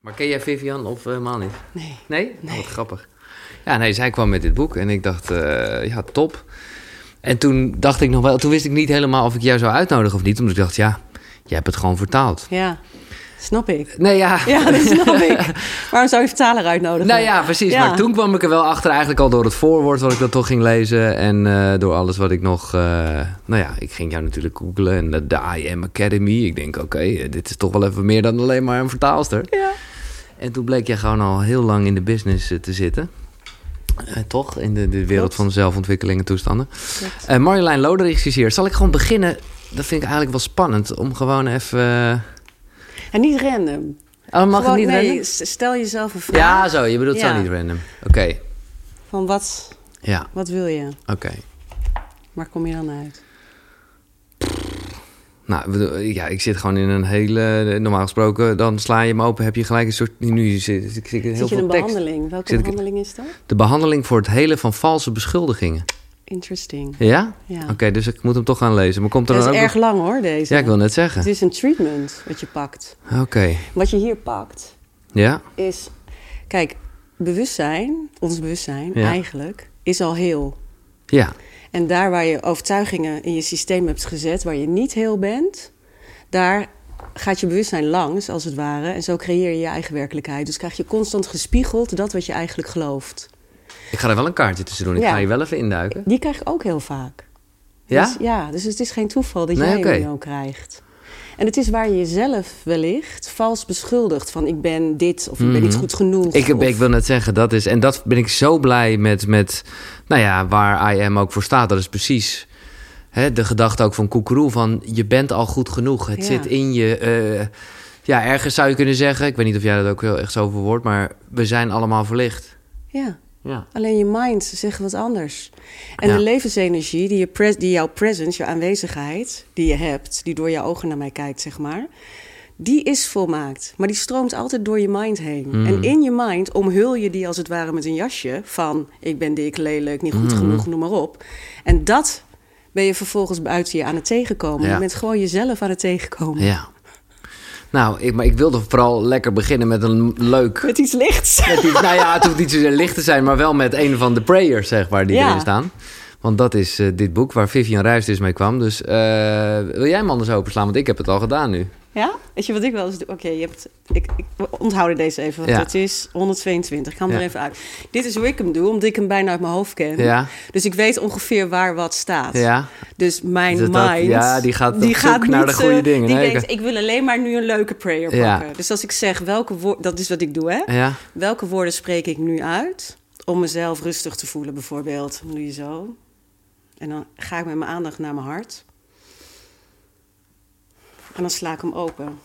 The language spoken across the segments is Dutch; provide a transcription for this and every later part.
Maar ken jij Vivian of helemaal niet? Nee. Nee? Oh, wat grappig. Ja, nee, zij kwam met dit boek en ik dacht, ja, top. En toen dacht ik nog wel, toen wist ik niet helemaal of ik jou zou uitnodigen of niet. Omdat ik dacht, ja, jij hebt het gewoon vertaald. Ja, snap ik. Nee, ja. Ja, dat snap ik. Waarom zou je vertaler uitnodigen? Nou ja, precies. Ja. Maar toen kwam ik er wel achter, eigenlijk al door het voorwoord wat ik dan toch ging lezen. En door alles wat ik nog... nou ja, ik ging jou natuurlijk googlen en de IM Academy. Ik denk, oké, dit is toch wel even meer dan alleen maar een vertaalster. Ja. En toen bleek jij gewoon al heel lang in de business te zitten. Toch? In de wereld van zelfontwikkeling en toestanden. Marjolein Loderich is hier. Zal ik gewoon beginnen? Dat vind ik eigenlijk wel spannend. Om gewoon even... En niet random. Oh, mag gewoon, het niet random? Stel jezelf een vraag. Ja, zo. Je bedoelt zo niet random. Oké. Van wat wil je? Oké. Waar kom je dan uit? Nou, ja, ik zit gewoon in een hele... Normaal gesproken, dan sla je hem open, heb je gelijk een soort... Nu zit ik heel zit je veel in een tekst. behandeling? Welke behandeling is dat? De behandeling voor het helen van valse beschuldigingen. Interesting. Ja? Ja. Oké, dus ik moet hem toch gaan lezen. Maar komt er dat dan is ook erg lang hoor, deze. Ja, ik wil net zeggen. Het is een treatment wat je pakt. Oké. Wat je hier pakt, Ja? is... Kijk, ons bewustzijn eigenlijk, is al heel. Ja. En daar waar je overtuigingen in je systeem hebt gezet, waar je niet heel bent, daar gaat je bewustzijn langs, als het ware. En zo creëer je je eigen werkelijkheid. Dus krijg je constant gespiegeld dat wat je eigenlijk gelooft. Ik ga er wel een kaartje tussen doen. Ik ga je wel even induiken. Die krijg ik ook heel vaak. Ja? Dus het is geen toeval dat jij hem ook krijgt. En het is waar je jezelf wellicht vals beschuldigt. Van ik ben dit of ik ben niet goed genoeg. Ik wil net zeggen, dat is... En dat ben ik zo blij met nou ja, waar I Am ook voor staat. Dat is precies de gedachte ook van Koekeroe. Van je bent al goed genoeg. Het zit in je... ja, ergens zou je kunnen zeggen... Ik weet niet of jij dat ook heel echt zo verwoordt. Maar we zijn allemaal verlicht. Ja. Ja. Alleen je mind zegt wat anders. En de levensenergie, die jouw presence, jouw aanwezigheid, die je hebt, die door jouw ogen naar mij kijkt, zeg maar, die is volmaakt. Maar die stroomt altijd door je mind heen. En in je mind omhul je die als het ware met een jasje van ik ben dik, lelijk, niet goed genoeg, noem maar op. En dat ben je vervolgens buiten je aan het tegenkomen. Je bent gewoon jezelf aan het tegenkomen. Ja. Nou, maar ik wilde vooral lekker beginnen met een leuk... Met iets lichts. Nou ja, het hoeft niet zozeer licht te zijn... maar wel met een van de prayers, zeg maar, die erin staan. Want dat is dit boek waar Vivian Ruijs dus mee kwam. Dus wil jij hem anders openslaan? Want ik heb het al gedaan nu. Ja? Weet je wat ik wel eens doe? Oké, ik onthoud deze even, want het is 122. Ik ga hem er even uit. Dit is hoe ik hem doe, omdat ik hem bijna uit mijn hoofd ken. Ja. Dus ik weet ongeveer waar wat staat. Ja. Dus mijn mind... die gaat op zoek naar de goede dingen. Die denkt, ik wil alleen maar nu een leuke prayer pakken. Dus als ik zeg, welke woorden... Dat is wat ik doe, hè? Ja. Welke woorden spreek ik nu uit om mezelf rustig te voelen, bijvoorbeeld? Dan doe je zo. En dan ga ik met mijn aandacht naar mijn hart. En dan sla ik hem open.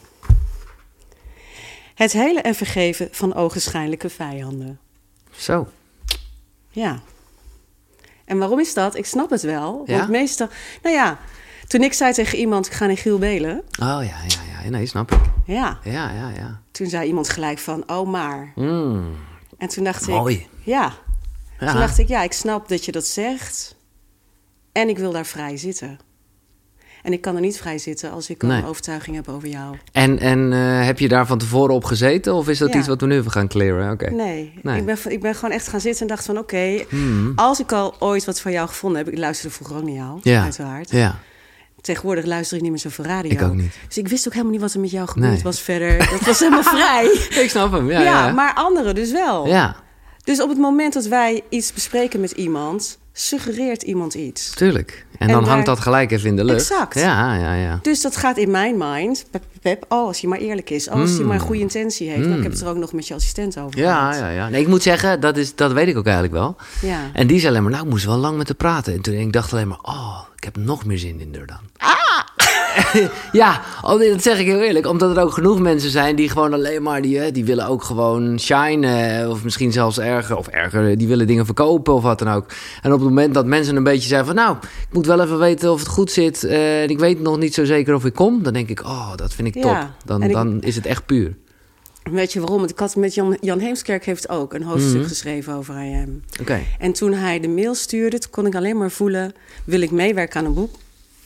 Het helen en vergeven van ogenschijnlijke vijanden. Zo. Ja. En waarom is dat? Ik snap het wel. Want meestal... Nou ja, toen ik zei tegen iemand, ik ga naar Giel Belen. Oh ja. Nee, snap ik. Ja. Ja. Toen zei iemand gelijk van, oh maar. En toen dacht Mooi. Ja. Toen dacht ik, ik snap dat je dat zegt. En ik wil daar vrij zitten. En ik kan er niet vrij zitten als ik een overtuiging heb over jou. En heb je daar van tevoren op gezeten? Of is dat iets wat we nu even gaan clearen? Okay. Nee. Ik ben gewoon echt gaan zitten en dacht van oké, als ik al ooit wat van jou gevonden heb... Ik luisterde vroeger ook naar jou, uiteraard. Ja. Tegenwoordig luister ik niet meer zo voor radio. Ik ook niet. Dus ik wist ook helemaal niet wat er met jou gebeurd was verder. Dat was helemaal vrij. Ik snap hem, ja. Maar anderen dus wel. Ja. Dus op het moment dat wij iets bespreken met iemand... suggereert iemand iets. Tuurlijk. En dan hangt dat gelijk even in de lucht. Exact. Ja. Dus dat gaat in mijn mind... als hij maar eerlijk is. Als hij maar een goede intentie heeft. Maar ik heb het er ook nog met je assistent over gehad. Ja. Nee, ik moet zeggen, dat weet ik ook eigenlijk wel. Ja. En die zei alleen maar, ik moest wel lang met haar praten. En toen ik dacht alleen maar, ik heb nog meer zin in haar dan. Ja, dat zeg ik heel eerlijk. Omdat er ook genoeg mensen zijn die gewoon alleen maar... die willen ook gewoon shinen. Of misschien zelfs erger. Die willen dingen verkopen of wat dan ook. En op het moment dat mensen een beetje zeggen van... ik moet wel even weten of het goed zit. En ik weet nog niet zo zeker of ik kom. Dan denk ik, dat vind ik top. Dan is het echt puur. Weet je waarom? Ik had met Jan Heemskerk heeft ook een hoofdstuk geschreven over IM. Okay. En toen hij de mail stuurde, kon ik alleen maar voelen... wil ik meewerken aan een boek?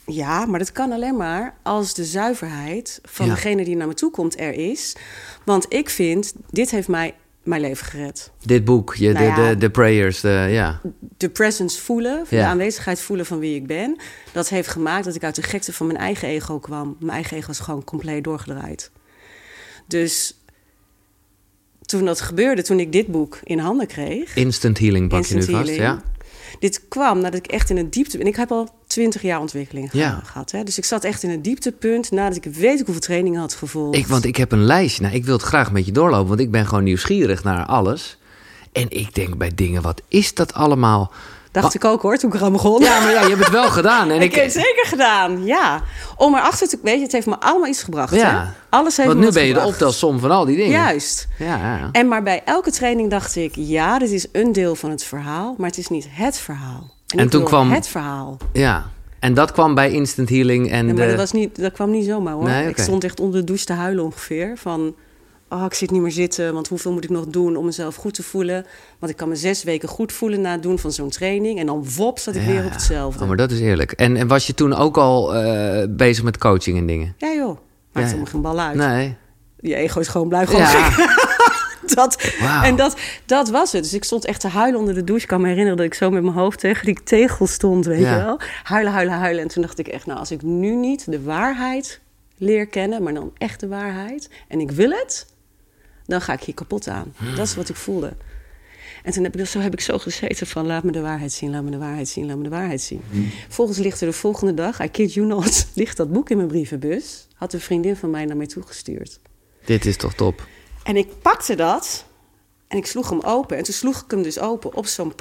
Ja, maar dat kan alleen maar als de zuiverheid van degene die naar me toe komt er is. Want ik vind, dit heeft mij mijn leven gered. Dit boek, de prayers, de presence voelen, de aanwezigheid voelen van wie ik ben. Dat heeft gemaakt dat ik uit de gekte van mijn eigen ego kwam. Mijn eigen ego is gewoon compleet doorgedraaid. Dus toen dat gebeurde, toen ik dit boek in handen kreeg... Instant healing pak je nu vast, ja. Dit kwam nadat ik echt in een diepte... En ik heb al 20 jaar ontwikkeling gehad. Hè? Dus ik zat echt in een dieptepunt nadat ik weet hoeveel trainingen had gevolgd. Want ik heb een lijstje. Nou, ik wil het graag met je doorlopen, want ik ben gewoon nieuwsgierig naar alles. En ik denk bij dingen, wat is dat allemaal? Dacht ik ook hoor, toen ik eraan begon. Ja, maar je hebt het wel gedaan. En ik heb het zeker gedaan, ja. Om erachter te... Weet je, het heeft me allemaal iets gebracht. Ja. Hè? Alles heeft want me nu ben je gebracht. de optelsom van al die dingen. Juist. Ja. En maar bij elke training dacht ik... Ja, dit is een deel van het verhaal, maar het is niet het verhaal. En toen kwam het verhaal. Ja. En dat kwam bij Instant Healing. Maar dat kwam niet zomaar hoor. Nee, okay. Ik stond echt onder de douche te huilen ongeveer. Van, ik zit niet meer zitten, want hoeveel moet ik nog doen om mezelf goed te voelen? Want ik kan me 6 weken goed voelen na het doen van zo'n training. En dan wop, zat ik weer op hetzelfde. Oh, maar dat is eerlijk. En was je toen ook al bezig met coaching en dingen? Ja joh, maakt helemaal geen bal uit. Nee. Je ego is gewoon blij. En dat was het. Dus ik stond echt te huilen onder de douche. Ik kan me herinneren dat ik zo met mijn hoofd tegen die tegel stond, weet je wel. Huilen. En toen dacht ik echt, als ik nu niet de waarheid leer kennen, maar dan echt de waarheid, en ik wil het, dan ga ik hier kapot aan. Dat is wat ik voelde. En toen heb ik zo gezeten van, laat me de waarheid zien, laat me de waarheid zien, laat me de waarheid zien. Volgens ligt er de volgende dag, I kid you not, ligt dat boek in mijn brievenbus. Had een vriendin van mij naar mij toegestuurd. Dit is toch top? En ik pakte dat en ik sloeg hem open. En toen sloeg ik hem dus open op zo'n...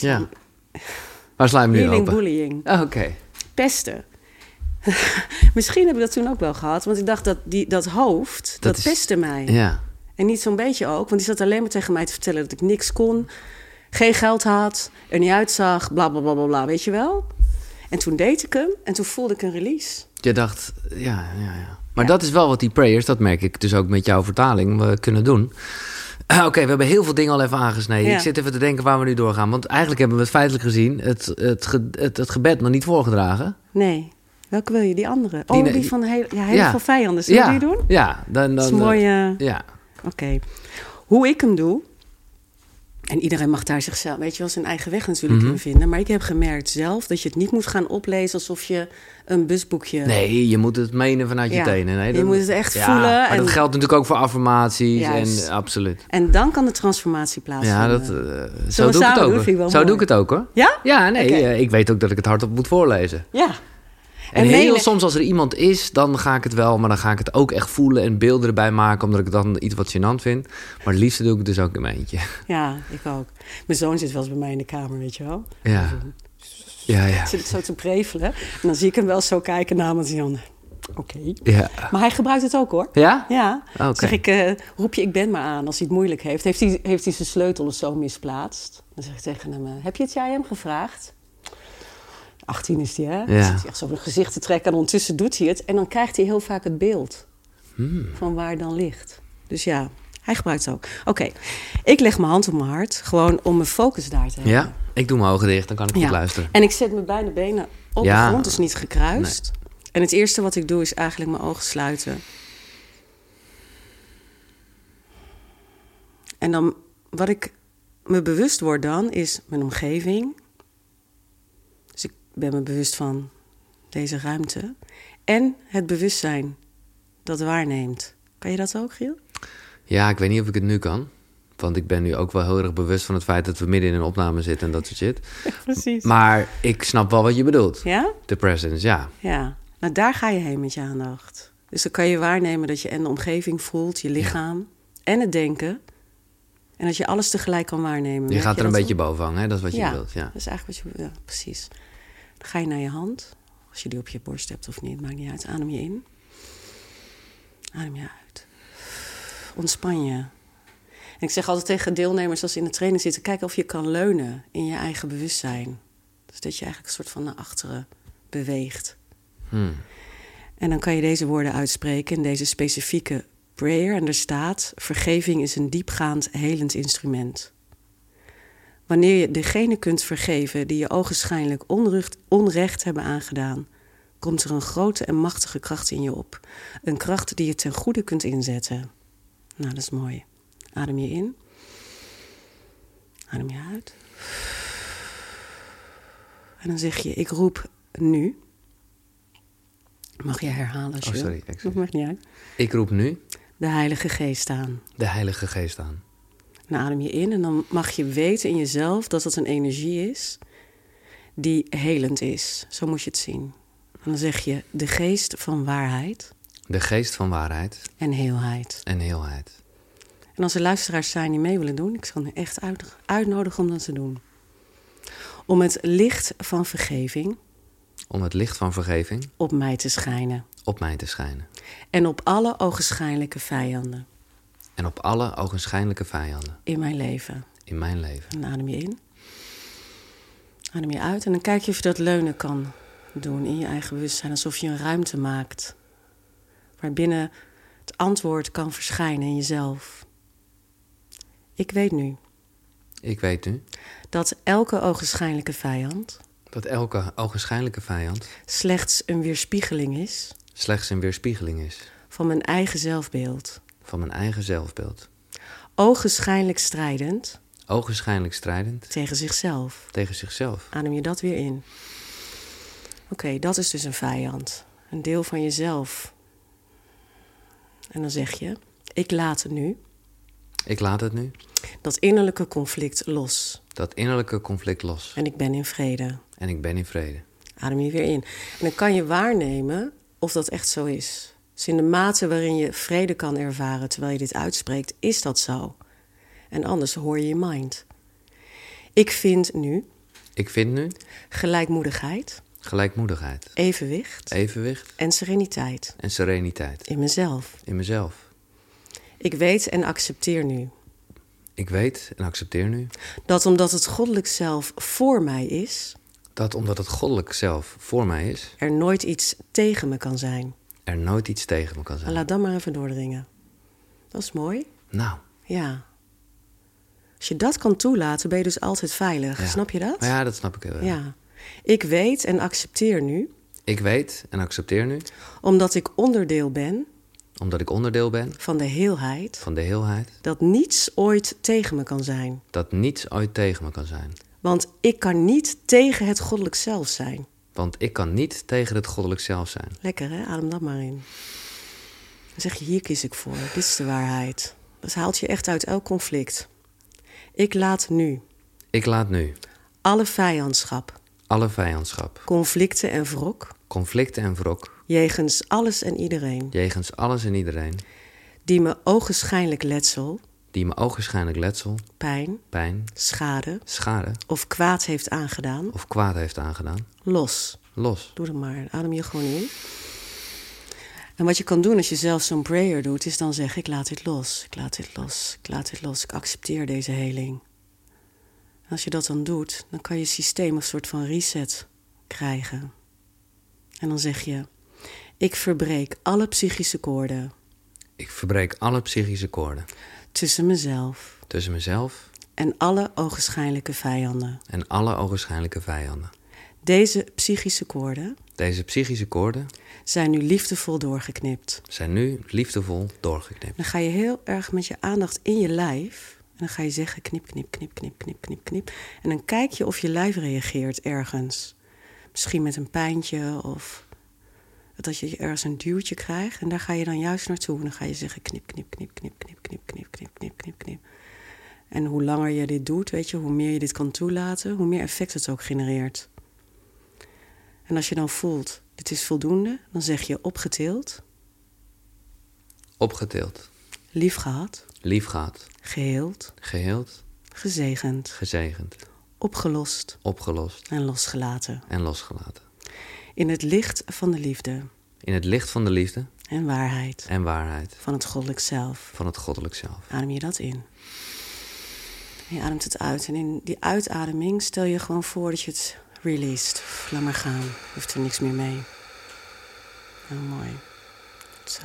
Waar sla je hem nu healing open? Bullying. Oké. Pesten. Misschien heb ik dat toen ook wel gehad. Want ik dacht dat hoofd, dat pestte mij. Ja. En niet zo'n beetje ook. Want die zat alleen maar tegen mij te vertellen dat ik niks kon. Geen geld had. Er niet uitzag. Bla, bla, bla, bla, bla. Weet je wel? En toen deed ik hem. En toen voelde ik een release. Je dacht, ja. Maar dat is wel wat die prayers, dat merk ik dus ook met jouw vertaling, we kunnen doen. Oké, we hebben heel veel dingen al even aangesneden. Ja. Ik zit even te denken waar we nu doorgaan. Want eigenlijk hebben we het feitelijk gezien het gebed nog niet voorgedragen. Nee. Welke wil je? Die andere? Die van heel veel vijanden. Zullen we die doen? Ja. Dan, dat is mooi. Ja. Oké. Hoe ik hem doe... En iedereen mag daar zichzelf, weet je wel, zijn eigen weg natuurlijk in vinden. Maar ik heb gemerkt zelf dat je het niet moet gaan oplezen alsof je een busboekje... Nee, je moet het menen vanuit je tenen. Nee, je moet het echt voelen. Maar dat geldt natuurlijk ook voor affirmaties. En absoluut. En dan kan de transformatie plaatsvinden. Ja, zo doe ik het ook. Zo doe ik het ook hoor. Ja? Ja, nee. Okay. Ik weet ook dat ik het hardop moet voorlezen. Ja. En heel soms als er iemand is, dan ga ik het wel... maar dan ga ik het ook echt voelen en beelden erbij maken... omdat ik het dan iets wat gênant vind. Maar het liefste doe ik het dus ook in mijn eentje. Ja, ik ook. Mijn zoon zit wel eens bij mij in de kamer, weet je wel. Ja. Ja. Zit ik zo te prevelen. En dan zie ik hem wel zo kijken namens Jan. Oké. Ja. Maar hij gebruikt het ook, hoor. Ja? Ja. Okay. Zeg ik, roep je ik ben maar aan als hij het moeilijk heeft. Heeft hij zijn sleutel of zo misplaatst? Dan zeg ik tegen hem, heb je het jij hem gevraagd? 18 is hij, hè? Ja. Dan zit hij echt zo op zijn gezicht te trekken en ondertussen doet hij het. En dan krijgt hij heel vaak het beeld van waar het dan ligt. Dus ja, hij gebruikt het ook. Oké, ik leg mijn hand op mijn hart, gewoon om mijn focus daar te hebben. Ja, ik doe mijn ogen dicht, dan kan ik goed luisteren. En ik zet mijn beide benen op de grond, dus niet gekruist. Nee. En het eerste wat ik doe is eigenlijk mijn ogen sluiten. En dan, wat ik me bewust word dan, is mijn omgeving... Ik ben me bewust van deze ruimte. En het bewustzijn dat waarneemt. Kan je dat ook, Giel? Ja, ik weet niet of ik het nu kan. Want ik ben nu ook wel heel erg bewust van het feit... dat we midden in een opname zitten en dat soort shit. Ja, precies. Maar ik snap wel wat je bedoelt. Ja? De presence, ja. Ja, nou daar ga je heen met je aandacht. Dus dan kan je waarnemen dat je en de omgeving voelt, je lichaam... en het denken... En dat je alles tegelijk kan waarnemen. Je gaat er een beetje boven hangen, hè? Dat is wat je wilt. Ja, dat is eigenlijk wat je... Ja, precies. Dan ga je naar je hand. Als je die op je borst hebt of niet, maakt niet uit. Adem je in. Adem je uit. Ontspan je. En ik zeg altijd tegen deelnemers als ze in de training zitten... kijk of je kan leunen in je eigen bewustzijn. Dus dat je eigenlijk een soort van naar achteren beweegt. En dan kan je deze woorden uitspreken in deze specifieke prayer. En er staat... vergeving is een diepgaand helend instrument. Wanneer je degene kunt vergeven die je ogenschijnlijk onrecht hebben aangedaan... komt er een grote en machtige kracht in je op. Een kracht die je ten goede kunt inzetten. Nou, dat is mooi. Adem je in. Adem je uit. En dan zeg je, ik roep nu. Mag je herhalen als je sorry. wil. Dat mag niet uit. Ik roep nu de Heilige Geest aan. De Heilige Geest aan. Dan adem je in en dan mag je weten in jezelf dat dat een energie is die helend is. Zo moet je het zien. En dan zeg je de geest van waarheid. De geest van waarheid. En heelheid. En heelheid. En als er luisteraars zijn die mee willen doen, ik zal hen echt uitnodigen om dat te doen. Om het licht van vergeving. Om het licht van vergeving. Op mij te schijnen. Op mij te schijnen. En op alle ogenschijnlijke vijanden. En op alle ogenschijnlijke vijanden. In mijn leven. In mijn leven. En dan adem je in. Adem je uit en dan kijk je of je dat leunen kan doen in je eigen bewustzijn. Alsof je een ruimte maakt. Waarbinnen het antwoord kan verschijnen in jezelf. Ik weet nu. Ik weet nu. Dat elke ogenschijnlijke vijand. Dat elke ogenschijnlijke vijand. Slechts een weerspiegeling is. Slechts een weerspiegeling is. Van mijn eigen zelfbeeld. Van mijn eigen zelfbeeld. Ogenschijnlijk strijdend. Ogenschijnlijk strijdend. Tegen zichzelf. Tegen zichzelf. Adem je dat weer in. Oké, dat is dus een vijand. Een deel van jezelf. En dan zeg je, ik laat nu. Ik laat het nu. Dat innerlijke conflict los. Dat innerlijke conflict los. En ik ben in vrede. En ik ben in vrede. Adem je weer in. En dan kan je waarnemen of dat echt zo is. Dus in de mate waarin je vrede kan ervaren terwijl je dit uitspreekt, is dat zo. En anders hoor je je mind. Ik vind nu. Ik vind nu. Gelijkmoedigheid. Gelijkmoedigheid. Evenwicht. Evenwicht. En sereniteit. En sereniteit. In mezelf. In mezelf. Ik weet en accepteer nu. Ik weet en accepteer nu. Dat omdat het goddelijk zelf voor mij is. Dat omdat het goddelijk zelf voor mij is. Er nooit iets tegen me kan zijn. Er nooit iets tegen me kan zijn. Laat dat maar even doordringen. Dat is mooi. Nou. Ja. Als je dat kan toelaten, ben je dus altijd veilig. Ja. Snap je dat? Ja, dat snap ik heel erg. Ja. Ik weet en accepteer nu. Ik weet en accepteer nu. Omdat ik onderdeel ben. Omdat ik onderdeel ben. Van de heelheid. Van de heelheid. Dat niets ooit tegen me kan zijn. Dat niets ooit tegen me kan zijn. Want ik kan niet tegen het goddelijk zelf zijn. Want ik kan niet tegen het goddelijk zelf zijn. Lekker hè? Adem dat maar in. Dan zeg je, hier kies ik voor. Dit is de waarheid. Dat haalt je echt uit elk conflict. Ik laat nu. Ik laat nu. Alle vijandschap. Alle vijandschap. Conflicten en wrok. Conflicten en wrok. Jegens alles en iedereen. Jegens alles en iedereen. Die me ogenschijnlijk letsel. Die me ogenschijnlijk letsel. Pijn. Pijn. Schade. Schade. Of kwaad heeft aangedaan. Of kwaad heeft aangedaan. Los. Los. Doe het maar. Adem je gewoon in. En wat je kan doen als je zelf zo'n prayer doet, is dan zeggen, ik laat dit los. Ik laat dit los. Ik laat dit los. Ik accepteer deze heling. En als je dat dan doet, dan kan je systeem een soort van reset krijgen. En dan zeg je, ik verbreek alle psychische koorden. Ik verbreek alle psychische koorden. Tussen mezelf. Tussen mezelf. En alle ogenschijnlijke vijanden. En alle ogenschijnlijke vijanden. Deze psychische koorden. Deze psychische koorden. Zijn nu liefdevol doorgeknipt. Zijn nu liefdevol doorgeknipt. Dan ga je heel erg met je aandacht in je lijf. En dan ga je zeggen knip, knip, knip, knip, knip, knip, knip. En dan kijk je of je lijf reageert ergens. Misschien met een pijntje of dat je ergens een duwtje krijgt. En daar ga je dan juist naartoe. En dan ga je zeggen knip, knip, knip, knip, knip, knip, knip, knip, knip, knip, knip. En hoe langer je dit doet, weet je, hoe meer je dit kan toelaten, hoe meer effect het ook genereert. En als je dan voelt, dit is voldoende, dan zeg je opgetild. Opgetild. Lief gehad. Lief gehad. Geheeld. Geheeld. Gezegend. Gezegend. Opgelost. Opgelost. En losgelaten. En losgelaten. In het licht van de liefde. In het licht van de liefde. En waarheid. En waarheid. Van het goddelijk zelf. Van het goddelijk zelf. Adem je dat in. En je ademt het uit. En in die uitademing stel je gewoon voor dat je het released. Laat maar gaan. Je hoeft er niks meer mee. Heel mooi. Zo.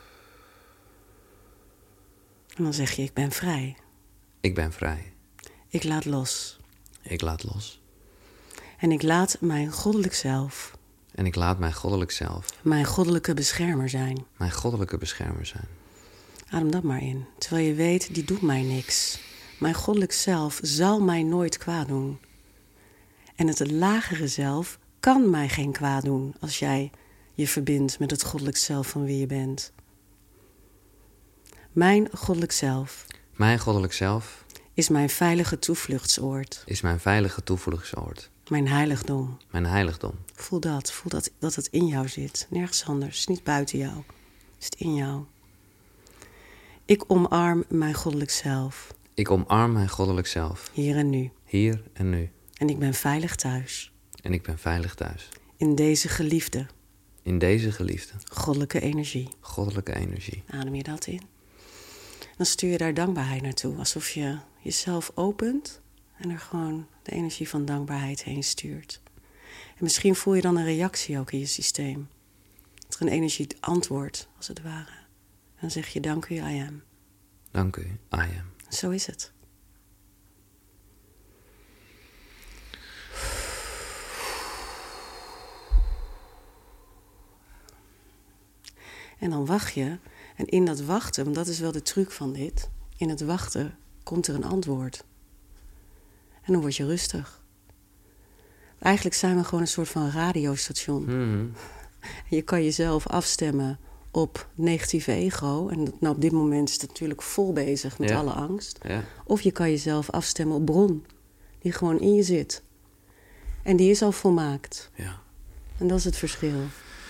En dan zeg je, ik ben vrij. Ik ben vrij. Ik laat los. Ik laat los. En ik laat mijn goddelijk zelf. En ik laat mijn goddelijk zelf. Mijn goddelijke beschermer zijn. Mijn goddelijke beschermer zijn. Adem dat maar in. Terwijl je weet, die doet mij niks. Mijn goddelijk zelf zal mij nooit kwaad doen. En het lagere zelf kan mij geen kwaad doen als jij je verbindt met het goddelijk zelf van wie je bent. Mijn goddelijk zelf. Mijn goddelijk zelf. Is mijn veilige toevluchtsoord. Is mijn veilige toevluchtsoord. Mijn heiligdom. Mijn heiligdom. Voel dat het in jou zit. Nergens anders. Het is niet buiten jou. Het is in jou. Ik omarm mijn goddelijk zelf. Ik omarm mijn goddelijk zelf. Hier en nu. Hier en nu. En ik ben veilig thuis. En ik ben veilig thuis. In deze geliefde. In deze geliefde. Goddelijke energie. Goddelijke energie. Adem je dat in. Dan stuur je daar dankbaarheid naartoe. Alsof je jezelf opent en er gewoon de energie van dankbaarheid heen stuurt. En misschien voel je dan een reactie ook in je systeem. Dat er een energie antwoordt, als het ware. En dan zeg je dank u, I am. Dank u, I am. Zo is het. En dan wacht je. En in dat wachten, want dat is wel de truc van dit. In het wachten komt er een antwoord. En dan word je rustig. Eigenlijk zijn we gewoon een soort van radiostation. Mm-hmm. Je kan jezelf afstemmen op negatieve ego. En nou, op dit moment is het natuurlijk vol bezig met alle angst. Ja. Of je kan jezelf afstemmen op bron. Die gewoon in je zit. En die is al volmaakt. Ja. En dat is het verschil.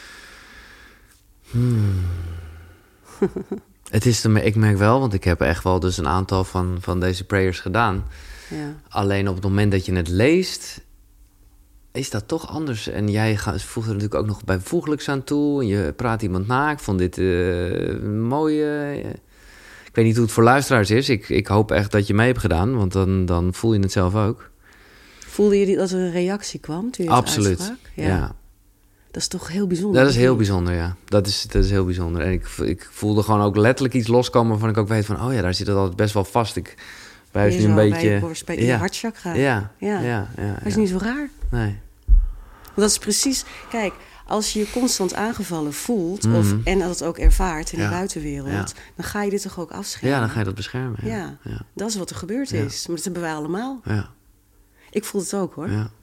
Het is ik merk wel, want ik heb echt wel dus een aantal van deze prayers gedaan. Ja. Alleen op het moment dat je het leest, is dat toch anders. En jij voegt er natuurlijk ook nog bijvoeglijks aan toe. En je praat iemand na. Ik vond dit mooi. Ik weet niet hoe het voor luisteraars is. Ik hoop echt dat je mee hebt gedaan, want dan voel je het zelf ook. Voelde je dat er een reactie kwam toen je het Absoluut, uitsprak? ja. Dat is toch heel bijzonder? Dat is heel bijzonder, ja. Dat is heel bijzonder. En ik voelde gewoon ook letterlijk iets loskomen waarvan ik ook weet van, oh ja, daar zit het altijd best wel vast. Ik wijs nu een beetje... Bij je hartchakra. Ja. Dat is niet zo raar. Nee. Want dat is precies... Kijk, als je je constant aangevallen voelt... en dat ook ervaart in de buitenwereld... dan ga je dit toch ook afschermen? Ja, dan ga je dat beschermen. Ja. Dat is wat er gebeurd is. Maar dat hebben wij allemaal. Ja. Ik voel het ook, hoor. Ja.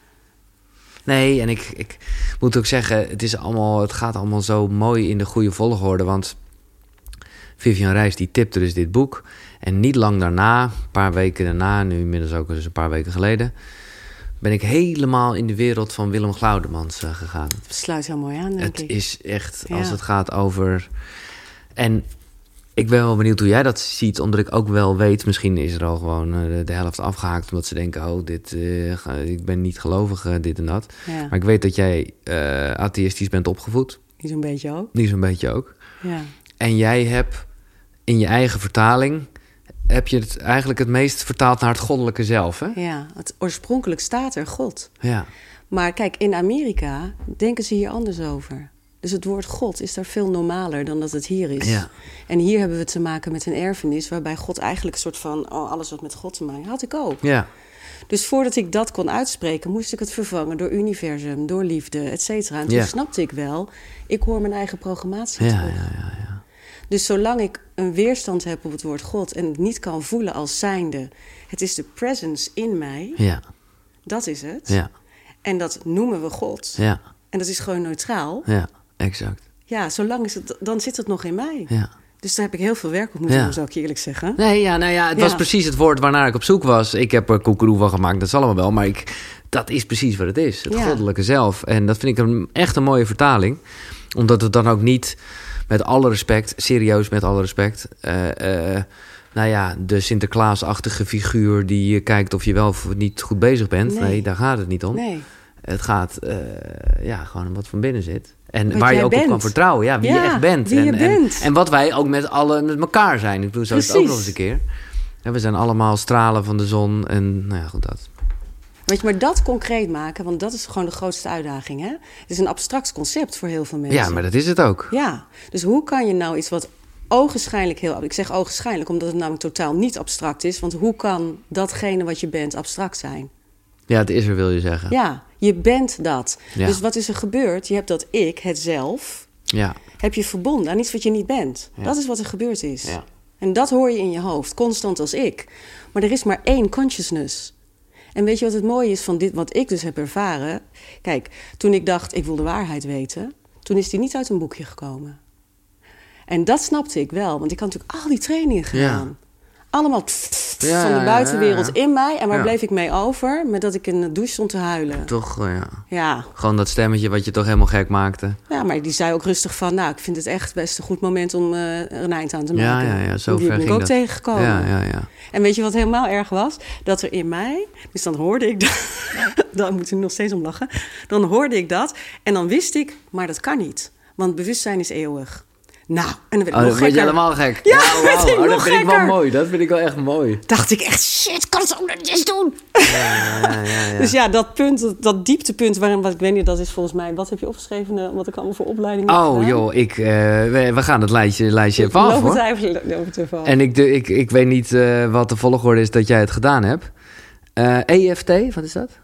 Nee, en ik moet ook zeggen, het gaat allemaal zo mooi in de goede volgorde. Want Vivian Reis die tipte dus dit boek. En niet lang daarna, een paar weken daarna, nu inmiddels ook dus een paar weken geleden, ben ik helemaal in de wereld van Willem Glaudemans gegaan. Het sluit heel mooi aan, denk ik. Het is echt, als het gaat over... En ik ben wel benieuwd hoe jij dat ziet, omdat ik ook wel weet, misschien is er al gewoon de helft afgehaakt, omdat ze denken, ik ben niet gelovig, dit en dat. Ja. Maar ik weet dat jij atheïstisch bent opgevoed. Niet zo'n beetje ook. Niet zo'n beetje ook. Ja. En jij hebt in je eigen vertaling, heb je het eigenlijk het meest vertaald naar het goddelijke zelf, hè? Ja, oorspronkelijk staat er God. Ja. Maar kijk, in Amerika denken ze hier anders over. Dus het woord God is daar veel normaler dan dat het hier is. Ja. En hier hebben we te maken met een erfenis, waarbij God eigenlijk een soort van, alles wat met God te maken had ik ook. Ja. Dus voordat ik dat kon uitspreken, moest ik het vervangen door universum, door liefde, et cetera. En toen snapte ik wel, ik hoor mijn eigen programmatie terug. Ja. Dus zolang ik een weerstand heb op het woord God en het niet kan voelen als zijnde, het is de presence in mij, dat is het. Ja. En dat noemen we God. Ja. En dat is gewoon neutraal. Ja, exact. Ja, zolang is het, dan zit het nog in mij. Ja. Dus daar heb ik heel veel werk op moeten doen, zou ik je eerlijk zeggen. Nee, het was precies het woord waarnaar ik op zoek was. Ik heb er koekeroe van gemaakt, dat is allemaal wel. Maar dat is precies wat het is. Het goddelijke zelf. En dat vind ik echt een mooie vertaling. Omdat het dan ook niet, met alle respect, serieus met alle respect, de Sinterklaas-achtige figuur die je kijkt of je wel of niet goed bezig bent. Nee, daar gaat het niet om. Nee. Het gaat gewoon om wat van binnen zit. En wat waar je ook op kan vertrouwen. Ja, wie je echt bent. En wat wij ook met elkaar zijn. Ik bedoel, zo is het ook nog eens een keer. Ja, we zijn allemaal stralen van de zon. En goed, dat. Weet je, maar dat concreet maken, want dat is gewoon de grootste uitdaging, hè? Het is een abstract concept voor heel veel mensen. Ja, maar dat is het ook. Ja, dus hoe kan je nou iets wat ogenschijnlijk ik zeg ogenschijnlijk, omdat het namelijk totaal niet abstract is. Want hoe kan datgene wat je bent abstract zijn? Ja, het is er, wil je zeggen. Ja, Je bent dat. Ja. Dus wat is er gebeurd? Je hebt dat ik, het zelf, heb je verbonden aan iets wat je niet bent. Ja. Dat is wat er gebeurd is. Ja. En dat hoor je in je hoofd, constant als ik. Maar er is maar één consciousness. En weet je wat het mooie is van dit, wat ik dus heb ervaren? Kijk, toen ik dacht, ik wil de waarheid weten, toen is die niet uit een boekje gekomen. En dat snapte ik wel, want ik had natuurlijk al die trainingen gedaan. Allemaal van de buitenwereld in mij. En waar bleef ik mee over? Met dat ik in de douche stond te huilen. Toch, ja. Gewoon dat stemmetje wat je toch helemaal gek maakte. Ja, maar die zei ook rustig van... nou, ik vind het echt best een goed moment om er een eind aan te maken. Ja, zo ver ging dat. Die ben ik ook tegengekomen. Ja. En weet je wat helemaal erg was? Dat er in mij... Dus dan hoorde ik dat... Daar moet ik nog steeds om lachen. Dan hoorde ik dat. En dan wist ik, maar dat kan niet. Want bewustzijn is eeuwig. Nou, en dan werd ik nog gekker. Word je helemaal gek. Ja, dat vind ik wel mooi. Dat vind ik wel echt mooi. Dacht ik echt, shit, kan het ook nog eens doen? Ja. Dus ja, dat punt, dat dieptepunt waarin, wat ik weet niet, dat is volgens mij... Wat heb je opgeschreven, wat ik allemaal voor opleiding heb gedaan? Joh, we gaan het lijstje even af, hoor. En ik weet niet wat de volgorde is dat jij het gedaan hebt. EFT, wat is dat?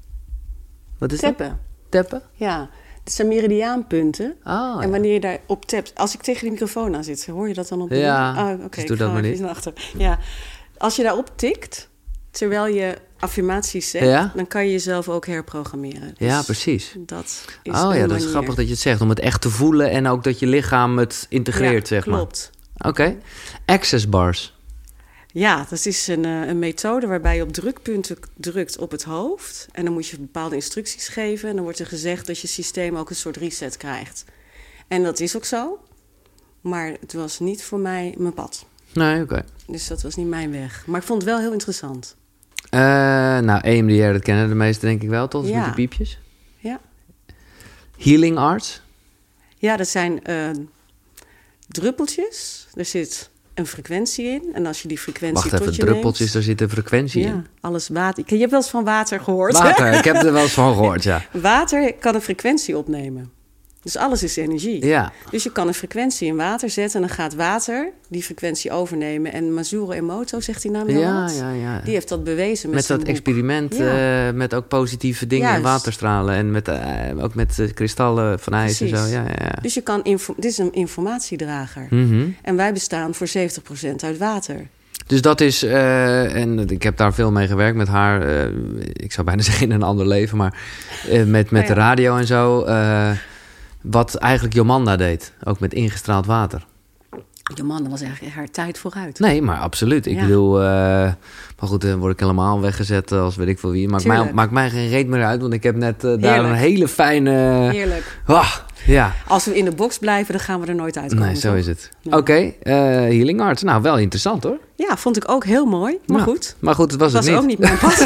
Tappen? Ja. Het zijn meridiaanpunten. Oh, en wanneer je daar op tapt... Als ik tegen de microfoon aan zit, hoor je dat dan op de... Ja, oké, doe dat maar niet. Naar achter. Ja. Als je daarop tikt, terwijl je affirmaties zegt... dan kan je jezelf ook herprogrammeren. Dus ja, precies. Dat is dat is grappig dat je het zegt. Om het echt te voelen en ook dat je lichaam het integreert, zeg maar. Klopt. Oké. Access bars. Ja, dat is een methode waarbij je op drukpunten drukt op het hoofd. En dan moet je bepaalde instructies geven. En dan wordt er gezegd dat je systeem ook een soort reset krijgt. En dat is ook zo. Maar het was niet voor mij mijn pad. Nee, oké. Dus dat was niet mijn weg. Maar ik vond het wel heel interessant. EMDR, dat kennen de meesten denk ik wel, tot met die piepjes. Ja. Healing arts? Ja, dat zijn druppeltjes. Er zit een frequentie in. En als je die frequentie tot je neemt... druppeltjes, daar zit een frequentie in. Alles water. Je hebt wel eens van water gehoord. Water, ik heb er wel eens van gehoord, ja. Water kan een frequentie opnemen. Dus alles is energie. Ja. Dus je kan een frequentie in water zetten... en dan gaat water die frequentie overnemen. En Masuro Emoto, zegt hij namelijk ja. Die heeft dat bewezen met dat experiment, met ook positieve dingen in waterstralen... en ook met kristallen van ijs. Precies. En zo. Ja. Dus je kan dit is een informatiedrager. Mm-hmm. En wij bestaan voor 70% uit water. Dus dat is, en ik heb daar veel mee gewerkt met haar... ik zou bijna zeggen in een ander leven, maar met de radio en zo... wat eigenlijk Jomanda deed, ook met ingestraald water. Jomanda was eigenlijk haar tijd vooruit. Nee, maar absoluut. Ik bedoel, maar goed, dan word ik helemaal weggezet als weet ik veel wie. Maakt mij geen reet meer uit, want ik heb net daar een hele fijne... Heerlijk. Ja. Als we in de box blijven, dan gaan we er nooit uitkomen. Nee, zo is het. Nee. Oké, Healing Arts. Nou, wel interessant hoor. Ja, vond ik ook heel mooi, maar goed. Maar goed, het was het niet. Dat was ook niet mijn pad.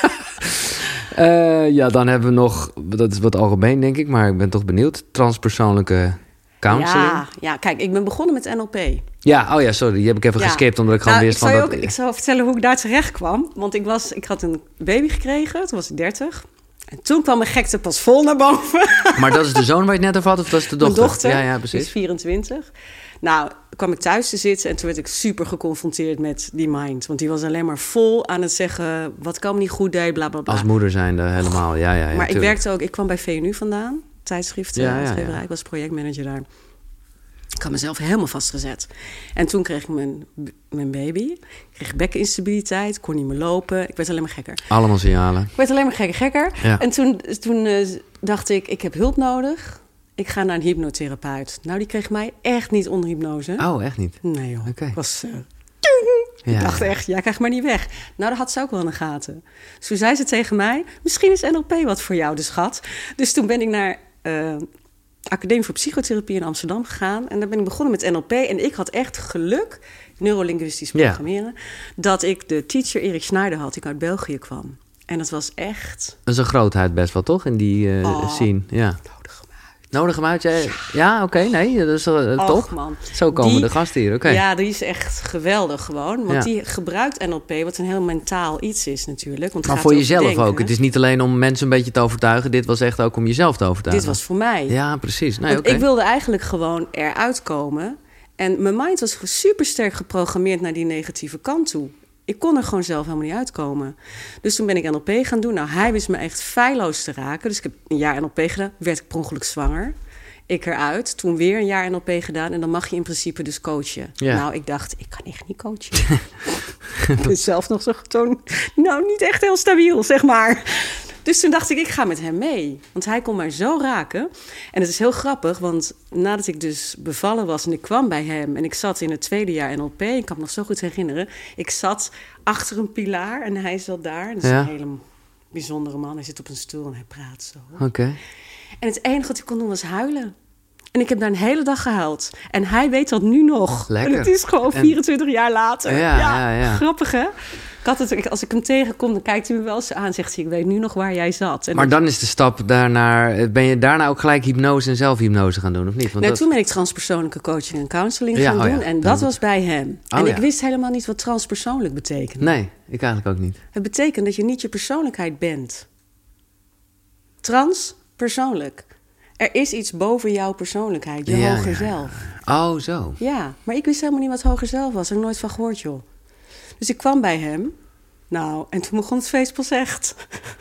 Dan hebben we nog, dat is wat algemeen denk ik, maar ik ben toch benieuwd. Transpersoonlijke counseling. Ja, kijk, ik ben begonnen met NLP. Ja, sorry, die heb ik even geskipt, omdat ik gewoon wist van dat... Ik zal vertellen hoe ik daar terecht kwam. Want ik had een baby gekregen, toen was ik 30. En toen kwam mijn gekte pas vol naar boven. Maar dat is de zoon waar je het net over had, of dat is de dochter? Mijn dochter, ja, precies. is 24. Nou, kwam ik thuis te zitten en toen werd ik super geconfronteerd met die mind. Want die was alleen maar vol aan het zeggen, wat kan me niet goed deed, bla bla bla. Als moeder zijnde, helemaal, ja. Maar tuurlijk. ik werkte ook, ik kwam bij VNU vandaan, tijdschriften, uitgeverij. Ik was projectmanager daar. Ik had mezelf helemaal vastgezet. En toen kreeg ik mijn baby. Ik kreeg bekkeninstabiliteit, kon niet meer lopen. Ik werd alleen maar gekker. Allemaal signalen. Ik werd alleen maar gekker. Ja. En toen dacht ik heb hulp nodig. Ik ga naar een hypnotherapeut. Nou, die kreeg mij echt niet onder hypnose. Oh, echt niet? Nee, joh. Okay. Ik was... Ik dacht echt, jij krijgt maar niet weg. Nou, dat had ze ook wel in de gaten. Dus toen zei ze tegen mij, misschien is NLP wat voor jou, de schat. Dus toen ben ik naar Academie voor Psychotherapie in Amsterdam gegaan. En daar ben ik begonnen met NLP. En ik had echt geluk, neurolinguistisch programmeren... dat ik de teacher Erik Schneider had, die uit België kwam. En dat was echt... Dat is een grootheid best wel, toch? In die scene, ja. Nodig hem uit? Ja, oké, nee, dat is top. Man. Zo komen de gasten hier, oké. Ja, die is echt geweldig gewoon. Want die gebruikt NLP, wat een heel mentaal iets is natuurlijk. Want maar voor jezelf ook. Het is niet alleen om mensen een beetje te overtuigen. Dit was echt ook om jezelf te overtuigen. Dit was voor mij. Ja, precies. Nee, want ik wilde eigenlijk gewoon eruit komen. En mijn mind was super sterk geprogrammeerd naar die negatieve kant toe. Ik kon er gewoon zelf helemaal niet uitkomen. Dus toen ben ik NLP gaan doen. Nou, hij wist me echt feilloos te raken. Dus ik heb een jaar NLP gedaan. Werd ik per ongeluk zwanger. Ik eruit. Toen weer een jaar NLP gedaan. En dan mag je in principe dus coachen. Ja. Nou, ik dacht, ik kan echt niet coachen. Ik ben zelf nog zo getoond. Nou, niet echt heel stabiel, zeg maar. Dus toen dacht ik ga met hem mee. Want hij kon mij zo raken. En het is heel grappig, want nadat ik dus bevallen was... en ik kwam bij hem en ik zat in het tweede jaar NLP... ik kan me nog zo goed herinneren... ik zat achter een pilaar en hij zat daar. Dat is een hele bijzondere man. Hij zit op een stoel en hij praat zo. Oké. En het enige wat hij kon doen was huilen. En ik heb daar een hele dag gehuild. En hij weet dat nu nog. Lekker. En het is gewoon 24 jaar later. Ja. Grappig, hè? Als ik hem tegenkom, dan kijkt hij me wel eens aan en zegt hij... ik weet nu nog waar jij zat. En maar dan is de stap daarnaar... Ben je daarna ook gelijk hypnose en zelfhypnose gaan doen, of niet? Want toen ben ik transpersoonlijke coaching en counseling gaan doen. En dat was bij hem. En ik wist helemaal niet wat transpersoonlijk betekende. Nee, ik eigenlijk ook niet. Het betekent dat je niet je persoonlijkheid bent. Transpersoonlijk. Er is iets boven jouw persoonlijkheid, je hoger zelf. Oh, zo. Ja, maar ik wist helemaal niet wat hoger zelf was. Ik heb er nooit van gehoord, joh. Dus ik kwam bij hem. Nou, en toen begon het feest pas echt.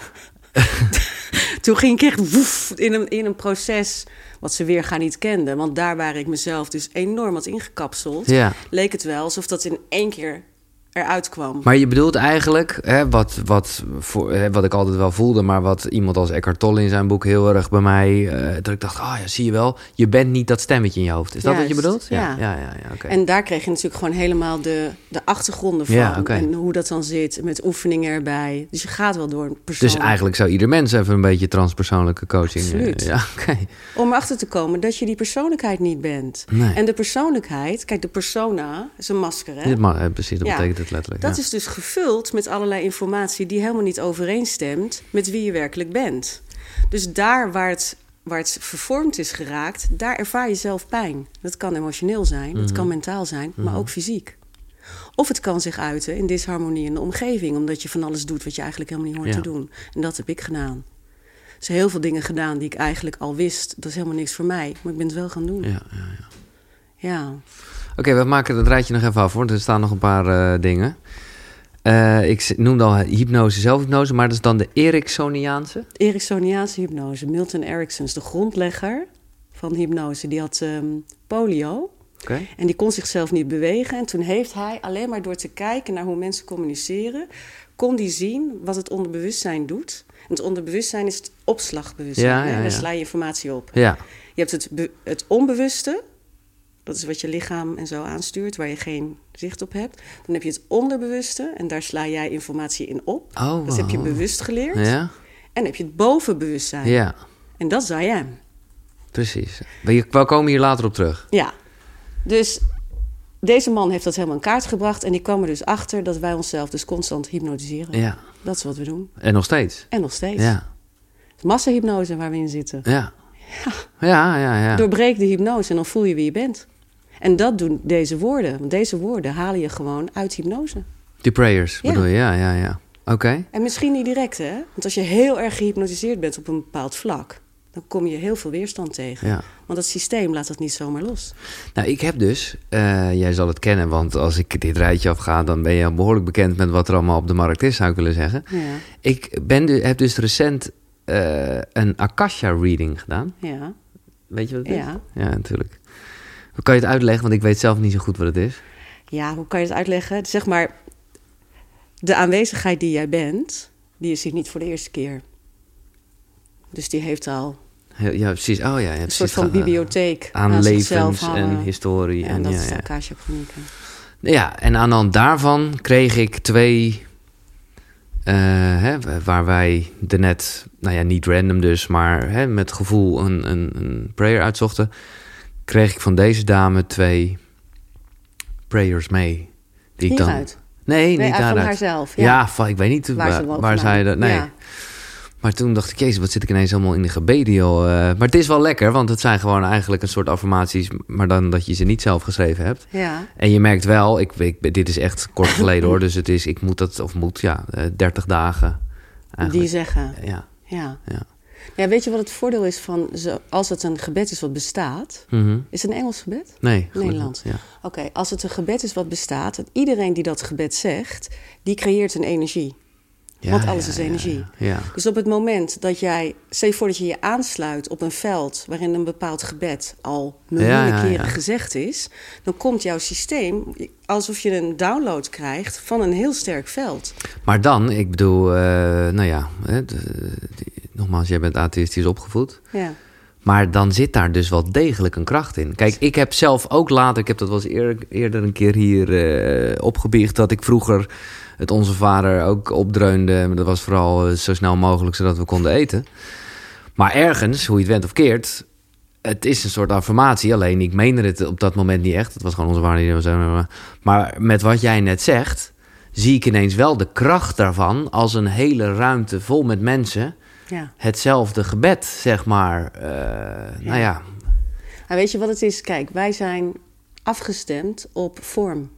Toen ging ik echt woef, in een proces wat ze weer gaan niet kenden. Want daar waar ik mezelf dus enorm had ingekapseld... leek het wel alsof dat in één keer eruit kwam. Maar je bedoelt eigenlijk, wat ik altijd wel voelde... maar wat iemand als Eckhart Tolle in zijn boek heel erg bij mij... dat ik dacht, zie je wel, je bent niet dat stemmetje in je hoofd. Is dat wat je bedoelt? Ja, okay. En daar kreeg je natuurlijk gewoon helemaal de achtergronden van. Ja, okay. En hoe dat dan zit, met oefeningen erbij. Dus je gaat wel door een persoon. Dus eigenlijk zou ieder mens even een beetje transpersoonlijke coaching... Absoluut. Om erachter te komen dat je die persoonlijkheid niet bent. Nee. En de persoonlijkheid, kijk, de persona is een masker, hè? Precies, dat betekent het letterlijk. Dat is dus gevuld met allerlei informatie die helemaal niet overeenstemt met wie je werkelijk bent. Dus daar waar het vervormd is geraakt, daar ervaar je zelf pijn. Dat kan emotioneel zijn, dat kan mentaal zijn, maar ook fysiek. Of het kan zich uiten in disharmonie in de omgeving, omdat je van alles doet wat je eigenlijk helemaal niet hoort te doen. En dat heb ik gedaan. Dus heel veel dingen gedaan die ik eigenlijk al wist. Dat is helemaal niks voor mij, maar ik ben het wel gaan doen. Ja. Oké, we maken het rijtje nog even af, hoor. Er staan nog een paar dingen. Ik noemde al hypnose, zelfhypnose, maar dat is dan de Ericksoniaanse? Ericksoniaanse hypnose. Milton Erickson is de grondlegger van hypnose. Die had polio. Okay. En die kon zichzelf niet bewegen. En toen heeft hij, alleen maar door te kijken naar hoe mensen communiceren... kon die zien wat het onderbewustzijn doet. En het onderbewustzijn is het opslagbewustzijn. Daar sla je informatie op. Ja. Je hebt het onbewuste... Dat is wat je lichaam en zo aanstuurt, waar je geen zicht op hebt. Dan heb je het onderbewuste en daar sla jij informatie in op. Dat heb je bewust geleerd. Ja. En dan heb je het bovenbewustzijn. Ja. En dat is I am. Precies. We komen hier later op terug. Ja. Dus deze man heeft dat helemaal in kaart gebracht. En die kwam er dus achter dat wij onszelf dus constant hypnotiseren. Ja. Dat is wat we doen. En nog steeds. Ja. Het is massahypnose waar we in zitten. Ja. Doorbreek de hypnose en dan voel je wie je bent. En dat doen deze woorden. Want deze woorden halen je gewoon uit hypnose. Die prayers bedoel je? Ja. Oké. En misschien niet direct, hè? Want als je heel erg gehypnotiseerd bent op een bepaald vlak... dan kom je heel veel weerstand tegen. Ja. Want het systeem laat dat niet zomaar los. Nou, ik heb dus... jij zal het kennen, want als ik dit rijtje afga... dan ben je behoorlijk bekend met wat er allemaal op de markt is, zou ik willen zeggen. Ja. Ik heb dus recent een Akasha-reading gedaan. Ja. Weet je wat het is? Ja. Ja, natuurlijk. Hoe kan je het uitleggen? Want ik weet zelf niet zo goed wat het is. Ja, hoe kan je het uitleggen? Zeg maar, de aanwezigheid die jij bent... die is hier niet voor de eerste keer. Dus die heeft al... Ja, precies. Oh ja, een soort van bibliotheek aan levens en historie. Ja, en dat is de Akasha-chronieken. Ja, en aan de hand daarvan kreeg ik 2... waar wij er net, niet random dus... maar met gevoel een prayer uitzochten... kreeg ik van deze dame 2 prayers mee. Die ik dan... Hieruit? Nee, niet daaruit. Van haarzelf. Ja, ik weet niet waar zij dat... Nee. Ja. Maar toen dacht ik, jezus, wat zit ik ineens allemaal in de gebeden, joh. Maar het is wel lekker, want het zijn gewoon eigenlijk een soort affirmaties... maar dan dat je ze niet zelf geschreven hebt. Ja. En je merkt wel, dit is echt kort geleden hoor... dus het is, 30 dagen. Eigenlijk. Die zeggen. Ja. Ja, weet je wat het voordeel is van... als het een gebed is wat bestaat... Is het een Engels gebed? Nee. Nederlands. Ja. Oké, als het een gebed is wat bestaat... en iedereen die dat gebed zegt... die creëert een energie. Want alles is energie. Ja. Dus op het moment dat jij... Stel je voor dat je je aansluit op een veld... waarin een bepaald gebed al miljoenen keren gezegd is... dan komt jouw systeem alsof je een download krijgt... van een heel sterk veld. Maar dan, ik bedoel... nogmaals, jij bent atheïstisch opgevoed. Ja. Maar dan zit daar dus wel degelijk een kracht in. Kijk, ik heb zelf ook later... ik heb dat wel eens eerder een keer hier opgebiecht... dat ik vroeger... het Onze Vader ook opdreunde. Maar dat was vooral zo snel mogelijk, zodat we konden eten. Maar ergens, hoe je het went of keert... het is een soort affirmatie. Alleen, ik meende het op dat moment niet echt. Het was gewoon Onze Vader. Maar met wat jij net zegt... zie ik ineens wel de kracht daarvan... als een hele ruimte vol met mensen... hetzelfde gebed, zeg maar. Nou ja. Maar weet je wat het is? Kijk, wij zijn afgestemd op vorm.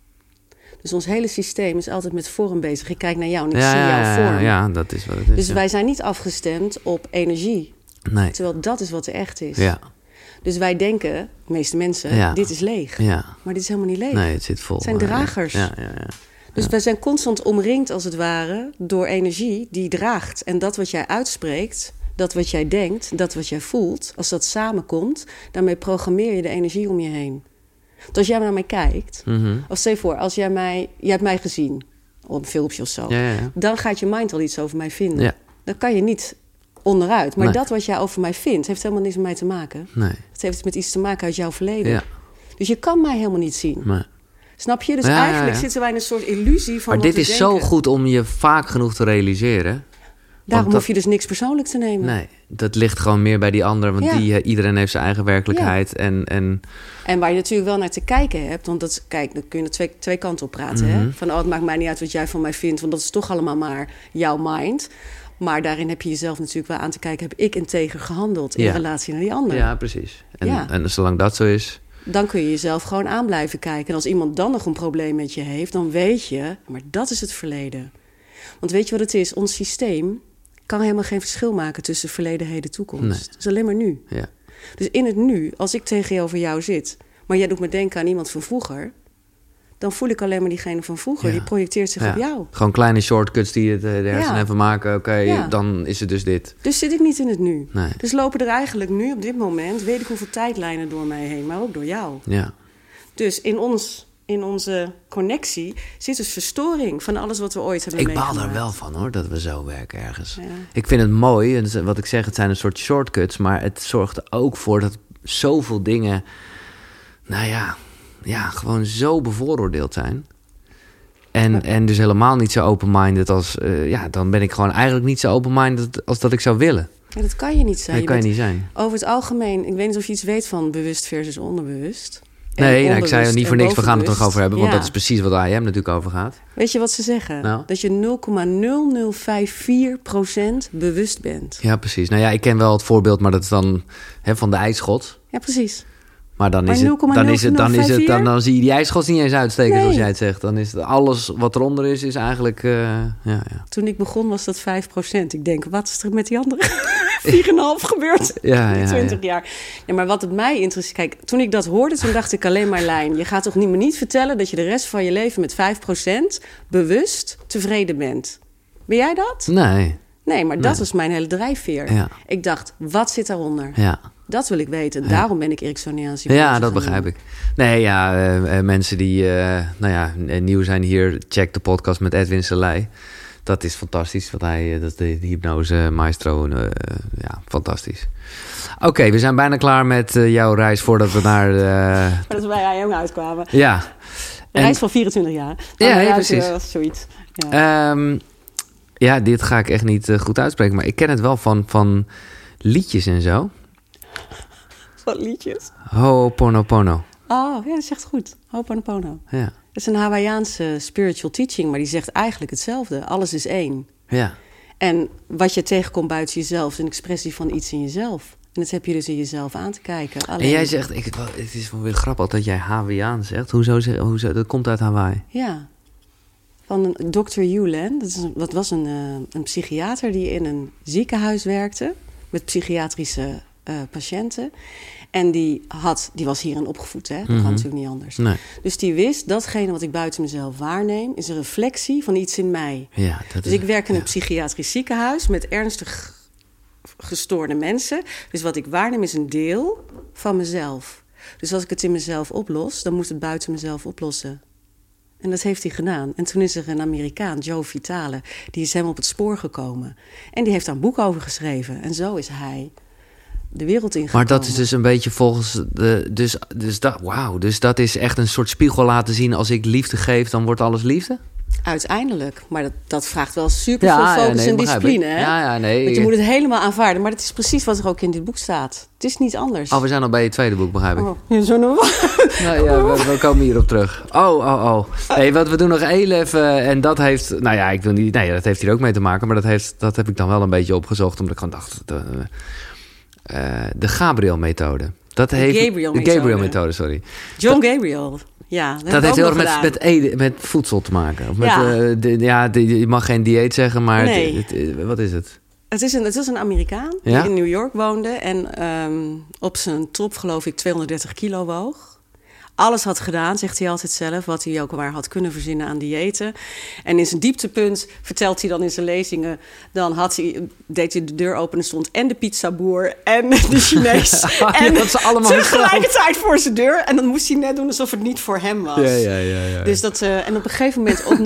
Dus ons hele systeem is altijd met vorm bezig. Ik kijk naar jou en ik zie jouw vorm. Ja, dat is wat het is. Dus wij zijn niet afgestemd op energie. Nee. Terwijl dat is wat er echt is. Ja. Dus wij denken, de meeste mensen, dit is leeg. Ja. Maar dit is helemaal niet leeg. Nee, het zit vol. Het zijn dragers. Ja. Dus wij zijn constant omringd, als het ware, door energie die draagt. En dat wat jij uitspreekt, dat wat jij denkt, dat wat jij voelt... als dat samenkomt, daarmee programmeer je de energie om je heen. Dus als jij naar mij kijkt, of stel je voor, als jij hebt mij gezien op een filmpje of zo, dan gaat je mind al iets over mij vinden. Ja. Dan kan je niet onderuit. Maar dat wat jij over mij vindt, heeft helemaal niks met mij te maken. Nee. Het heeft met iets te maken uit jouw verleden. Ja. Dus je kan mij helemaal niet zien. Nee. Snap je? Dus eigenlijk zitten wij in een soort illusie van. Maar dit is zo goed om je vaak genoeg te realiseren. Daarom hoef je dus niks persoonlijk te nemen. Nee, dat ligt gewoon meer bij die ander. Want iedereen heeft zijn eigen werkelijkheid. Ja. En waar je natuurlijk wel naar te kijken hebt. Want dat, kijk, dan kun je er twee kanten op praten. Hè? Van, het maakt mij niet uit wat jij van mij vindt. Want dat is toch allemaal maar jouw mind. Maar daarin heb je jezelf natuurlijk wel aan te kijken. Heb ik integer gehandeld in relatie naar die ander? Ja, precies. En zolang dat zo is... dan kun je jezelf gewoon aan blijven kijken. En als iemand dan nog een probleem met je heeft... dan weet je, maar dat is het verleden. Want weet je wat het is? Ons systeem kan helemaal geen verschil maken... tussen verleden, heden, toekomst. Nee. Het is alleen maar nu. Ja. Dus in het nu, als ik tegenover jou zit... maar jij doet me denken aan iemand van vroeger... dan voel ik alleen maar diegene van vroeger. Die projecteert zich op jou. Gewoon kleine shortcuts die het de hersenen even maken. Oké, dan is het dus dit. Dus zit ik niet in het nu. Nee. Dus lopen er eigenlijk nu op dit moment... weet ik hoeveel tijdlijnen door mij heen, maar ook door jou. Ja. Dus in onze connectie zit dus verstoring... van alles wat we ooit hebben meegemaakt. Ik baal er wel van, hoor, dat we zo werken ergens. Ja. Ik vind het mooi, en wat ik zeg, het zijn een soort shortcuts... maar het zorgt er ook voor dat zoveel dingen... gewoon zo bevooroordeeld zijn. En dus helemaal niet zo open-minded als... dan ben ik gewoon eigenlijk niet zo open-minded als dat ik zou willen. Ja, dat kan je niet zijn. Dat kan je niet zijn. Over het algemeen, ik weet niet of je iets weet van bewust versus onderbewust. Nee, ik zei niet voor niks, we gaan het er nog over hebben. Want dat is precies wat IM natuurlijk over gaat. Weet je wat ze zeggen? Nou? Dat je 0,0054% bewust bent. Ja, precies. Nou ja, ik ken wel het voorbeeld, maar dat is dan van de ijsschot. Ja, precies. Maar dan zie je die ijsschots niet eens uitsteken, zoals jij het zegt. Dan is het alles wat eronder is eigenlijk... Toen ik begon was dat 5%. Ik denk, wat is er met die andere 4,5 gebeurd in 20 jaar? Ja, maar wat het mij interesseert... Kijk, toen ik dat hoorde, toen dacht ik alleen maar... Lijn, je gaat toch me niet vertellen dat je de rest van je leven met 5% bewust tevreden bent? Ben jij dat? Nee, maar dat was mijn hele drijfveer. Ja. Ik dacht, wat zit daaronder? Ja. Dat wil ik weten. Daarom ben ik Ericksoniaans. Ja, dat begrijp ik. Nee, mensen die nieuw zijn hier... check de podcast met Edwin Selei. Dat is fantastisch. Dat is de hypnose maestro. Fantastisch. Oké, we zijn bijna klaar met jouw reis... voordat we naar... voordat we bij IM uitkwamen. Ja. Een reis van 24 jaar. Precies. Zoiets. Ja. Dit ga ik echt niet goed uitspreken... maar ik ken het wel van liedjes en zo... Wat liedjes? Ho'oponopono. Oh, ja, dat is echt goed. Ho'oponopono. Ja. Dat is een Hawaiiaanse spiritual teaching, maar die zegt eigenlijk hetzelfde. Alles is één. Ja. En wat je tegenkomt buiten jezelf is een expressie van iets in jezelf. En dat heb je dus in jezelf aan te kijken. Alleen... En jij zegt, het is wel weer grappig dat jij Hawaiiaans zegt. Hoezo, dat komt uit Hawaii? Ja. Van Dr. Yulen. Dat was een psychiater die in een ziekenhuis werkte. met psychiatrische patiënten. En die was hierin opgevoed, hè? Dat kan natuurlijk niet anders. Nee. Dus die wist, datgene wat ik buiten mezelf waarneem, is een reflectie van iets in mij. Ja, dus ik werk in een psychiatrisch ziekenhuis met ernstig gestoorde mensen. Dus wat ik waarneem is een deel van mezelf. Dus als ik het in mezelf oplos, dan moet het buiten mezelf oplossen. En dat heeft hij gedaan. En toen is er een Amerikaan, Joe Vitale, die is hem op het spoor gekomen. En die heeft daar een boek over geschreven. En zo is hij de wereld ingekomen. Maar dat is dus een beetje volgens dus dat is echt een soort spiegel laten zien. Als ik liefde geef, dan wordt alles liefde? Uiteindelijk. Maar dat vraagt wel super veel focus en discipline. Hè? Want je moet het helemaal aanvaarden. Maar dat is precies wat er ook in dit boek staat. Het is niet anders. Oh, we zijn al bij je tweede boek, begrijp ik. We komen hierop terug. Oh. Hey, wat we doen nog heel even. En dat heeft... dat heeft hier ook mee te maken. Maar dat heb ik dan wel een beetje opgezocht. Omdat ik gewoon dacht... de Gabriel-methode. De Gabriel-methode, sorry. John Gabriel. Ja, dat heeft heel erg met voedsel te maken. Of je mag geen dieet zeggen, maar wat is het? Het is een Amerikaan die in New York woonde en op zijn top geloof ik 230 kilo woog. Alles had gedaan, zegt hij altijd zelf, wat hij ook maar had kunnen verzinnen aan diëten. En in zijn dieptepunt, vertelt hij dan in zijn lezingen, dan deed hij de deur open en stond en de pizzaboer en de Chinees. En dat ze allemaal tegelijkertijd voor zijn deur. En dan moest hij net doen alsof het niet voor hem was. Ja. Dus en op een gegeven moment op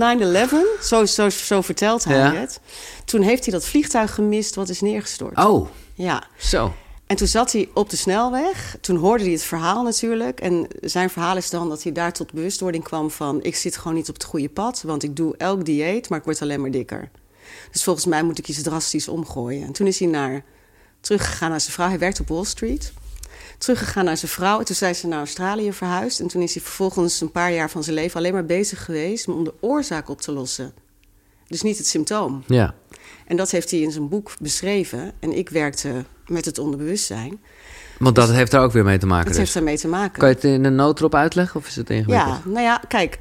9/11, zo vertelt hij het. Toen heeft hij dat vliegtuig gemist wat is neergestort. Oh, ja. Zo. En toen zat hij op de snelweg. Toen hoorde hij het verhaal natuurlijk. En zijn verhaal is dan dat hij daar tot bewustwording kwam van... ik zit gewoon niet op het goede pad, want ik doe elk dieet, maar ik word alleen maar dikker. Dus volgens mij moet ik iets drastisch omgooien. En toen is hij teruggegaan naar zijn vrouw. Hij werkte op Wall Street. Teruggegaan naar zijn vrouw. En toen zijn ze naar Australië verhuisd. En toen is hij vervolgens een paar jaar van zijn leven alleen maar bezig geweest... om de oorzaak op te lossen. Dus niet het symptoom. Ja. En dat heeft hij in zijn boek beschreven. En ik werkte met het onderbewustzijn. Want dat heeft daar ook weer mee te maken. Dat heeft daarmee te maken. Kan je het in een notendop uitleggen of is het ingewikkeld? Ja, kijk.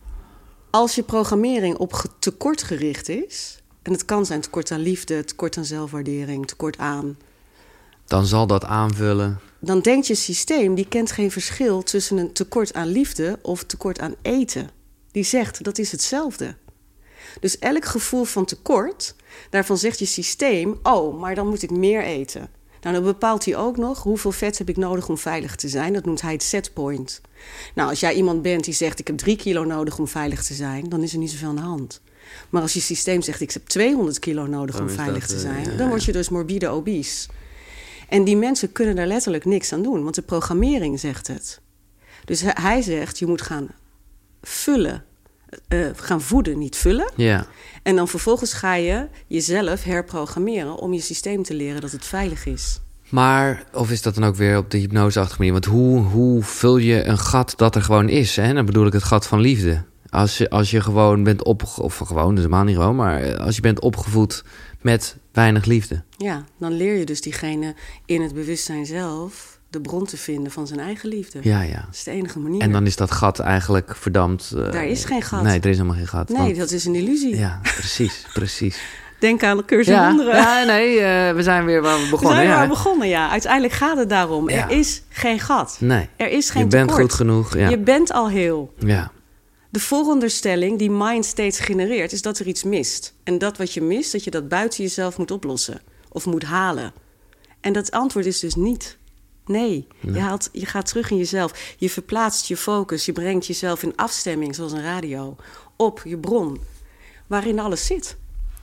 Als je programmering op tekort gericht is... en het kan zijn tekort aan liefde, tekort aan zelfwaardering, tekort aan... dan zal dat aanvullen. Dan denkt je systeem, die kent geen verschil... tussen een tekort aan liefde of tekort aan eten. Die zegt, dat is hetzelfde. Dus elk gevoel van tekort, daarvan zegt je systeem... oh, maar dan moet ik meer eten. Nou, dan bepaalt hij ook nog hoeveel vet heb ik nodig om veilig te zijn. Dat noemt hij het setpoint. Nou, als jij iemand bent die zegt... ik heb 3 kilo nodig om veilig te zijn... dan is er niet zoveel aan de hand. Maar als je systeem zegt... ik heb 200 kilo nodig om veilig te zijn... dan word je dus morbide obese. En die mensen kunnen daar letterlijk niks aan doen... want de programmering zegt het. Dus hij zegt, je moet gaan vullen... gaan voeden, niet vullen. Ja. En dan vervolgens ga je jezelf herprogrammeren... om je systeem te leren dat het veilig is. Maar, of is dat dan ook weer op de hypnoseachtige manier? Want hoe vul je een gat dat er gewoon is? Hè? Dan bedoel ik het gat van liefde. Als je gewoon bent of gewoon, dus helemaal niet gewoon... maar als je bent opgevoed met weinig liefde. Ja, dan leer je dus diegene in het bewustzijn zelf... de bron te vinden van zijn eigen liefde. Ja. Dat is de enige manier. En dan is dat gat eigenlijk verdampt. Daar is geen gat. Nee, er is helemaal geen gat. Nee, dat is een illusie. Ja, precies. Denk aan de cursus wonderen. Ja, nee, we zijn weer waar we begonnen. Ja. Uiteindelijk gaat het daarom. Ja. Er is geen gat. Nee. Er is geen tekort. Je bent goed genoeg. Ja. Je bent al heel. Ja. De veronderstelling die mind steeds genereert... is dat er iets mist. En dat wat je mist, dat je dat buiten jezelf moet oplossen. Of moet halen. En dat antwoord is dus niet... Nee. Je gaat terug in jezelf. Je verplaatst je focus. Je brengt jezelf in afstemming, zoals een radio... op je bron, waarin alles zit.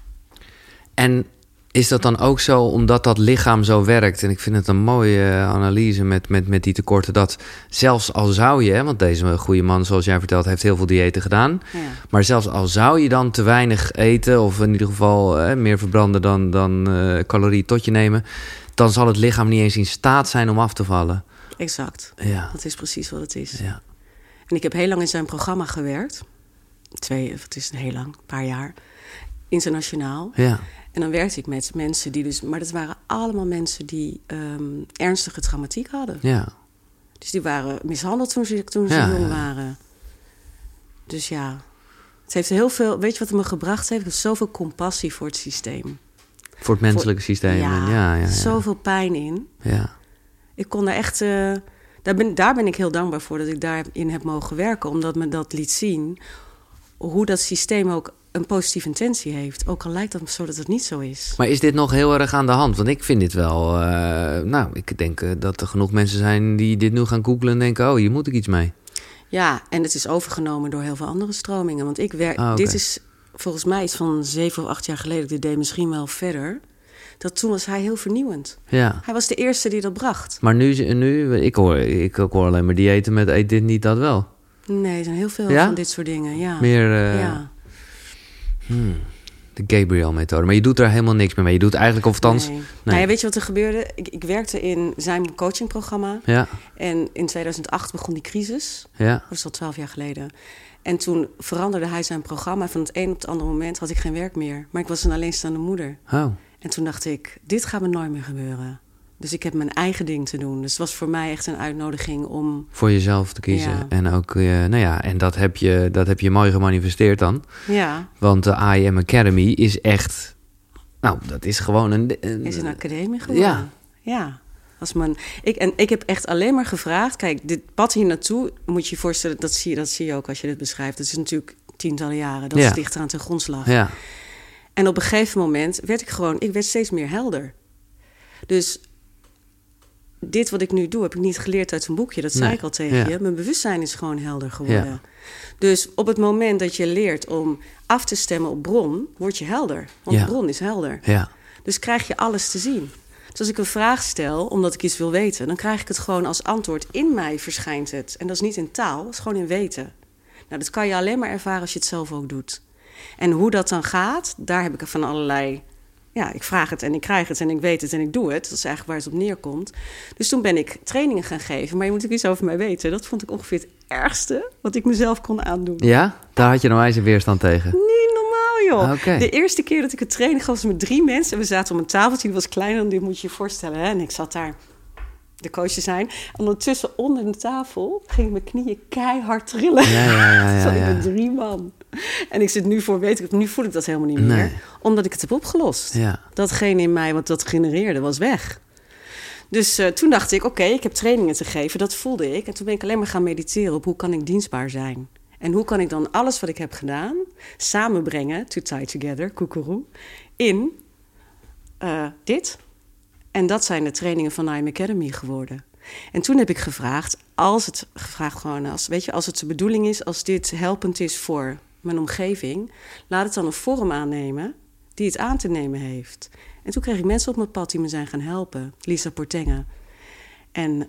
En is dat dan ook zo omdat dat lichaam zo werkt? En ik vind het een mooie analyse met die tekorten... dat zelfs al zou je... want deze goede man, zoals jij vertelt... heeft heel veel diëten gedaan. Ja. Maar zelfs al zou je dan te weinig eten... of in ieder geval meer verbranden dan calorieën tot je nemen... dan zal het lichaam niet eens in staat zijn om af te vallen. Exact. Ja. Dat is precies wat het is. Ja. En ik heb heel lang in zijn programma gewerkt. Een paar jaar. Internationaal. Ja. En dan werkte ik met mensen die dus... maar dat waren allemaal mensen die ernstige traumatiek hadden. Ja. Dus die waren mishandeld toen ze jong waren. Dus ja, het heeft heel veel... Weet je wat het me gebracht heeft? Ik heb zoveel compassie voor het systeem. Voor het menselijke systeem. Ja, zoveel pijn in. Ja. Ik kon daar echt... Daar ben ik heel dankbaar voor dat ik daarin heb mogen werken. Omdat me dat liet zien hoe dat systeem ook een positieve intentie heeft. Ook al lijkt dat zo dat het niet zo is. Maar is dit nog heel erg aan de hand? Want ik vind dit wel... ik denk dat er genoeg mensen zijn die dit nu gaan googlen en denken... hier moet ik iets mee. Ja, en het is overgenomen door heel veel andere stromingen. Want dit is volgens mij iets van 7 of 8 jaar geleden. Ik deed misschien wel verder. Toen was hij heel vernieuwend. Ja. Hij was de eerste die dat bracht. Maar nu ik hoor alleen maar diëten met eet dit niet, dat wel. Nee, er zijn heel veel van dit soort dingen, ja. Meer... De Gabriel-methode. Maar je doet er helemaal niks meer mee. Je doet eigenlijk, of althans... Nee. Nou ja, weet je wat er gebeurde? Ik werkte in zijn coachingprogramma. Ja. En in 2008 begon die crisis. Ja. Dat is al 12 jaar geleden. En toen veranderde hij zijn programma. Van het een op het andere moment had ik geen werk meer. Maar ik was een alleenstaande moeder. Oh. En toen dacht ik, dit gaat me nooit meer gebeuren. Dus ik heb mijn eigen ding te doen. Dus het was voor mij echt een uitnodiging om... Voor jezelf te kiezen. Ja. En ook, en dat heb je mooi gemanifesteerd dan. Ja. Want de IM Academy is echt... Nou, dat is gewoon is een academie geworden. Ja. Ik heb echt alleen maar gevraagd... Kijk, dit pad hier naartoe, moet je je voorstellen... Dat zie je ook als je dit beschrijft. Dat is natuurlijk tientallen jaren. Dat is dichter aan ten grondslag. Ja. En op een gegeven moment werd ik werd steeds meer helder. Dus... Dit wat ik nu doe, heb ik niet geleerd uit een boekje. Dat zei ik al tegen je. Mijn bewustzijn is gewoon helder geworden. Ja. Dus op het moment dat je leert om af te stemmen op bron... word je helder. Want de bron is helder. Ja. Dus krijg je alles te zien. Dus als ik een vraag stel, omdat ik iets wil weten... dan krijg ik het gewoon als antwoord. In mij verschijnt het. En dat is niet in taal, dat is gewoon in weten. Nou, dat kan je alleen maar ervaren als je het zelf ook doet. En hoe dat dan gaat, daar heb ik van allerlei... Ja, ik vraag het en ik krijg het en ik weet het en ik doe het. Dat is eigenlijk waar het op neerkomt. Dus toen ben ik trainingen gaan geven. Maar je moet ook iets over mij weten. Dat vond ik ongeveer het ergste wat ik mezelf kon aandoen. Ja? Daar had je nou eens een weerstand tegen? Niet normaal, joh. Okay. De eerste keer dat ik een training gaf was met 3 mensen. En we zaten om een tafeltje. Die was kleiner dan dit, moet je je voorstellen. Hè? En ik zat daar de coach te zijn. En ondertussen onder de tafel ging mijn knieën keihard trillen. Ja. Ik ben 3 man. En ik zit nu nu voel ik dat helemaal niet meer. Omdat ik het heb opgelost. Ja. Datgene in mij wat dat genereerde, was weg. Dus toen dacht ik, oké, ik heb trainingen te geven. Dat voelde ik. En toen ben ik alleen maar gaan mediteren op hoe kan ik dienstbaar zijn. En hoe kan ik dan alles wat ik heb gedaan samenbrengen, to tie together, koekeroe, in dit. En dat zijn de trainingen van IM Academy geworden. En toen heb ik gevraagd, als het de bedoeling is, als dit helpend is voor mijn omgeving, laat het dan een vorm aannemen die het aan te nemen heeft. En toen kreeg ik mensen op mijn pad die me zijn gaan helpen. Lisa Portenga. En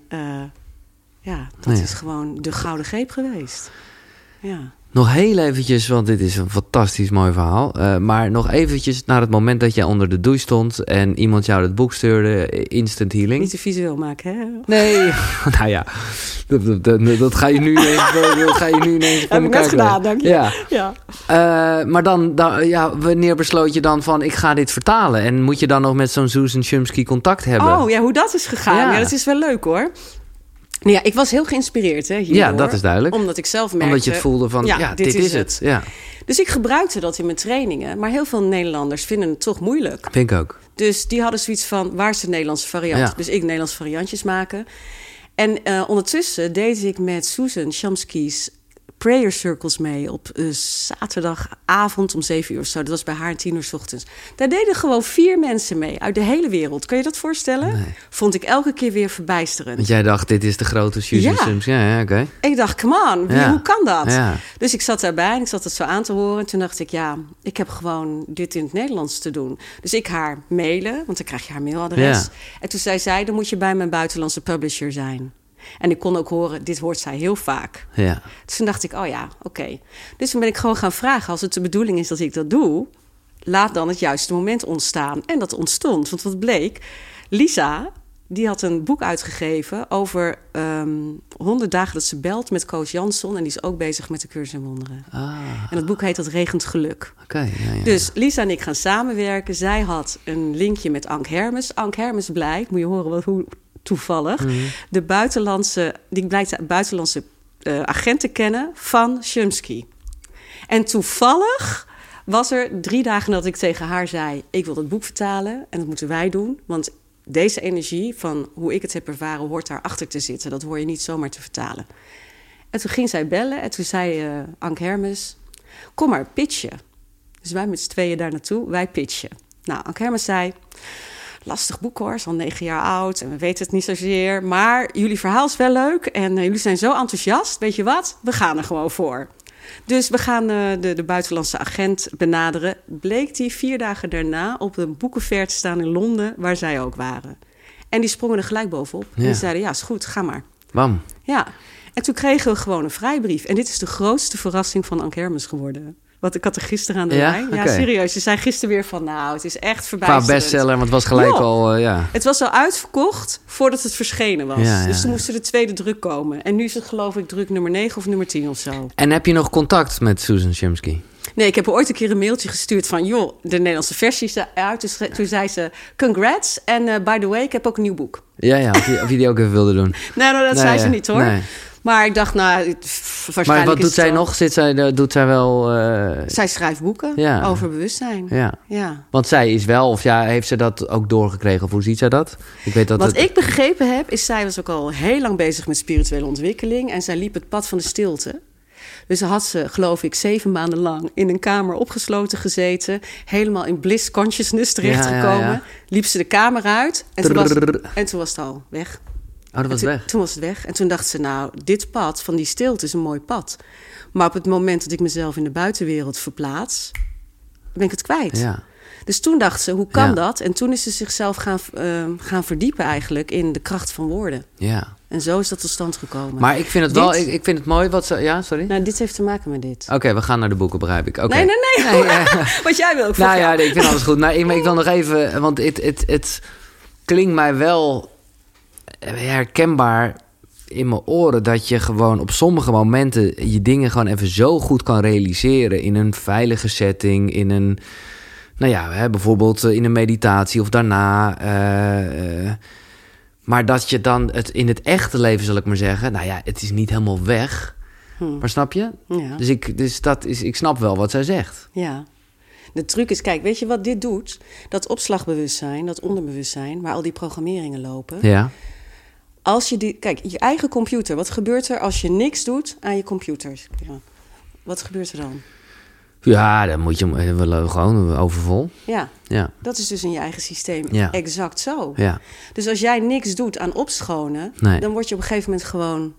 dat is gewoon de gouden greep geweest. Ja. Nog heel eventjes, want dit is een fantastisch mooi verhaal. Maar nog eventjes naar het moment dat jij onder de douche stond en iemand jou het boek stuurde, Instant Healing. Niet te visueel maken, hè? Nee, nou ja, dat ga je nu ineens heb ik net gedaan, dank je. Ja. Maar dan, wanneer besloot je dan van, ik ga dit vertalen? En moet je dan nog met zo'n Susan Shumsky contact hebben? Oh ja, hoe dat is gegaan. Ja, dat is wel leuk hoor. Nou ja, ik was heel geïnspireerd hierdoor. Ja, dat is duidelijk. Omdat ik zelf merkte... Omdat je het voelde van, dit is het. Ja. Dus ik gebruikte dat in mijn trainingen. Maar heel veel Nederlanders vinden het toch moeilijk. Vind ik ook. Dus die hadden zoiets van, waar is de Nederlandse variant? Ja. Dus ik Nederlandse variantjes maken. En ondertussen deed ik met Susan Shumsky's prayer circles mee op zaterdagavond om 7 uur of zo. Dat was bij haar 10 uur 's ochtends. Daar deden gewoon 4 mensen mee uit de hele wereld. Kun je dat voorstellen? Nee. Vond ik elke keer weer verbijsterend. Want jij dacht, dit is de grote Susan Shumsky. Ja, oké. Ik dacht, come on, hoe kan dat? Ja. Dus ik zat daarbij en ik zat het zo aan te horen. En toen dacht ik, ik heb gewoon dit in het Nederlands te doen. Dus ik haar mailen, want dan krijg je haar mailadres. Ja. En toen zei zij, dan moet je bij mijn buitenlandse publisher zijn. En ik kon ook horen, dit hoort zij heel vaak. Ja. Dus toen dacht ik, oké. Dus toen ben ik gewoon gaan vragen, als het de bedoeling is dat ik dat doe, laat dan het juiste moment ontstaan. En dat ontstond, want wat bleek? Lisa, die had een boek uitgegeven over 100 dagen dat ze belt met coach Jansson. En die is ook bezig met de cursus in wonderen. En dat boek heet Dat regent geluk. Okay, Dus Lisa en ik gaan samenwerken. Zij had een linkje met Ank Hermes. Ank Hermes blijkt, moet je horen hoe toevallig, die blijkt de buitenlandse agenten kennen van Shumsky. En toevallig was er 3 dagen dat ik tegen haar zei... ik wil het boek vertalen en dat moeten wij doen. Want deze energie van hoe ik het heb ervaren... hoort daarachter te zitten. Dat hoor je niet zomaar te vertalen. En toen ging zij bellen en toen zei Ank Hermes... kom maar, pitchen. Dus wij met z'n tweeën daar naartoe, wij pitchen. Nou, Ank Hermes zei... lastig boek hoor, is al 9 jaar oud en we weten het niet zozeer. Maar jullie verhaal is wel leuk en jullie zijn zo enthousiast. Weet je wat? We gaan er gewoon voor. Dus we gaan de buitenlandse agent benaderen. Bleek die 4 dagen daarna op een boekenfair te staan in Londen, waar zij ook waren. En die sprongen er gelijk bovenop. Ja. En die zeiden, ja, is goed, ga maar. Bam. Ja, en toen kregen we gewoon een vrijbrief. En dit is de grootste verrassing van Ank Hermes geworden. Want ik had er gisteren aan de lijn. Ja, serieus. Ze zei gisteren weer van, nou, het is echt verbijsterend. Qua bestseller, want het was gelijk al, Het was al uitverkocht voordat het verschenen was. Ja, dus toen moest er de tweede druk komen. En nu is het geloof ik druk nummer 9 of nummer 10 of zo. En heb je nog contact met Susan Chomsky? Nee, ik heb haar ooit een keer een mailtje gestuurd van... joh, de Nederlandse versie is uit. Dus toen zei ze, congrats. En by the way, ik heb ook een nieuw boek. Ja, of je die ook even wilde doen. Nou, dat zei ze niet hoor. Nee. Maar ik dacht, nou, waarschijnlijk. Maar wat doet zij nog? Doet zij wel... Zij schrijft boeken over bewustzijn. Ja. Want zij is wel, of heeft ze dat ook doorgekregen? Of hoe ziet zij dat? Ik weet dat wat ik begrepen heb, is zij was ook al heel lang bezig met spirituele ontwikkeling. En zij liep het pad van de stilte. Dus had ze, geloof ik, 7 maanden lang in een kamer opgesloten gezeten. Helemaal in bliss consciousness terechtgekomen. Ja. Liep ze de kamer uit en toen was het al weg. Oh, dat was weg? Toen was het weg. En toen dacht ze, nou, dit pad van die stilte is een mooi pad. Maar op het moment dat ik mezelf in de buitenwereld verplaats, ben ik het kwijt. Ja. Dus toen dacht ze, hoe kan dat? En toen is ze zichzelf gaan verdiepen eigenlijk in de kracht van woorden. Ja. En zo is dat tot stand gekomen. Maar ik vind het ik vind het mooi wat ze... Ja, sorry? Nou, dit heeft te maken met dit. Oké, we gaan naar de boeken, begrijp ik. Okay. Nee. Wat jij wil. Nou ja, ik vind alles goed. Nou, ik wil nog even... Want het klinkt mij wel herkenbaar in mijn oren... dat je gewoon op sommige momenten je dingen gewoon even zo goed kan realiseren... in een veilige setting, in een... Nou ja, bijvoorbeeld in een meditatie of daarna... maar dat je dan het in het echte leven, zal ik maar zeggen... nou ja, het is niet helemaal weg. Maar snap je? Ja. Dus ik snap wel wat zij zegt. Ja. De truc is, kijk, weet je wat dit doet? Dat opslagbewustzijn, dat onderbewustzijn... waar al die programmeringen lopen... Ja. Als je kijk, je eigen computer... wat gebeurt er als je niks doet aan je computer? Ja. Wat gebeurt er dan? Ja, dan moet je gewoon overvol. Ja, dat is dus in je eigen systeem exact zo. Ja. Dus als jij niks doet aan opschonen... dan word je op een gegeven moment gewoon...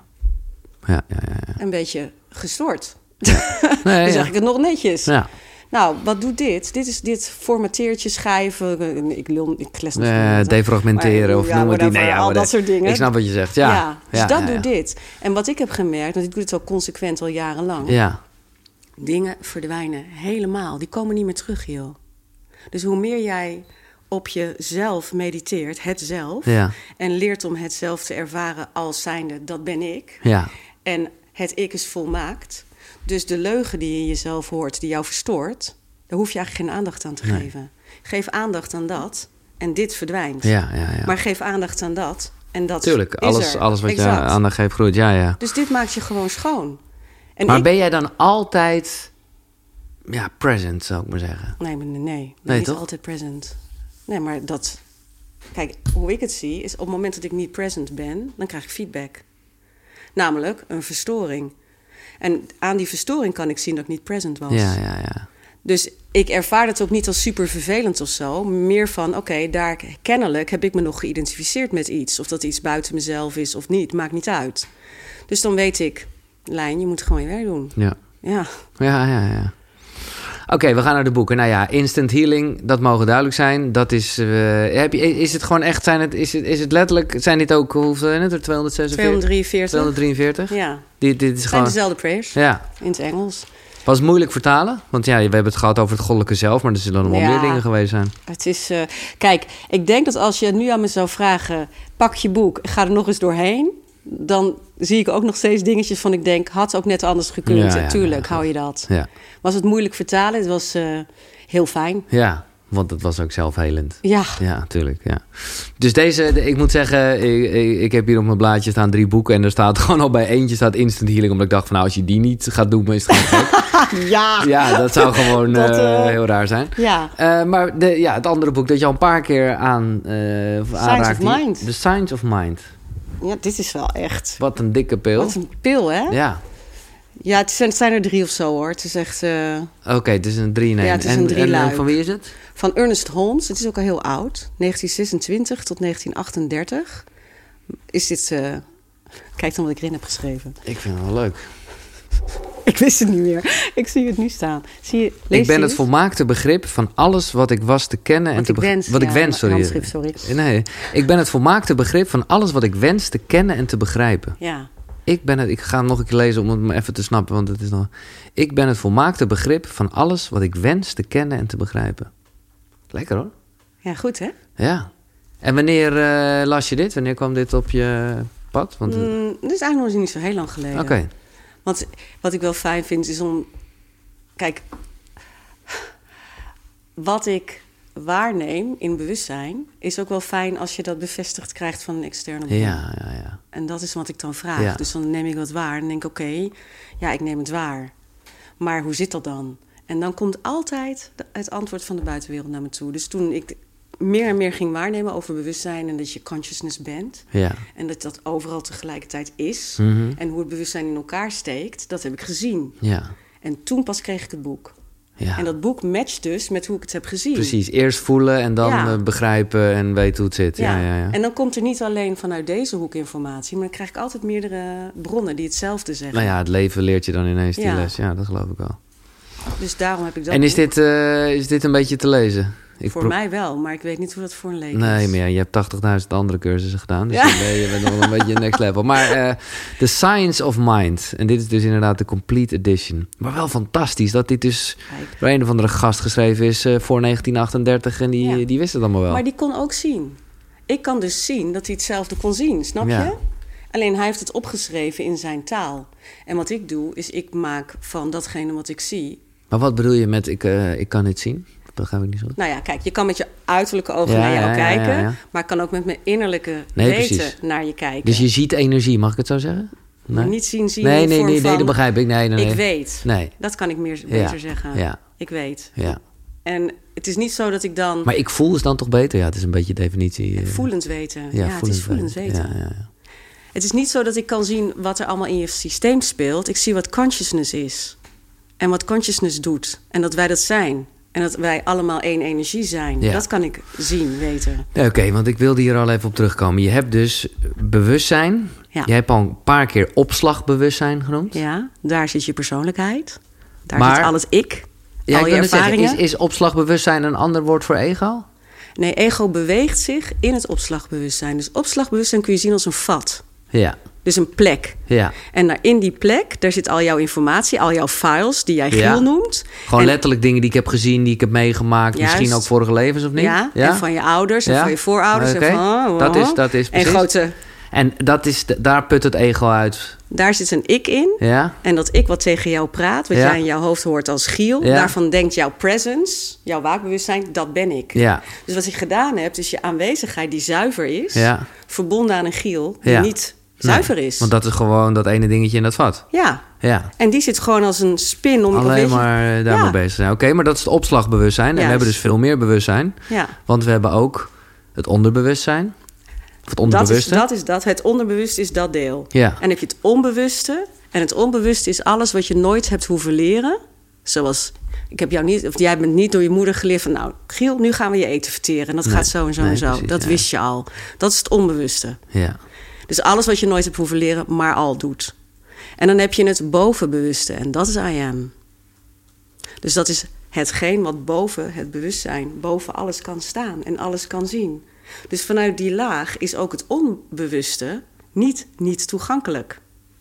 een beetje gestoord. Ja. Nee, dan zeg ik het nog netjes. Ja. Nou, wat doet dit? Dit formateertje, schrijven... Ik kles nog defragmenteren maar, of noem het die. Al dat soort dingen. Ik snap wat je zegt, Dus dat doet dit. En wat ik heb gemerkt... want ik doe het al consequent al jarenlang... Ja. Dingen verdwijnen helemaal. Die komen niet meer terug, joh. Dus hoe meer jij op jezelf mediteert, het zelf... en leert om het zelf te ervaren als zijnde, dat ben ik... en het ik is volmaakt... dus de leugen die je in jezelf hoort, die jou verstoort... daar hoef je eigenlijk geen aandacht aan te geven. Geef aandacht aan dat en dit verdwijnt. Maar geef aandacht aan dat en dat tuurlijk, alles wat je aandacht geeft groeit, Dus dit maakt je gewoon schoon. Maar ben jij dan altijd present, zou ik maar zeggen? Nee, niet toch? Altijd present. Nee, maar dat... Kijk, hoe ik het zie, is op het moment dat ik niet present ben... dan krijg ik feedback. Namelijk een verstoring. En aan die verstoring kan ik zien dat ik niet present was. Ja. Dus ik ervaar het ook niet als super vervelend of zo. Meer van, oké, daar kennelijk heb ik me nog geïdentificeerd met iets. Of dat iets buiten mezelf is of niet, maakt niet uit. Dus dan weet ik... Lijn, je moet gewoon je werk doen. Ja. Oké, we gaan naar de boeken. Nou ja, instant healing, dat mogen duidelijk zijn. Dat is... is het gewoon echt... Is het letterlijk... Zijn dit ook... Hoeveel zijn het er? 246? 243? Ja. Dit is het gewoon... zijn dezelfde prayers. Ja. In het Engels. Was het moeilijk vertalen? Want we hebben het gehad over het goddelijke zelf... maar er zullen nog wel meer dingen geweest zijn. Het is... kijk, ik denk dat als je nu aan me zou vragen... pak je boek, ga er nog eens doorheen... dan zie ik ook nog steeds dingetjes van... ik denk, had ook net anders gekund. Tuurlijk, hou je dat. Ja. Was het moeilijk vertalen? Het was heel fijn. Ja. Want het was ook zelfhelend. Ja. Ja, tuurlijk. Ja. Dus ik moet zeggen, ik heb hier op mijn blaadje staan 3 boeken. En er staat gewoon al bij eentje staat Instant Healing. Omdat ik dacht van nou, als je die niet gaat doen, is het gewoon gek. Ja, dat zou gewoon heel raar zijn. Ja. Maar het andere boek dat je al een paar keer aanraakt. Science of Mind. The Science of Mind. Ja, dit is wel echt... Wat een dikke pil. Wat een pil, hè? Ja. Ja, het zijn er 3 of zo, hoor. Het is echt... Oké, het is een 3 in 1. Ja, het is een 3-luik. En van wie is het? Van Ernest Holmes. Het is ook al heel oud. 1926 tot 1938 is dit... Kijk dan wat ik erin heb geschreven. Ik vind het wel leuk. Ik wist het niet meer. Ik zie het nu staan. Ik ben het volmaakte begrip van alles wat ik was te kennen en te begrijpen. Wat ik wens, sorry. Nee, ik ben het volmaakte begrip van alles wat ik wens te kennen en te begrijpen. Ja. Ik ga hem nog een keer lezen om het me even te snappen, want het is nog... Ik ben het volmaakte begrip van alles wat ik wens te kennen en te begrijpen. Lekker hoor. Ja, goed hè? Ja. En wanneer las je dit? Wanneer kwam dit op je pad? Want... Dit is eigenlijk nog niet zo heel lang geleden. Oké. Want wat ik wel fijn vind is om... Kijk, wat ik waarneem in bewustzijn... is ook wel fijn als je dat bevestigd krijgt van een externe bron. Ja. En dat is wat ik dan vraag. Ja. Dus dan neem ik wat waar en denk ik, oké, ik neem het waar. Maar hoe zit dat dan? En dan komt altijd het antwoord van de buitenwereld naar me toe. Dus toen ik meer en meer ging waarnemen over bewustzijn... en dat je consciousness bent... Ja. en dat overal tegelijkertijd is... Mm-hmm. en hoe het bewustzijn in elkaar steekt, dat heb ik gezien. Ja. En toen pas kreeg ik het boek. Ja. En dat boek matcht dus met hoe ik het heb gezien. Precies, eerst voelen en dan begrijpen en weten hoe het zit. Ja. En dan komt er niet alleen vanuit deze hoek informatie... maar dan krijg ik altijd meerdere bronnen die hetzelfde zeggen. Nou ja, het leven leert je dan ineens die les. Ja, dat geloof ik wel. Dus daarom heb ik dat. En is dit een beetje te lezen? Voor mij wel, maar ik weet niet hoe dat voor een leek is. Nee, maar je hebt 80.000 andere cursussen gedaan. Dus je bent nog wel een beetje next level. Maar The Science of Mind. En dit is dus inderdaad de complete edition. Maar wel fantastisch dat dit dus door een of andere gast geschreven is... voor 1938 en die wist het allemaal wel. Maar die kon ook zien. Ik kan dus zien dat hij hetzelfde kon zien, snap je? Alleen hij heeft het opgeschreven in zijn taal. En wat ik doe, is ik maak van datgene wat ik zie... Maar wat bedoel je met ik kan het zien? Dat begrijp ik niet zo. Nou ja, kijk, je kan met je uiterlijke ogen naar jou kijken... maar ik kan ook met mijn innerlijke weten naar je kijken. Dus je ziet energie, mag ik het zo zeggen? Nee? Niet zien nee, dat begrijp ik. Nee. Ik weet. Nee. Dat kan ik beter zeggen. Ja. Ik weet. Ja. En het is niet zo dat ik dan... Maar ik voel is dan toch beter? Ja, het is een beetje definitie. Voelend weten. Het is voelend weten. Ja. Het is niet zo dat ik kan zien wat er allemaal in je systeem speelt. Ik zie wat consciousness is. En wat consciousness doet. En dat wij dat zijn. En dat wij allemaal één energie zijn. Ja. Dat kan ik zien, weten. Oké, want ik wilde hier al even op terugkomen. Je hebt dus bewustzijn. Ja. Je hebt al een paar keer opslagbewustzijn genoemd. Ja, daar zit je persoonlijkheid. Daar zit al het ik. Al je ervaringen. Zeggen, is opslagbewustzijn een ander woord voor ego? Nee, ego beweegt zich in het opslagbewustzijn. Dus opslagbewustzijn kun je zien als een vat. Ja. Dus een plek. Ja. En in die plek, daar zit al jouw informatie, al jouw files die jij Giel noemt. Gewoon letterlijk dingen die ik heb gezien, die ik heb meegemaakt. Juist. Misschien ook vorige levens of niet? Ja, en van je ouders en van je voorouders. Okay. Dat is precies. En daar put het ego uit. Daar zit een ik in. Ja. En dat ik wat tegen jou praat, wat jij in jouw hoofd hoort als Giel. Ja. Daarvan denkt jouw presence, jouw waakbewustzijn, dat ben ik. Ja. Dus wat ik gedaan heb, is je aanwezigheid die zuiver is, verbonden aan een Giel die niet zuiver is. Want dat is gewoon dat ene dingetje in dat vat. Ja. En die zit gewoon als een spin om alleen maar daarmee bezig zijn. Oké, maar dat is het opslagbewustzijn. En we hebben dus veel meer bewustzijn. Ja. Want we hebben ook het onderbewustzijn. Het onderbewuste. Dat is dat. Het onderbewuste is dat deel. Ja. En dan heb je het onbewuste. En het onbewuste is alles wat je nooit hebt hoeven leren. Zoals, jij bent niet door je moeder geleerd van... nou, Giel, nu gaan we je eten verteren. En dat gaat zo en zo en zo. Precies, dat wist je al. Dat is het onbewuste. Ja. Dus alles wat je nooit hebt hoeven leren, maar al doet. En dan heb je het bovenbewuste. En dat is I am. Dus dat is hetgeen wat boven het bewustzijn... boven alles kan staan en alles kan zien. Dus vanuit die laag is ook het onbewuste niet toegankelijk.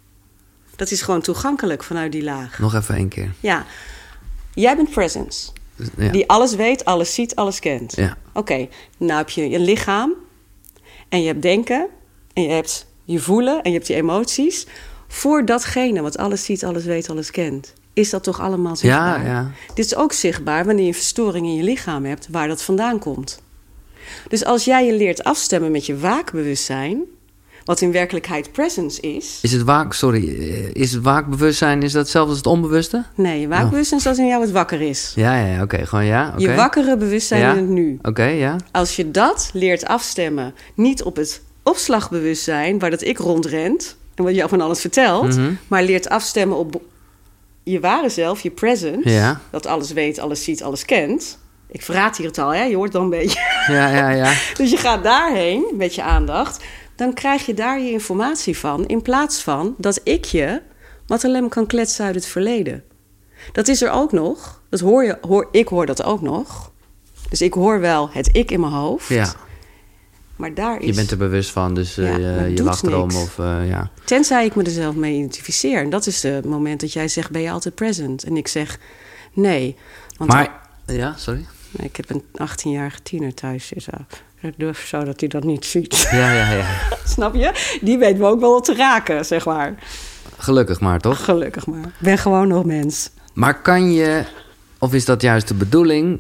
Dat is gewoon toegankelijk vanuit die laag. Nog even 1 keer. Ja. Jij bent presence. Ja. Die alles weet, alles ziet, alles kent. Ja. Oké, nou heb je een lichaam. En je hebt denken. En je hebt je voelen. En je hebt je emoties. Voor datgene wat alles ziet, alles weet, alles kent. is dat toch allemaal zichtbaar. Ja. Dit is ook zichtbaar wanneer je een verstoring in je lichaam hebt, waar dat vandaan komt. Dus als jij je leert afstemmen met je waakbewustzijn, wat in werkelijkheid presence is. Is het waakbewustzijn, is dat hetzelfde als het onbewuste? Nee, je waakbewustzijn is dat in jou wat wakker is. Ja, oké, gewoon ja. Okay. Je wakkere bewustzijn in het nu. Oké, ja. Als je dat leert afstemmen, niet op het opslagbewustzijn, waar dat ik rondrent en wat jou van alles vertelt, maar leert afstemmen op je ware zelf, je presence, dat alles weet, alles ziet, alles kent. Ik verraad hier het al, hè? Je hoort dan een beetje. Ja. Dus je gaat daarheen met je aandacht. Dan krijg je daar je informatie van, in plaats van dat ik je wat alleen maar kan kletsen uit het verleden. Dat is er ook nog. Dat ik hoor dat ook nog. Dus ik hoor wel het ik in mijn hoofd. Ja. Maar daar is... Je bent er bewust van, dus je lacht erom. Tenzij ik me er zelf mee identificeer. En dat is het moment dat jij zegt, ben je altijd present? En ik zeg, nee. Want ja, sorry? Nee, ik heb een 18-jarige tiener thuis zitten. Ik durf zo dat hij dat niet ziet. Ja. Snap je? Die weet me ook wel te raken, zeg maar. Gelukkig maar, toch? Gelukkig maar. Ik ben gewoon nog mens. Maar kan je, of is dat juist de bedoeling,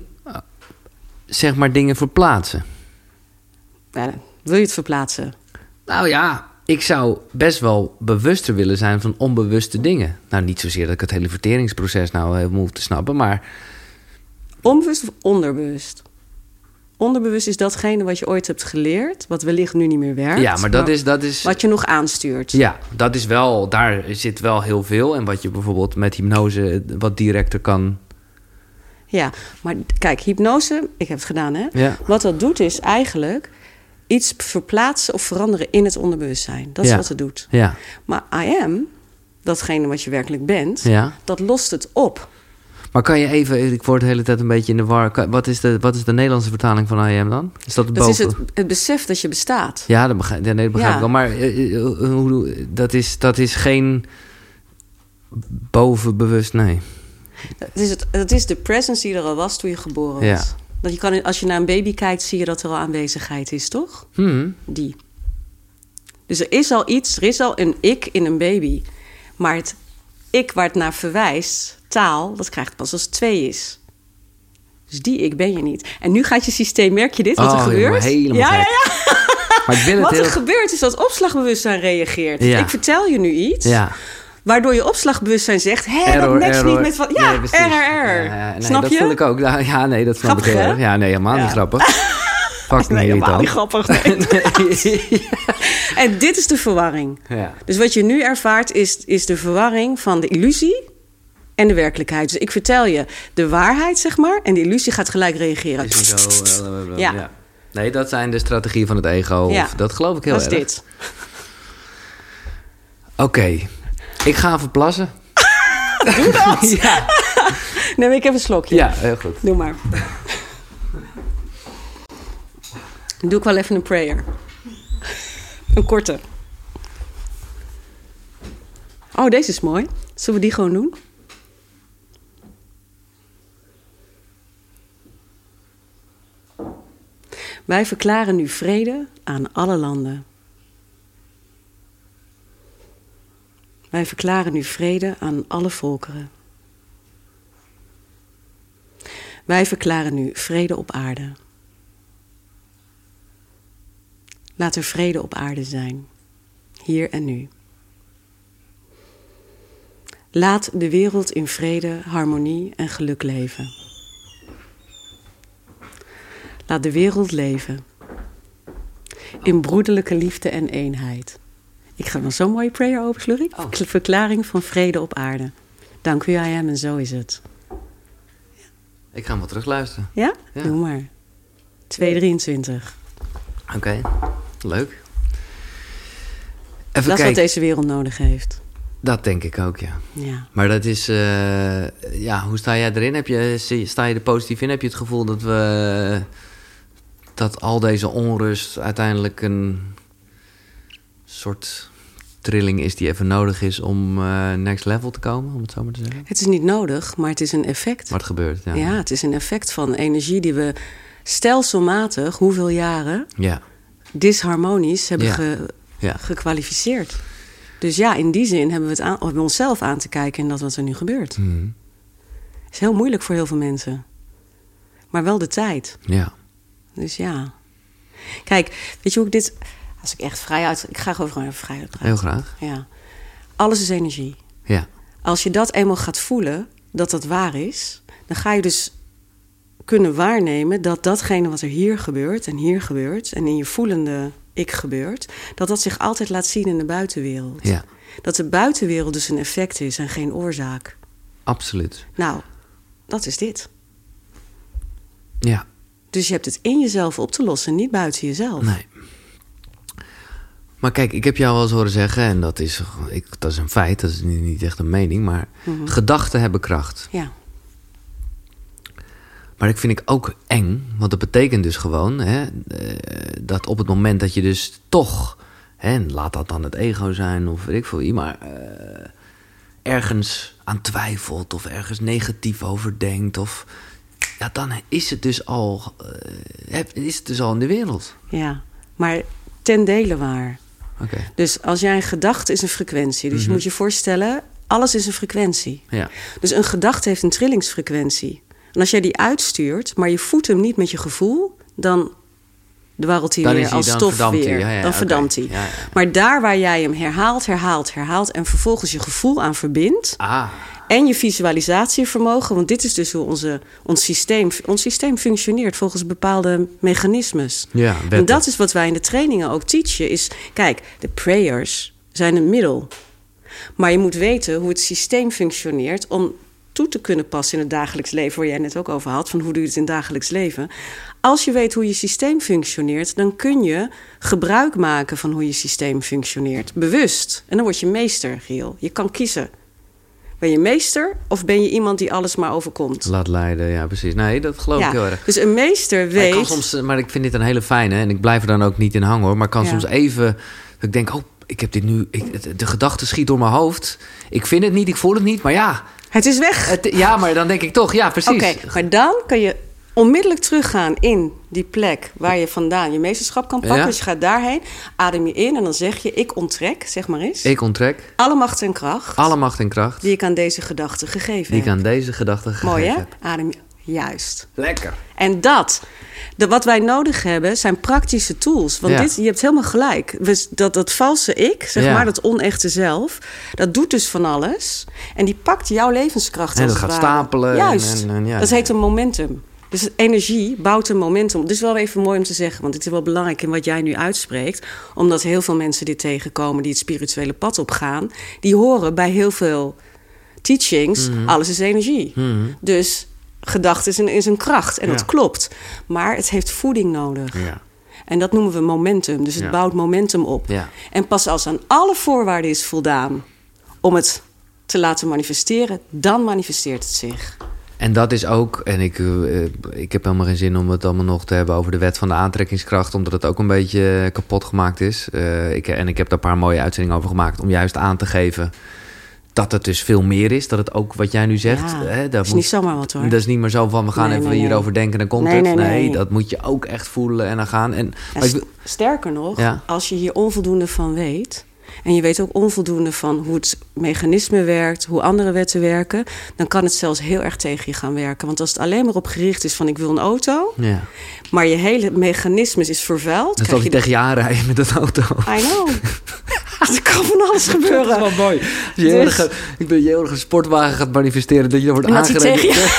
zeg maar dingen verplaatsen? Ja, wil je het verplaatsen? Nou ja, ik zou best wel bewuster willen zijn van onbewuste dingen. Nou, niet zozeer dat ik het hele verteringsproces nou helemaal hoef te snappen, maar... Onbewust of onderbewust? Onderbewust is datgene wat je ooit hebt geleerd, wat wellicht nu niet meer werkt. Ja, maar dat is... Wat je nog aanstuurt. Ja, dat is wel... Daar zit wel heel veel. En wat je bijvoorbeeld met hypnose wat directer kan... Ja, maar kijk, hypnose, ik heb het gedaan, hè? Ja. Wat dat doet is eigenlijk iets verplaatsen of veranderen in het onderbewustzijn. Dat is wat het doet. Ja. Maar I am, datgene wat je werkelijk bent, dat lost het op. Maar kan je even, ik word de hele tijd een beetje in de war. Wat is de Nederlandse vertaling van I am dan? Is dat het boven? Is het besef dat je bestaat. Ja, dat begrijp ik wel. Maar dat is geen bovenbewust, nee. Het is de presence die er al was toen je geboren was. Ja. Dat je kan, als je naar een baby kijkt, zie je dat er al aanwezigheid is, toch? Die. Dus er is al iets, er is al een ik in een baby. Maar het ik waar het naar verwijst, taal, dat krijgt pas als het 2 is. Dus die ik ben je niet. En nu gaat je systeem, merk je dit, wat er gebeurt? Helemaal ja. Maar ik wil wat er gebeurt is dat opslagbewustzijn reageert. Ja. Ik vertel je nu iets, waardoor je opslagbewustzijn zegt, dat matcht niet met wat... Ja, nee, error. Snap dat je? voel ik ook. Ja, nee, dat snap ik heel erg. Ja, nee, helemaal niet grappig. Nee, helemaal niet grappig. Nee. En dit is de verwarring. Ja. Dus wat je nu ervaart is de verwarring van de illusie en de werkelijkheid. Dus ik vertel je de waarheid, zeg maar, en de illusie gaat gelijk reageren. Is niet zo, ja. Nee, dat zijn de strategieën van het ego. Ja. Dat geloof ik heel erg. Dat is dit. Oké. Ik ga even plassen. Doe dat. Ja. Nee, maar ik heb een slokje. Ja, heel goed. Doe maar. Dan doe ik wel even een prayer. Een korte. Oh, deze is mooi. Zullen we die gewoon doen? Wij verklaren nu vrede aan alle landen. Wij verklaren nu vrede aan alle volkeren. Wij verklaren nu vrede op aarde. Laat er vrede op aarde zijn, hier en nu. Laat de wereld in vrede, harmonie en geluk leven. Laat de wereld leven in broederlijke liefde en eenheid. Ik ga nog zo'n mooie prayer open, Slurrie. Verklaring van vrede op aarde. Dank u, I am, en zo is het. Ik ga hem wel terugluisteren. Ja? Doe maar. 2:23. Oké. Leuk. Dat is wat deze wereld nodig heeft. Dat denk ik ook, ja. Maar dat is... hoe sta jij erin? Sta je er positief in? Heb je het gevoel dat al deze onrust uiteindelijk een soort trilling is die even nodig is om next level te komen, om het zo maar te zeggen? Het is niet nodig, maar het is een effect. Maar het gebeurt, ja. Ja, het is een effect van energie die we stelselmatig, hoeveel jaren... disharmonisch hebben gekwalificeerd. Dus ja, in die zin hebben we hebben onszelf aan te kijken in dat wat er nu gebeurt. Is heel moeilijk voor heel veel mensen. Maar wel de tijd. Ja. Dus ja. Kijk, weet je hoe ik dit... Als ik echt vrij uit... Ik ga gewoon even vrij uit. Heel graag. Ja. Alles is energie. Ja. Als je dat eenmaal gaat voelen, dat dat waar is... dan ga je dus kunnen waarnemen dat datgene wat er hier gebeurt... en in je voelende ik gebeurt... dat zich altijd laat zien in de buitenwereld. Ja. Dat de buitenwereld dus een effect is en geen oorzaak. Absoluut. Nou, dat is dit. Ja. Dus je hebt het in jezelf op te lossen, niet buiten jezelf. Nee. Maar kijk, ik heb jou wel eens horen zeggen... en dat is een feit, dat is niet echt een mening... maar gedachten hebben kracht. Ja. Maar dat vind ik ook eng. Want dat betekent dus gewoon... dat op het moment dat je dus toch... laat dat dan het ego zijn of weet ik veel wie... maar ergens aan twijfelt of ergens negatief over denkt... of ja, dan is het dus al in de wereld. Ja, maar ten dele waar. Okay. Dus als jij een gedachte is een frequentie. Dus je moet je voorstellen, alles is een frequentie. Ja. Dus een gedachte heeft een trillingsfrequentie. En als jij die uitstuurt, maar je voedt hem niet met je gevoel... dan dwarrelt hij weer als stof weer. Ja, dan verdampt hij. Ja, ja. Maar daar waar jij hem herhaalt... en vervolgens je gevoel aan verbindt... en je visualisatievermogen... want dit is dus hoe ons systeem functioneert... volgens bepaalde mechanismes. Ja, en dat is wat wij in de trainingen ook teachen. Is, kijk, de prayers zijn een middel. Maar je moet weten hoe het systeem functioneert... om toe te kunnen passen in het dagelijks leven... waar jij net ook over had, van hoe doe je het in het dagelijks leven. Als je weet hoe je systeem functioneert... dan kun je gebruik maken van hoe je systeem functioneert. Bewust. En dan word je meester, Giel. Je kan kiezen. Ben je meester of ben je iemand die alles maar overkomt? Laat leiden, ja, precies. Nee, dat geloof ik heel erg. Dus een meester weet... Maar ik vind dit een hele fijne... en ik blijf er dan ook niet in hangen, hoor. Maar ik kan soms even... ik denk, ik heb dit nu... de gedachte schiet door mijn hoofd. Ik vind het niet, ik voel het niet, maar ja... Het is weg. Ja, maar dan denk ik toch, ja, precies. Oké, maar dan kan je onmiddellijk teruggaan in die plek... waar je vandaan je meesterschap kan pakken. Ja. Dus je gaat daarheen, adem je in en dan zeg je... ik onttrek, zeg maar eens. Ik onttrek. Alle macht en kracht. Alle macht en kracht. Die ik aan deze gedachte gegeven heb. Die ik aan deze gedachte gegeven heb. Mooi, hè? Adem je. Juist. Lekker. En wat wij nodig hebben, zijn praktische tools. Want je hebt helemaal gelijk. Dat valse ik, zeg maar, dat onechte zelf... dat doet dus van alles. En die pakt jouw levenskracht. En dat gaat stapelen. Juist. Dat heet een momentum. Dus energie bouwt een momentum. Het is wel even mooi om te zeggen, want het is wel belangrijk in wat jij nu uitspreekt. Omdat heel veel mensen dit tegenkomen die het spirituele pad opgaan. Die horen bij heel veel teachings, alles is energie. Dus gedachten is een kracht en dat klopt. Maar het heeft voeding nodig. Ja. En dat noemen we momentum. Dus het bouwt momentum op. Ja. En pas als aan alle voorwaarden is voldaan om het te laten manifesteren, dan manifesteert het zich. En dat is ook, en ik heb helemaal geen zin om het allemaal nog te hebben over de wet van de aantrekkingskracht, omdat het ook een beetje kapot gemaakt is. Ik heb daar een paar mooie uitzendingen over gemaakt om juist aan te geven dat het dus veel meer is. Dat het ook, wat jij nu zegt... Ja, dat is niet zomaar wat, hoor. Dat is niet maar zo van, we gaan hierover denken en dan komt het. Nee, dat moet je ook echt voelen en dan gaan. Sterker nog, als je hier onvoldoende van weet... en je weet ook onvoldoende van hoe het mechanisme werkt... hoe andere wetten werken... dan kan het zelfs heel erg tegen je gaan werken. Want als het alleen maar op gericht is van ik wil een auto... maar je hele mechanisme is vervuild... Dan zal je tegen je aanrijden met een auto. I know. Er kan van alles gebeuren. Dat is wel mooi. Ik ben je een sportwagen gaat manifesteren... dat je dan wordt aangereden.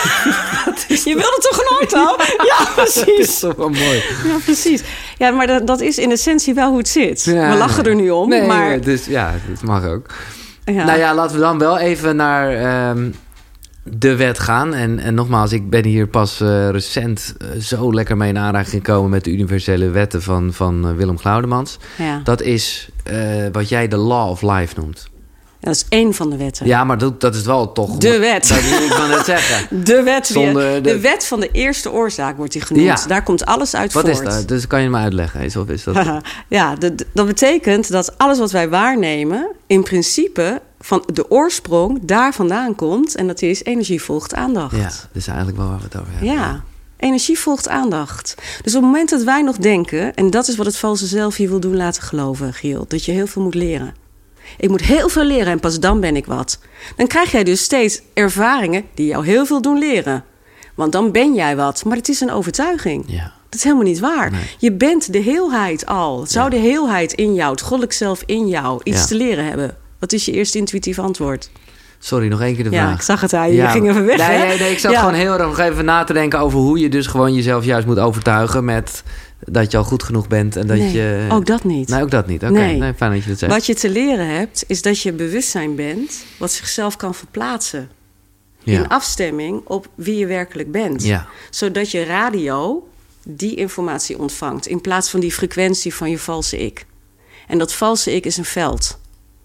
Je wilde toch een auto? Ja, precies. Dat is toch wel mooi. Ja, precies. Ja, maar dat is in essentie wel hoe het zit. Ja, we lachen er nu om. Nee, maar... Dus, ja, dat mag ook. Ja. Nou ja, laten we dan wel even naar de wet gaan. En nogmaals, ik ben hier pas recent zo lekker mee in aanraking gekomen... met de universele wetten van Willem Glaudemans. Ja. Dat is wat jij de law of life noemt. Dat is één van de wetten. Ja, maar dat is wel toch... De wet. Dat wil ik van net zeggen. De wet. De wet van de eerste oorzaak wordt die genoemd. Ja. Daar komt alles uit voort. Wat is dat? Dus kan je me uitleggen? Of is dat... Ja, dat betekent dat alles wat wij waarnemen... in principe van de oorsprong daar vandaan komt. En dat is energie volgt aandacht. Ja, dat is eigenlijk wel waar we het over hebben. Ja. Energie volgt aandacht. Dus op het moment dat wij nog denken... en dat is wat het valse zelf je wil doen laten geloven, Giel... dat je heel veel moet leren... Ik moet heel veel leren en pas dan ben ik wat. Dan krijg jij dus steeds ervaringen die jou heel veel doen leren. Want dan ben jij wat. Maar het is een overtuiging. Ja. Dat is helemaal niet waar. Nee. Je bent de heelheid al. Het zou de heelheid in jou, het goddelijk zelf in jou, iets te leren hebben. Wat is je eerste intuïtief antwoord? Sorry, nog één keer de vraag. Ja, ik zag het aan je. Je ging even weg, hè? Nee, ik zat gewoon heel erg nog even na te denken over hoe je dus gewoon jezelf juist moet overtuigen met dat je al goed genoeg bent. En dat je... ook dat niet. Nee, ook dat niet. Oké, nee, fijn dat je dat zegt. Wat je te leren hebt, is dat je bewustzijn bent wat zichzelf kan verplaatsen. Ja. In afstemming op wie je werkelijk bent. Ja. Zodat je radio die informatie ontvangt in plaats van die frequentie van je valse ik. En dat valse ik is een veld.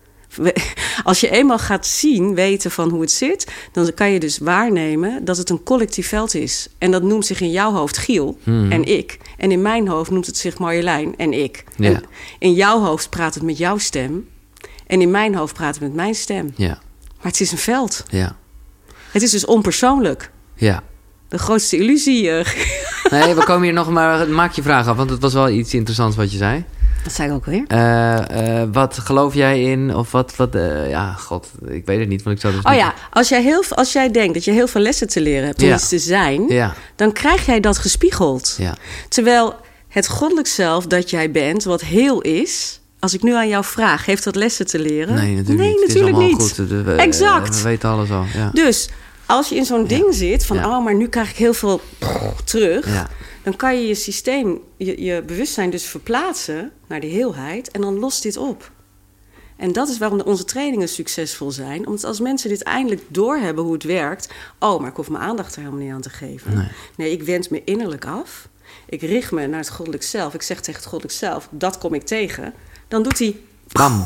Als je eenmaal gaat zien, weten van hoe het zit, dan kan je dus waarnemen dat het een collectief veld is. En dat noemt zich in jouw hoofd Giel en ik. En in mijn hoofd noemt het zich Marjolein en ik. Ja. En in jouw hoofd praat het met jouw stem. En in mijn hoofd praat het met mijn stem. Ja. Maar het is een veld. Ja. Het is dus onpersoonlijk. Ja. De grootste illusie. Nee, we komen hier nog maar... Maak je vraag af, want het was wel iets interessants wat je zei. Dat zei ik ook weer. Wat geloof jij in? Of wat ja, god, ik weet het niet. Want ik zou dus Oh ja, als jij denkt dat je heel veel lessen te leren hebt om iets te zijn, dan krijg jij dat gespiegeld. Ja. Terwijl het goddelijk zelf dat jij bent, wat heel is, als ik nu aan jou vraag, heeft dat lessen te leren? Nee, natuurlijk niet. Goed. Exact. We weten alles al. Ja. Dus als je in zo'n ding zit van, oh, maar nu krijg ik heel veel terug. Ja. Dan kan je je systeem, je bewustzijn dus verplaatsen naar de heelheid. En dan lost dit op. En dat is waarom onze trainingen succesvol zijn. Omdat als mensen dit eindelijk doorhebben hoe het werkt. Oh, maar ik hoef mijn aandacht er helemaal niet aan te geven. Nee, ik wend me innerlijk af. Ik richt me naar het goddelijk zelf. Ik zeg tegen het goddelijk zelf, dat kom ik tegen. Dan doet hij... Bam.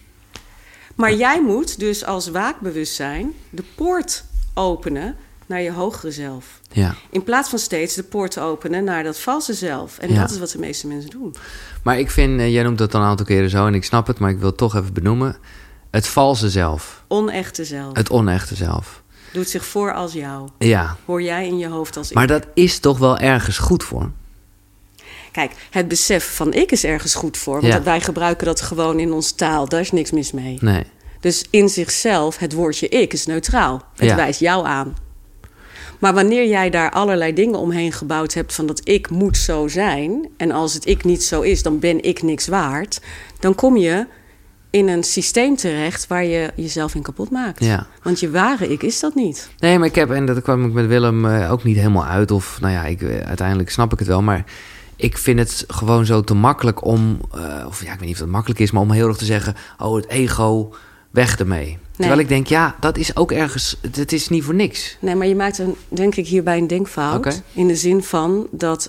Maar jij moet dus als waakbewustzijn de poort openen naar je hogere zelf. Ja. In plaats van steeds de poort te openen naar dat valse zelf. En dat is wat de meeste mensen doen. Maar ik vind, jij noemt dat dan een aantal keren zo en ik snap het, maar ik wil het toch even benoemen. Het valse zelf. Onechte zelf. Het onechte zelf. Doet zich voor als jou. Ja. Hoor jij in je hoofd als ik. Maar dat is toch wel ergens goed voor? Kijk, het besef van ik is ergens goed voor. Want wij gebruiken dat gewoon in onze taal. Daar is niks mis mee. Nee. Dus in zichzelf, het woordje ik is neutraal. Het wijst jou aan. Maar wanneer jij daar allerlei dingen omheen gebouwd hebt van dat ik moet zo zijn, en als het ik niet zo is, dan ben ik niks waard, dan kom je in een systeem terecht waar je jezelf in kapot maakt. Ja. Want je ware ik is dat niet. Nee, maar en dat kwam ik met Willem ook niet helemaal uit. Of nou ja, uiteindelijk snap ik het wel, maar ik vind het gewoon zo te makkelijk om, of ja, ik weet niet of het makkelijk is, maar om heel erg te zeggen, oh, het ego, weg ermee. Nee. Terwijl ik denk, ja, dat is ook ergens, het is niet voor niks. Nee, maar je maakt denk ik hierbij een denkfout. Okay. In de zin van dat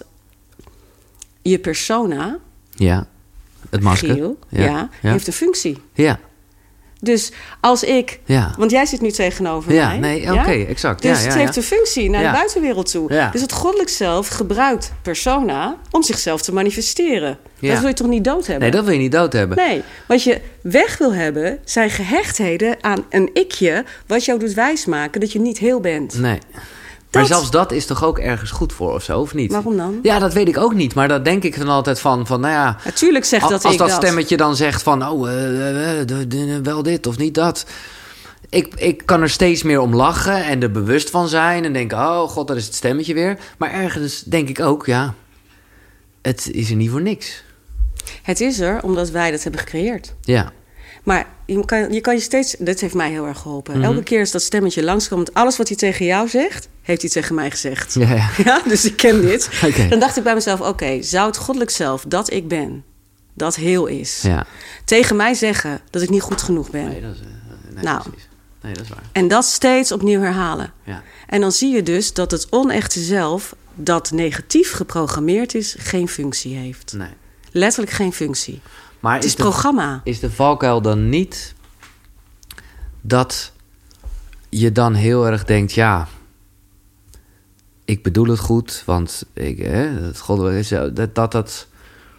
je persona, het masker, Giel, heeft een functie. Ja. Dus als ik... Ja. Want jij zit nu tegenover mij. Nee, oké, exact. Dus het heeft een functie naar de buitenwereld toe. Ja. Dus het goddelijk zelf gebruikt persona om zichzelf te manifesteren. Ja. Dat wil je toch niet dood hebben? Nee, dat wil je niet dood hebben. Nee, wat je weg wil hebben zijn gehechtheden aan een ikje wat jou doet wijsmaken dat je niet heel bent. Nee. Maar zelfs dat is toch ook ergens goed voor of zo, of niet? Waarom dan? Ja, dat weet ik ook niet. Maar dat denk ik dan altijd van nou ja... Natuurlijk zegt dat als dat stemmetje dan zegt van... wel dit of niet dat. Ik kan er steeds meer om lachen en er bewust van zijn. En denken, oh god, dat is het stemmetje weer. Maar ergens denk ik ook, het is er niet voor niks. Het is er omdat wij dat hebben gecreëerd. Ja. Maar je kan je steeds... Dit heeft mij heel erg geholpen. Mm-hmm. Elke keer als dat stemmetje langskomt... alles wat hij tegen jou zegt, heeft hij tegen mij gezegd. Ja, dus ik ken dit. Okay. Dan dacht ik bij mezelf... Oké, zou het goddelijk zelf dat ik ben... dat heel is... tegen mij zeggen dat ik niet goed genoeg ben? Nee, dat is, precies. Nee, dat is waar. En dat steeds opnieuw herhalen. Ja. En dan zie je dus dat het onechte zelf... dat negatief geprogrammeerd is... geen functie heeft. Nee. Letterlijk geen functie. Maar het is programma. Is de valkuil dan niet dat je dan heel erg denkt... ik bedoel het goed, want dat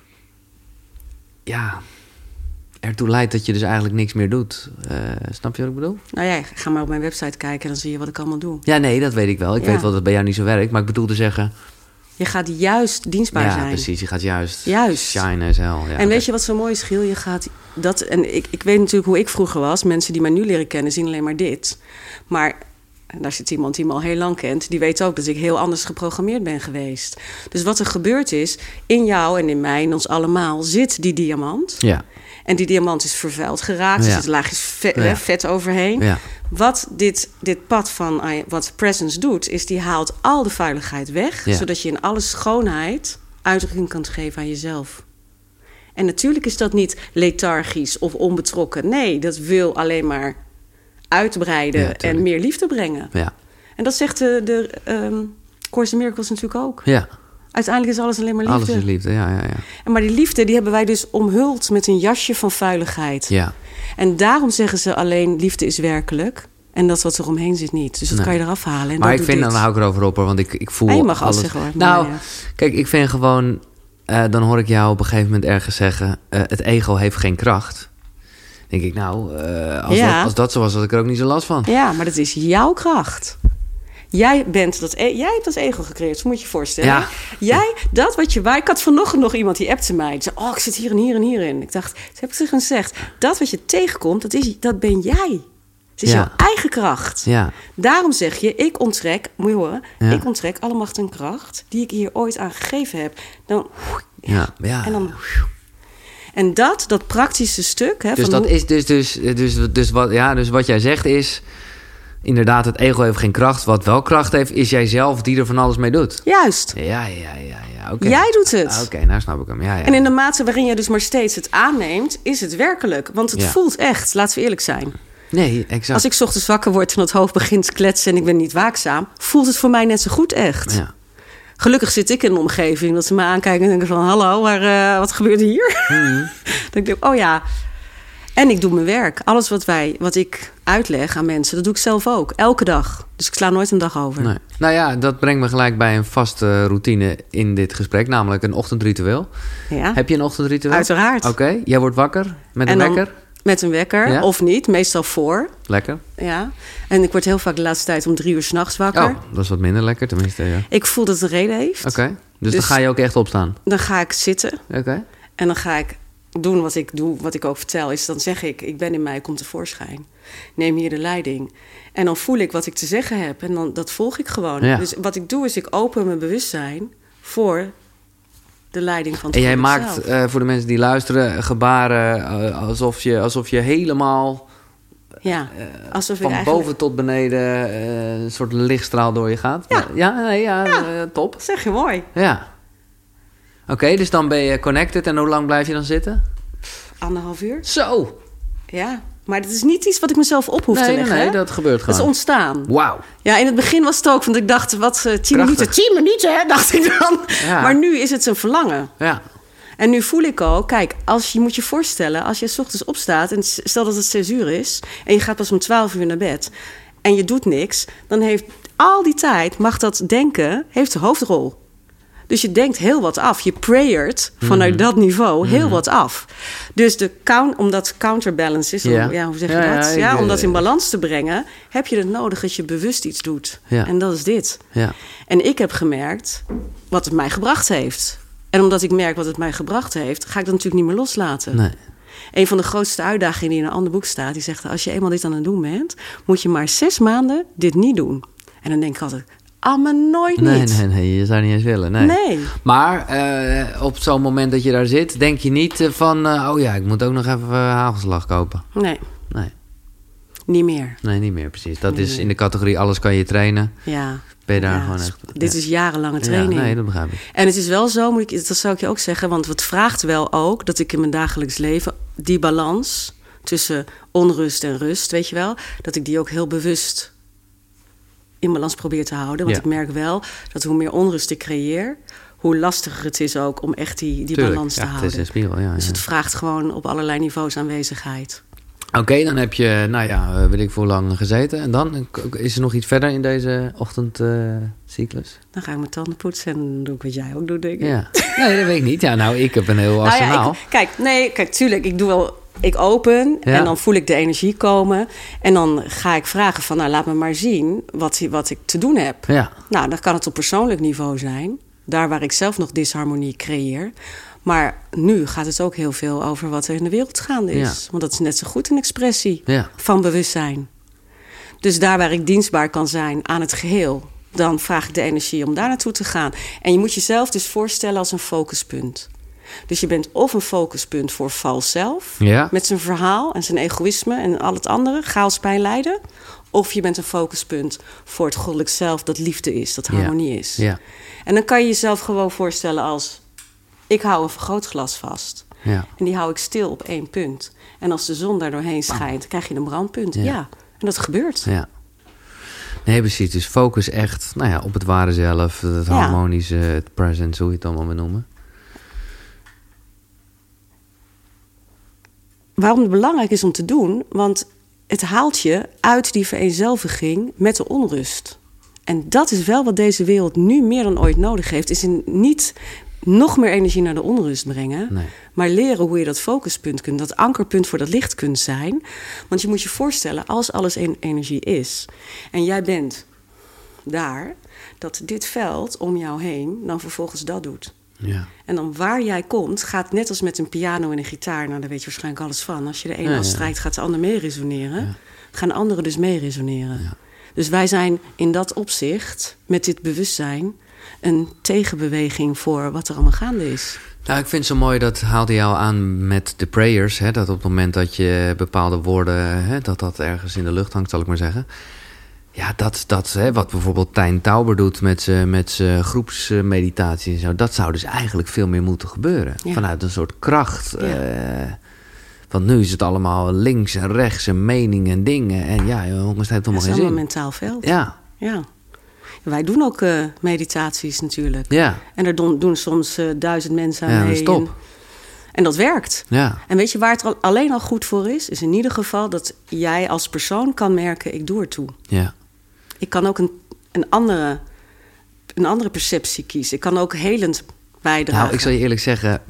ertoe leidt dat je dus eigenlijk niks meer doet. Snap je wat ik bedoel? Nou ja, ga maar op mijn website kijken... en dan zie je wat ik allemaal doe. Ja, nee, dat weet ik wel. Ik weet wel dat het bij jou niet zo werkt. Maar ik bedoel te zeggen... Je gaat juist dienstbaar zijn. Ja, precies. Je gaat juist shine as hell. Ja, en weet je wat zo mooi is, Giel? Je gaat dat... En ik weet natuurlijk hoe ik vroeger was. Mensen die mij nu leren kennen zien alleen maar dit. Maar daar zit iemand die me al heel lang kent. Die weet ook dat ik heel anders geprogrammeerd ben geweest. Dus wat er gebeurd is, in jou en in mij, in ons allemaal, zit die diamant. Ja. En die diamant is vervuild geraakt. Er zit laagjes vet overheen. Ja. Wat dit pad van wat Presence doet, is die haalt al de vuiligheid weg. Ja. Zodat je in alle schoonheid uitdrukking kan geven aan jezelf. En natuurlijk is dat niet lethargisch of onbetrokken. Nee, dat wil alleen maar uitbreiden en meer liefde brengen. Ja. En dat zegt de Course in Miracles natuurlijk ook. Ja. Uiteindelijk is alles alleen maar liefde. Alles is liefde, ja. Maar die liefde, die hebben wij dus omhuld met een jasje van vuiligheid. Ja. En daarom zeggen ze alleen liefde is werkelijk. En dat wat er omheen zit niet. Dus dat kan je eraf halen. En maar ik vind, dan hou ik erover op, hoor. Want ik voel je mag alles. Zeggen, hoor. Nou, kijk, ik vind gewoon... dan hoor ik jou op een gegeven moment ergens zeggen... het ego heeft geen kracht. Denk ik, als dat zo was, had ik er ook niet zo last van. Ja, maar dat is jouw kracht. Jij hebt dat ego gecreëerd, zo moet je je voorstellen. Ja. Jij, dat wat je ik had vanochtend nog iemand die appte mij. Die zei, ik zit hier en hier en hierin. Ik dacht, ze heb ik tegen gezegd, dat wat je tegenkomt, dat ben jij. Het is jouw eigen kracht. Ja. Daarom zeg je, ik onttrek, moet je horen, ik onttrek alle macht en kracht die ik hier ooit aan gegeven heb. Dan, en dan... En dat praktische stuk... Hè, dus van dat is dus wat jij zegt is... Inderdaad, het ego heeft geen kracht. Wat wel kracht heeft, is jijzelf die er van alles mee doet. Juist. Ja. Okay. Jij doet het. Oké, nou snap ik hem. Ja. En in de mate waarin je dus maar steeds het aanneemt... is het werkelijk. Want het voelt echt, laten we eerlijk zijn. Nee, exact. Als ik 's ochtends wakker word en het hoofd begint te kletsen... en ik ben niet waakzaam, voelt het voor mij net zo goed echt. Ja. Gelukkig zit ik in een omgeving dat ze me aankijken en denken van... hallo, maar wat gebeurt hier? Dan denk ik, En ik doe mijn werk. Alles wat ik uitleg aan mensen, dat doe ik zelf ook. Elke dag. Dus ik sla nooit een dag over. Nee. Nou ja, dat brengt me gelijk bij een vaste routine in dit gesprek. Namelijk een ochtendritueel. Ja. Heb je een ochtendritueel? Uiteraard. Oké, jij wordt wakker met een wekker? Met een wekker, of niet. Meestal voor. Lekker. Ja. En ik word heel vaak de laatste tijd om 3 uur 's nachts wakker. Oh, dat is wat minder lekker tenminste, ja. Ik voel dat het een reden heeft. Oké. Dus dan ga je ook echt opstaan? Dan ga ik zitten. Oké. En dan ga ik doen wat ik ook vertel. Dan zeg ik ben in mij, kom tevoorschijn. Neem hier de leiding. En dan voel ik wat ik te zeggen heb. En dat volg ik gewoon. Ja. Dus wat ik doe is, ik open mijn bewustzijn voor de leiding van het En jij maakt voor de mensen die luisteren gebaren alsof je helemaal alsof van boven tot beneden een soort lichtstraal door je gaat. Top. Dat zeg je mooi. Ja. Oké, dus dan ben je connected en hoe lang blijf je dan zitten? 1,5 uur. Zo! Ja, maar dat is niet iets wat ik mezelf op hoef te leggen. Nee, dat gebeurt gewoon. Dat is ontstaan. Wauw. Ja, in het begin was het ook, want ik dacht, 10 minuten? 10 minuten, hè, dacht ik dan. Ja. Maar nu is het een verlangen. Ja. En nu voel ik al, kijk, je moet je voorstellen... als je 's ochtends opstaat en stel dat het 6 uur is... en je gaat pas om 12 uur naar bed... en je doet niks, dan heeft al die tijd... mag dat denken, heeft de hoofdrol. Dus je denkt heel wat af. Je prayert vanuit dat niveau heel wat af. Dus omdat counterbalance is, hoe zeg je dat? Om dat in balans te brengen... heb je het nodig dat je bewust iets doet. Ja. En dat is dit. Ja. En ik heb gemerkt wat het mij gebracht heeft... En omdat ik merk wat het mij gebracht heeft... ga ik dat natuurlijk niet meer loslaten. Nee. Een van de grootste uitdagingen die in een ander boek staat... die zegt, als je eenmaal dit aan het doen bent... moet je maar 6 maanden dit niet doen. En dan denk ik altijd, maar nooit niet. Nee, je zou niet eens willen. Nee. Maar op zo'n moment dat je daar zit... denk je niet van... ik moet ook nog even hagelslag kopen. Nee. Niet meer. Nee, niet meer, precies. Dat is in de categorie alles kan je trainen. Ja. Ben je daar gewoon echt... Dit is jarenlange training. Ja, nee, dat begrijp ik. En het is wel zo, dat zou ik je ook zeggen... want het vraagt wel ook dat ik in mijn dagelijks leven... die balans tussen onrust en rust, weet je wel... dat ik die ook heel bewust in balans probeer te houden. Want ik merk wel dat hoe meer onrust ik creëer... hoe lastiger het is ook om echt die balans te houden. Het is een spiegel, dus het vraagt gewoon op allerlei niveaus aanwezigheid. Oké, dan heb je, weet ik voor lang gezeten. En dan is er nog iets verder in deze ochtendcyclus? Dan ga ik mijn tanden poetsen en dan doe ik wat jij ook doet, denk ik. Ja. Nee, dat weet ik niet. Ja, ik heb een heel arsenaal. Kijk, tuurlijk, ik open en dan voel ik de energie komen. En dan ga ik vragen van, laat me maar zien wat ik te doen heb. Ja. Nou, dan kan het op persoonlijk niveau zijn. Daar waar ik zelf nog disharmonie creëer. Maar nu gaat het ook heel veel over wat er in de wereld gaande is. Ja. Want dat is net zo goed een expressie van bewustzijn. Dus daar waar ik dienstbaar kan zijn aan het geheel, dan vraag ik de energie om daar naartoe te gaan. En je moet jezelf dus voorstellen als een focuspunt. Dus je bent of een focuspunt voor vals zelf, met zijn verhaal en zijn egoïsme en al het andere, chaos, pijn, lijden. Of je bent een focuspunt voor het goddelijk zelf dat liefde is, dat harmonie is. Ja. En dan kan je jezelf gewoon voorstellen als, ik hou een vergrootglas vast. Ja. En die hou ik stil op 1 punt. En als de zon daar doorheen schijnt, krijg je een brandpunt. Ja. En dat gebeurt. Ja. Nee, precies. Dus focus echt op het ware zelf, het harmonische, het present, hoe je het allemaal wil noemen. Waarom het belangrijk is om te doen, want het haalt je uit die vereenzelviging met de onrust. En dat is wel wat deze wereld nu meer dan ooit nodig heeft, is niet nog meer energie naar de onrust brengen, maar leren hoe je dat focuspunt kunt, dat ankerpunt voor dat licht kunt zijn. Want je moet je voorstellen, als alles energie is en jij bent daar, dat dit veld om jou heen dan vervolgens dat doet. Ja. En dan waar jij komt, gaat net als met een piano en een gitaar, daar weet je waarschijnlijk alles van. Als je de ene afstrijkt, gaat de ander mee resoneren. Ja. Gaan de anderen dus mee resoneren. Ja. Dus wij zijn in dat opzicht, met dit bewustzijn, een tegenbeweging voor wat er allemaal gaande is. Nou, ik vind het zo mooi, dat haalde jou aan met de prayers. Hè, dat op het moment dat je bepaalde woorden, dat ergens in de lucht hangt, zal ik maar zeggen. Ja, dat wat bijvoorbeeld Tijn Tauber doet met zijn groepsmeditatie en zo, dat zou dus eigenlijk veel meer moeten gebeuren. Ja. Vanuit een soort kracht. Ja. Want nu is het allemaal links en rechts en meningen en dingen. En jongens, het heeft allemaal geen zin. Het is allemaal mentaal veld. Ja. Wij doen ook meditaties natuurlijk. Ja. En er doen soms 1000 mensen aan mee. Dat is top. En dat werkt. Ja. En weet je waar het alleen al goed voor is? Is in ieder geval dat jij als persoon kan merken, ik doe ertoe. Ja. Ik kan ook een andere perceptie kiezen. Ik kan ook helend bijdragen. Nou, ik zal je eerlijk zeggen,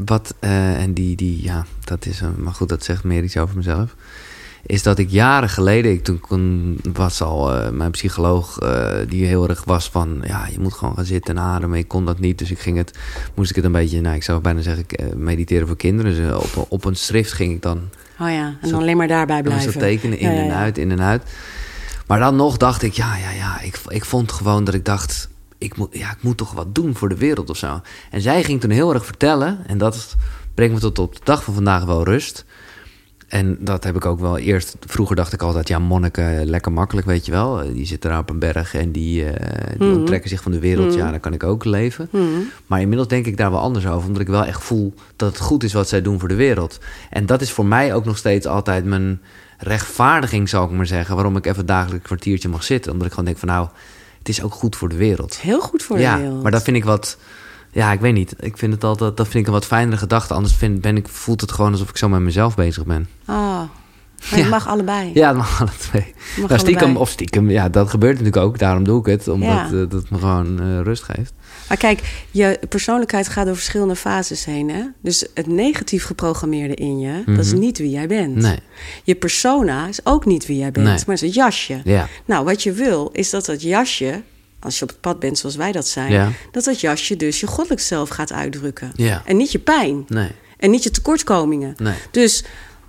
dat is, maar goed, dat zegt meer iets over mezelf. Is dat ik jaren geleden, toen was al mijn psycholoog die heel erg was van, je moet gewoon gaan zitten en ademen. Ik kon dat niet, dus moest ik het een beetje, ik zou bijna zeggen, mediteren voor kinderen. Dus op een schrift ging ik dan. Oh ja, en dan alleen maar daarbij blijven. Zo tekenen, in en uit. Maar dan nog dacht ik, ik vond gewoon dat ik dacht, ik moet toch wat doen voor de wereld of zo. En zij ging toen heel erg vertellen, en dat brengt me tot op de dag van vandaag wel rust. En dat heb ik ook wel eerst. Vroeger dacht ik altijd, monniken, lekker makkelijk, weet je wel. Die zitten daar op een berg en die onttrekken zich van de wereld. Ja, dan kan ik ook leven. Maar inmiddels denk ik daar wel anders over. Omdat ik wel echt voel dat het goed is wat zij doen voor de wereld. En dat is voor mij ook nog steeds altijd mijn rechtvaardiging, zal ik maar zeggen. Waarom ik even dagelijks een kwartiertje mag zitten. Omdat ik gewoon denk van, het is ook goed voor de wereld. Heel goed voor de wereld. Maar dat vind ik wat. Ja, ik weet niet. Ik vind het altijd, dat vind ik een wat fijnere gedachte. Anders voelt het gewoon alsof ik zo met mezelf bezig ben. Maar het mag allebei. Ja, het mag alle twee. Stiekem, dat gebeurt natuurlijk ook. Daarom doe ik het. Omdat dat me gewoon rust geeft. Maar kijk, je persoonlijkheid gaat door verschillende fases heen. Hè? Dus het negatief geprogrammeerde in je, dat is niet wie jij bent. Nee. Je persona is ook niet wie jij bent, maar is een jasje. Ja. Nou, wat je wil, is dat jasje, als je op het pad bent zoals wij dat zijn, dat jasje dus je goddelijk zelf gaat uitdrukken. Ja. En niet je pijn. Nee. En niet je tekortkomingen. Nee. Dus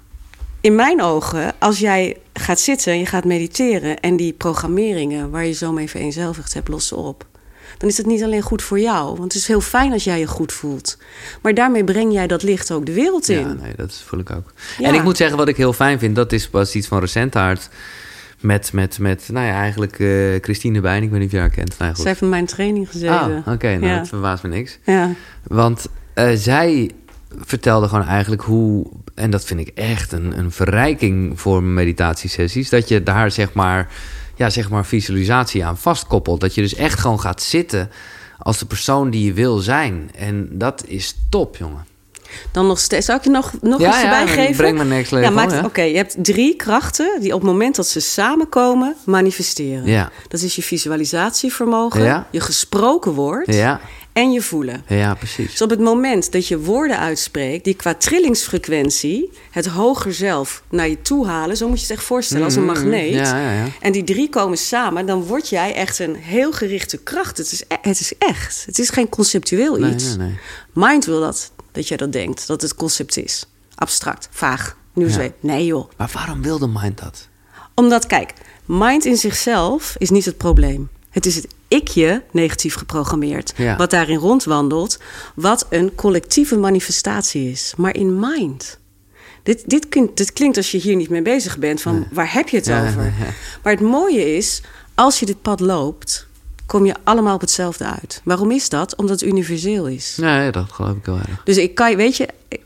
in mijn ogen, als jij gaat zitten en je gaat mediteren en die programmeringen waar je zo mee vereenzelvigd hebt, lossen op, dan is het niet alleen goed voor jou. Want het is heel fijn als jij je goed voelt. Maar daarmee breng jij dat licht ook de wereld in. Ja, nee, dat voel ik ook. Ja. En ik moet zeggen, wat ik heel fijn vind, dat is pas iets van recent aard. Met eigenlijk Christine Bijn. Ik weet niet of je haar kent. Nou, goed. Zij heeft in mijn training gezeten. Oké, dat verbaast me niks. Ja. Want zij vertelde gewoon eigenlijk hoe, en dat vind ik echt een verrijking voor meditatiesessies, dat je daar zeg maar visualisatie aan vastkoppelt. Dat je dus echt gewoon gaat zitten als de persoon die je wil zijn. En dat is top, jongen. Dan nog steeds. Zou ik je nog iets erbij geven? Breng me next level. Oké, je hebt 3 krachten die op het moment dat ze samenkomen manifesteren. Ja. Dat is je visualisatievermogen, je gesproken woord en je voelen. Ja, precies. Dus op het moment dat je woorden uitspreekt... die qua trillingsfrequentie het hoger zelf naar je toe halen... zo moet je het echt voorstellen als een magneet. Ja. En die 3 komen samen, dan word jij echt een heel gerichte kracht. Het is echt. Het is geen conceptueel iets. Nee. Mind wil dat jij dat denkt, dat het concept is. Abstract, vaag, nieuwsweet. Nee joh. Maar waarom wil de mind dat? Omdat, kijk, mind in zichzelf is niet het probleem. Het is het ikje negatief geprogrammeerd. Ja. Wat daarin rondwandelt. Wat een collectieve manifestatie is. Maar in mind. Dit klinkt als je hier niet mee bezig bent. Van waar heb je het over? Ja. Maar het mooie is, als je dit pad loopt... kom je allemaal op hetzelfde uit. Waarom is dat? Omdat het universeel is. Nee, dat geloof ik wel erg. Dus ik kan, weet je...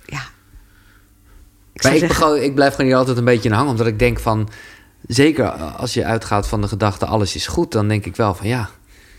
Ik blijf gewoon hier altijd een beetje in hangen. Omdat ik denk van... Zeker als je uitgaat van de gedachte alles is goed... dan denk ik wel van ja...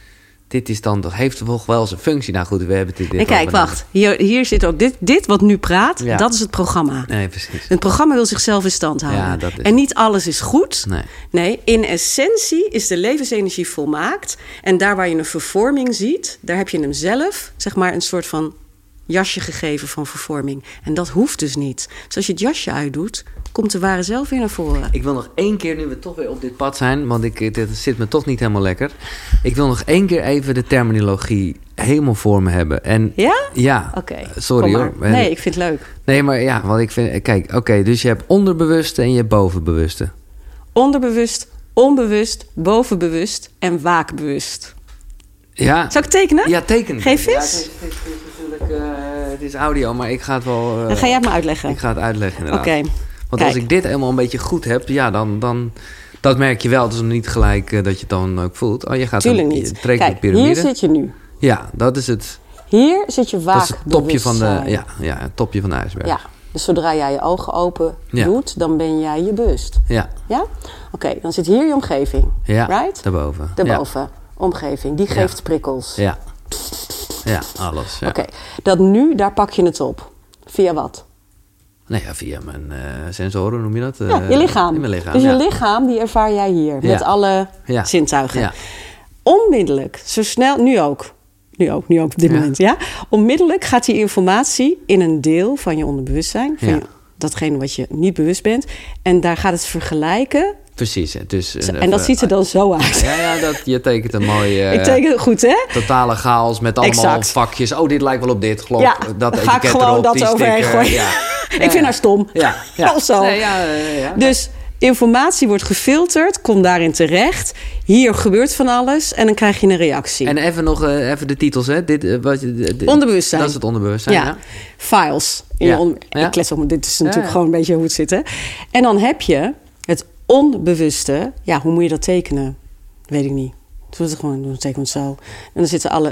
dit is dan, dat heeft toch wel zijn functie. Nou goed, we hebben dit... En kijk, wacht. Hier zit ook dit wat nu praat... Ja. Dat is het programma. Nee, precies. Het programma wil zichzelf in stand houden. Ja, dat is en niet alles is goed. Nee, in essentie is de levensenergie volmaakt. En daar waar je een vervorming ziet... daar heb je hem zelf, zeg maar, een soort van... jasje gegeven van vervorming. En dat hoeft dus niet. Dus als je het jasje uitdoet, komt de ware zelf weer naar voren. Ik wil nog 1 keer, nu we toch weer op dit pad zijn... want dit zit me toch niet helemaal lekker. Ik wil nog 1 keer even de terminologie helemaal voor me hebben. En, ja? Ja. Oké. Sorry hoor. Nee, ik vind het leuk. Nee, maar ja, want ik vind... Kijk, oké, dus je hebt onderbewuste en je hebt bovenbewuste. Onderbewust, onbewust, bovenbewust en waakbewust. Ja. Zou ik tekenen? Ja, tekenen. Geen vis? Ja, het is natuurlijk... het is audio, maar ik ga het wel... Dan ga jij het me uitleggen. Ik ga het uitleggen, inderdaad. Oké. Want als ik dit helemaal een beetje goed heb... ja, dan dat merk je wel. Het is niet gelijk dat je het dan ook voelt. Oh, je gaat tuurlijk niet. Kijk, de piramide. Hier zit je nu. Ja, dat is het. Hier zit je waakbewustzijn. Dat is het topje van de, het topje van de ijsberg. Ja, dus zodra jij je ogen open doet... dan ben jij je bewust. Ja. Ja? Oké, dan zit hier je omgeving. Ja, right? daarboven. Daarboven. Omgeving, die geeft prikkels. Ja. Ja, alles. Ja. Oké, daar pak je het op. Via wat? Nou ja, via mijn sensoren, noem je dat? Ja, je lichaam. In mijn lichaam. Dus je lichaam, die ervaar jij hier. Met alle zintuigen. Ja. Onmiddellijk, zo snel, nu ook op dit moment, ja. Onmiddellijk gaat die informatie in een deel van je onderbewustzijn. Van datgene wat je niet bewust bent. En daar gaat het vergelijken. Precies. Dus, en dat ziet er dan zo uit. Ja, je tekent een mooi... ik teken het goed, hè? Totale chaos met allemaal vakjes. Oh, dit lijkt wel op dit. Geloof, ja, dat ga ik gewoon erop, dat overheen gooien. Ja. Ik vind haar stom. Ja. Of zo. Nee, Dus informatie wordt gefilterd, komt daarin terecht. Hier gebeurt van alles en dan krijg je een reactie. En even nog even de titels, hè? Onderbewustzijn. Dat is het onderbewustzijn, ja. Files. Ik klets op, dit is natuurlijk gewoon een beetje hoe het zit, hè? En dan heb je het onbewuste. Ja, hoe moet je dat tekenen? Weet ik niet. Doe het gewoon, dan tekenen we het zo. En dan zitten alle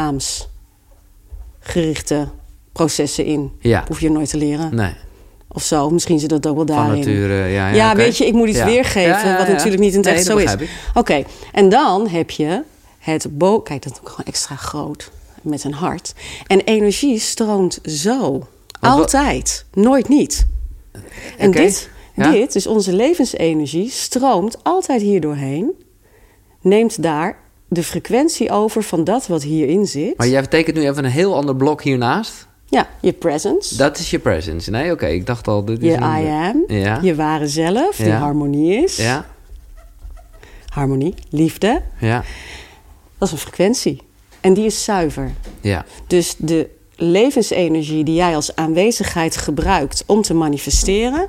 lichaamsgerichte processen in. Ja. Hoef je nooit te leren. Nee. Of zo, misschien zit dat ook wel daarin. Van nature, ja, weet je, ik moet iets weergeven... wat natuurlijk niet in het echt zo is. Oké, en dan heb je het... Kijk, dat is ook gewoon extra groot. Met een hart. En energie stroomt zo. Altijd. Nooit niet. En dit, dus onze levensenergie... stroomt altijd hier doorheen. Neemt daar de frequentie over van dat wat hierin zit. Maar jij tekent nu even een heel ander blok hiernaast... Ja, je presence. Dat is je presence. Nee, oké, ik dacht al... Dit is je I am, je ware zelf, die harmonie is. Ja. Harmonie, liefde. Ja. Dat is een frequentie. En die is zuiver. Ja. Dus de levensenergie die jij als aanwezigheid gebruikt om te manifesteren...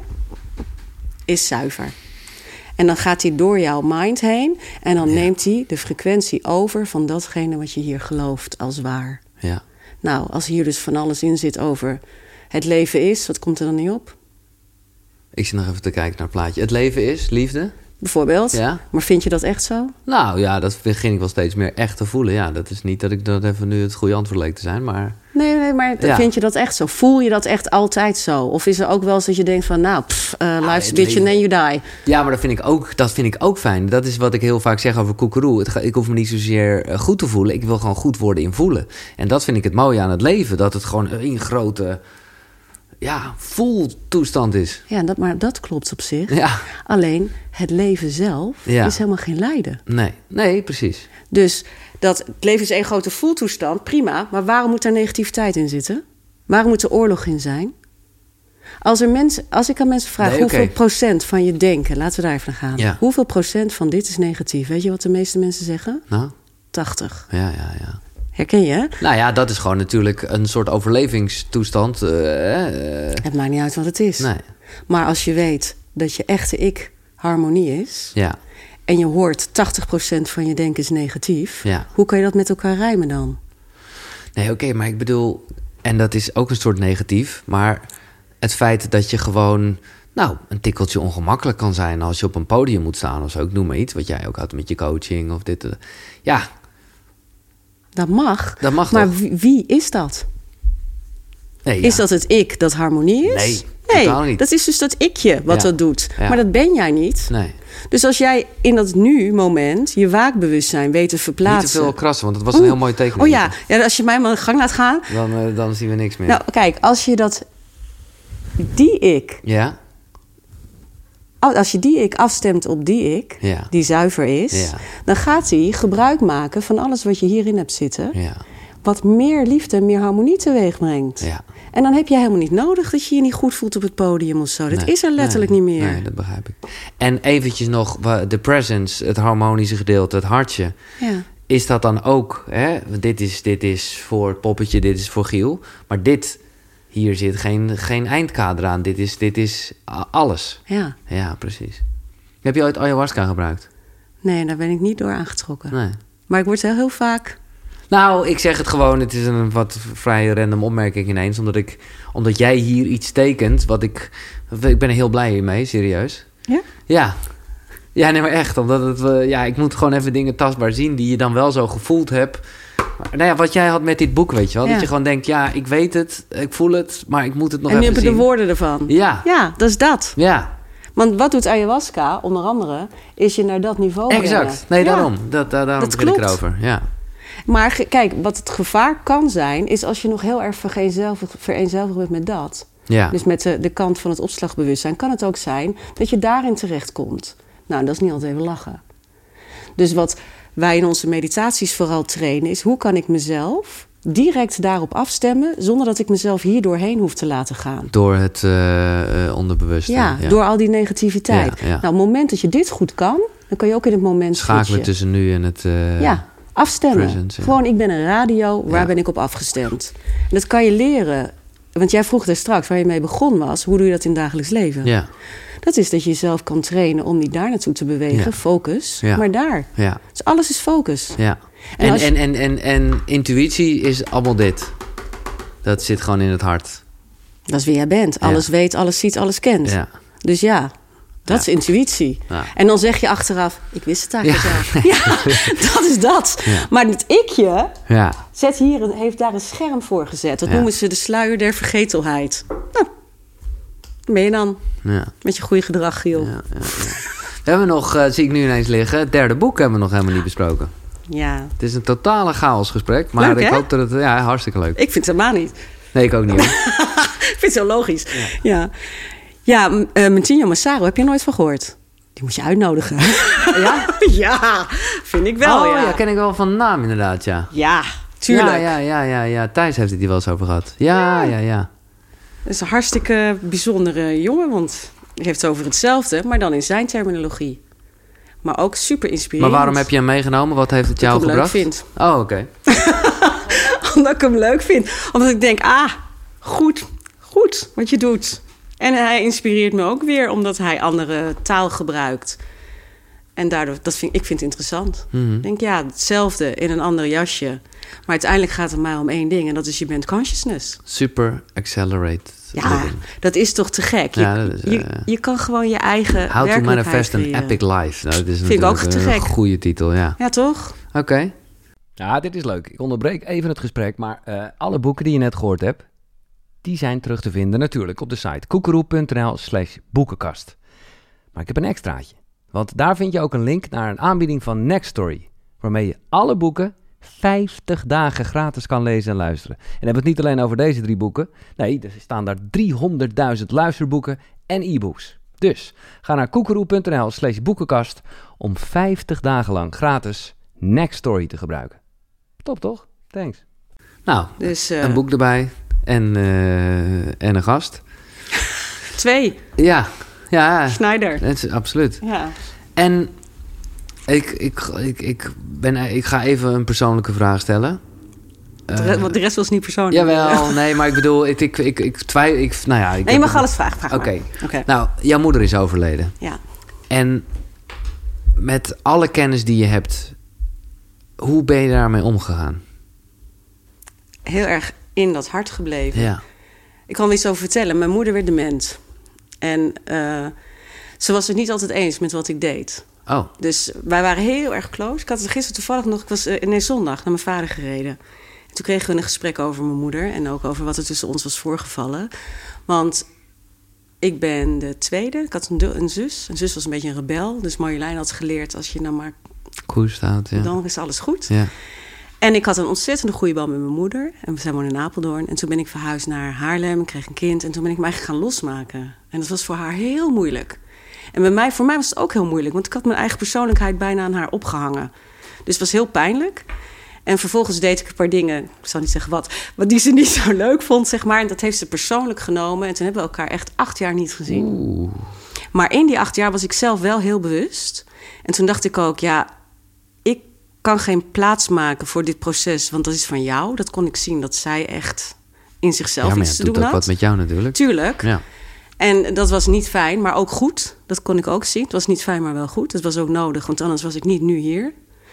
is zuiver. En dan gaat die door jouw mind heen... en dan neemt hij de frequentie over van datgene wat je hier gelooft als waar. Ja. Nou, als hier dus van alles in zit over het leven is, wat komt er dan niet op? Ik zit nog even te kijken naar het plaatje. Het leven is liefde? Bijvoorbeeld. Ja. Maar vind je dat echt zo? Nou ja, dat begin ik wel steeds meer echt te voelen. Ja, dat is niet dat ik dat even nu het goede antwoord leek te zijn, maar... Nee, maar vind je dat echt zo? Voel je dat echt altijd zo? Of is er ook wel eens dat je denkt van... life's a bitch and then you die. Ja, maar dat vind ik ook fijn. Dat is wat ik heel vaak zeg over koekeroe. Ik hoef me niet zozeer goed te voelen. Ik wil gewoon goed worden in voelen. En dat vind ik het mooie aan het leven. Dat het gewoon een grote... voeltoestand is. Ja, maar dat klopt op zich. Ja. Alleen het leven zelf is helemaal geen lijden. Nee, precies. Dus het leven is één grote voeltoestand, prima. Maar waarom moet daar negativiteit in zitten? Waarom moet er oorlog in zijn? Als ik aan mensen vraag hoeveel procent van je denken, laten we daar even naar gaan. Ja. Hoeveel procent van dit is negatief? Weet je wat de meeste mensen zeggen? Nou? 80. Ja. Herken je, hè? Nou ja, dat is gewoon natuurlijk een soort overlevingstoestand. Het maakt niet uit wat het is. Nee. Maar als je weet dat je echte ik harmonie is... Ja. En je hoort 80% van je denken is negatief... Ja. Hoe kan je dat met elkaar rijmen dan? Nee, oké, maar ik bedoel... En dat is ook een soort negatief, maar het feit dat je gewoon... een tikkeltje ongemakkelijk kan zijn als je op een podium moet staan of zo. Ik noem maar iets, wat jij ook had met je coaching of dit. Ja. Dat mag. Maar toch? Wie is dat? Nee, is dat het ik dat harmonie is? Nee, totaal niet. Dat is dus dat ikje wat dat doet. Ja. Maar dat ben jij niet. Nee. Dus als jij in dat nu-moment je waakbewustzijn weet te verplaatsen... Niet te veel krassen, want het was een heel mooi tekening. Ja, als je mij maar de gang laat gaan... Dan zien we niks meer. Nou, kijk, als je die ik... Ja? Als je die ik afstemt op die ik, die zuiver is... dan gaat hij gebruik maken van alles wat je hierin hebt zitten... wat meer liefde en meer harmonie teweeg brengt. Ja. En dan heb je helemaal niet nodig dat je je niet goed voelt op het podium of zo. Dat is er letterlijk niet meer. Nee, dat begrijp ik. En eventjes nog, de presence, het harmonische gedeelte, het hartje... Ja. Is dat dan ook, hè? Dit is voor het poppetje, dit is voor Giel... maar hier zit geen eindkader aan. Dit is alles. Ja. Ja, precies. Heb je ooit ayahuasca gebruikt? Nee, daar ben ik niet door aangetrokken. Nee. Maar ik word heel vaak... Nou, ik zeg het gewoon. Het is een wat vrij random opmerking ineens. Omdat jij hier iets tekent. Ik ben er heel blij mee, serieus. Ja? Ja. Ja, nee, maar echt. Omdat ik moet gewoon even dingen tastbaar zien... die je dan wel zo gevoeld hebt... wat jij had met dit boek, weet je wel. Ja. Dat je gewoon denkt, ik weet het, ik voel het... maar ik moet het nog even zien. En nu heb je de woorden ervan. Ja. Ja, dat is dat. Ja. Want wat doet ayahuasca, onder andere... is je naar dat niveau brengen. Exact. Nee, daarom. Daarom begin ik erover. Ja. Maar kijk, wat het gevaar kan zijn... is als je nog heel erg vereenzelvigd bent met dat. Ja. Dus met de kant van het opslagbewustzijn... kan het ook zijn dat je daarin terechtkomt. Nou, dat is niet altijd even lachen. Dus wat... wij in onze meditaties vooral trainen... is hoe kan ik mezelf direct daarop afstemmen... zonder dat ik mezelf hier doorheen hoef te laten gaan. Door het onderbewuste. Ja, door al die negativiteit. Ja. Nou, op het moment dat je dit goed kan... dan kan je ook in het moment schakelen switchen. Tussen nu en het afstemmen. Present, Gewoon, ik ben een radio, waar ben ik op afgestemd? En dat kan je leren. Want jij vroeg daar straks, waar je mee begonnen was... hoe doe je dat in het dagelijks leven? Ja. Dat is dat je jezelf kan trainen om niet daar naartoe te bewegen. Ja. Focus, maar daar. Ja. Dus alles is focus. Ja. En intuïtie is allemaal dit. Dat zit gewoon in het hart. Dat is wie jij bent. Alles weet, alles ziet, alles kent. Ja. Dus dat is intuïtie. Ja. En dan zeg je achteraf, ik wist het eigenlijk wel. Ja, dat is dat. Ja. Maar het ikje heeft daar een scherm voor gezet. Dat noemen ze de sluier der vergetelheid. Nou, ben je dan? Ja. Met je goede gedrag, Giel. Ja. We hebben nog, zie ik nu ineens liggen... het derde boek hebben we nog helemaal niet besproken. Ja. Het is een totale chaosgesprek. Maar leuk, ik hoop dat het... Ja, hartstikke leuk. Ik vind het helemaal niet. Nee, ik ook niet. Ik vind het zo logisch. Ja, Martinho Massaro, heb je er nooit van gehoord? Die moet je uitnodigen. Ja? Ja, vind ik wel, ja, ken ik wel van naam inderdaad, ja. Ja, tuurlijk. Ja. Thijs heeft het hier wel eens over gehad. Ja. Dat is een hartstikke bijzondere jongen, want hij heeft het over hetzelfde, maar dan in zijn terminologie. Maar ook super inspirerend. Maar waarom heb je hem meegenomen? Wat heeft het jou gebracht? Omdat ik hem leuk vind. Oh, oké. Omdat ik hem leuk vind. Omdat ik denk, goed wat je doet. En hij inspireert me ook weer, omdat hij andere taal gebruikt. En daardoor, ik vind het interessant. Mm-hmm. Ik denk, hetzelfde in een ander jasje. Maar uiteindelijk gaat het maar om één ding. En dat is, je bent consciousness. Super accelerated. Ja, dat is toch te gek. Je kan gewoon je eigen How to manifest creëren. an epic life. Nou, dat is vind ik ook te gek. Een goede titel, ja. Ja, toch? Oké. Ja, dit is leuk. Ik onderbreek even het gesprek. Maar alle boeken die je net gehoord hebt... die zijn terug te vinden natuurlijk op de site koekeroe.nl/boekenkast. Maar ik heb een extraatje. Want daar vind je ook een link naar een aanbieding van Nextory... waarmee je alle boeken 50 dagen gratis kan lezen en luisteren. En hebben we het niet alleen over deze 3 boeken. Nee, er staan daar 300.000 luisterboeken en e-books. Dus ga naar koekeroe.nl/boekenkast om 50 dagen lang gratis Next Story te gebruiken. Top, toch? Thanks. Nou, dus, een boek erbij en een gast. 2. Ja. Schneider. Absoluut. Ja. En ik ga even een persoonlijke vraag stellen. Want de rest was niet persoonlijk. Jawel, nee, maar ik bedoel, ik twijfel. Nou ja, je mag alles vragen. Oké. Nou, jouw moeder is overleden. Ja. En met alle kennis die je hebt, hoe ben je daarmee omgegaan? Heel erg in dat hart gebleven. Ja. Ik kan er iets over vertellen. Mijn moeder werd dement. En ze was het niet altijd eens met wat ik deed. Oh. Dus wij waren heel erg close. Ik had het gisteren toevallig nog... Ik was zondag naar mijn vader gereden. En toen kregen we een gesprek over mijn moeder... en ook over wat er tussen ons was voorgevallen. Want ik ben de tweede. Ik had een zus. Een zus was een beetje een rebel. Dus Marjolein had geleerd... als je nou maar koers staat, ja. Dan is alles goed. Ja. En ik had een ontzettende goede band met mijn moeder. En zij woonde in Apeldoorn. En toen ben ik verhuisd naar Haarlem. Ik kreeg een kind. En toen ben ik me eigenlijk gaan losmaken. En dat was voor haar heel moeilijk. En voor mij was het ook heel moeilijk. Want ik had mijn eigen persoonlijkheid bijna aan haar opgehangen. Dus het was heel pijnlijk. En vervolgens deed ik een paar dingen. Ik zal niet zeggen wat die ze niet zo leuk vond, zeg maar. En dat heeft ze persoonlijk genomen. En toen hebben we elkaar echt 8 jaar niet gezien. Oeh. Maar in die 8 jaar was ik zelf wel heel bewust. En toen dacht ik ook, ik kan geen plaats maken voor dit proces. Want dat is van jou. Dat kon ik zien, dat zij echt in zichzelf iets te doen had. Ja, maar het doet ook wat met jou natuurlijk. Tuurlijk. Ja. En dat was niet fijn, maar ook goed. Dat kon ik ook zien. Het was niet fijn, maar wel goed. Het was ook nodig, want anders was ik niet nu hier.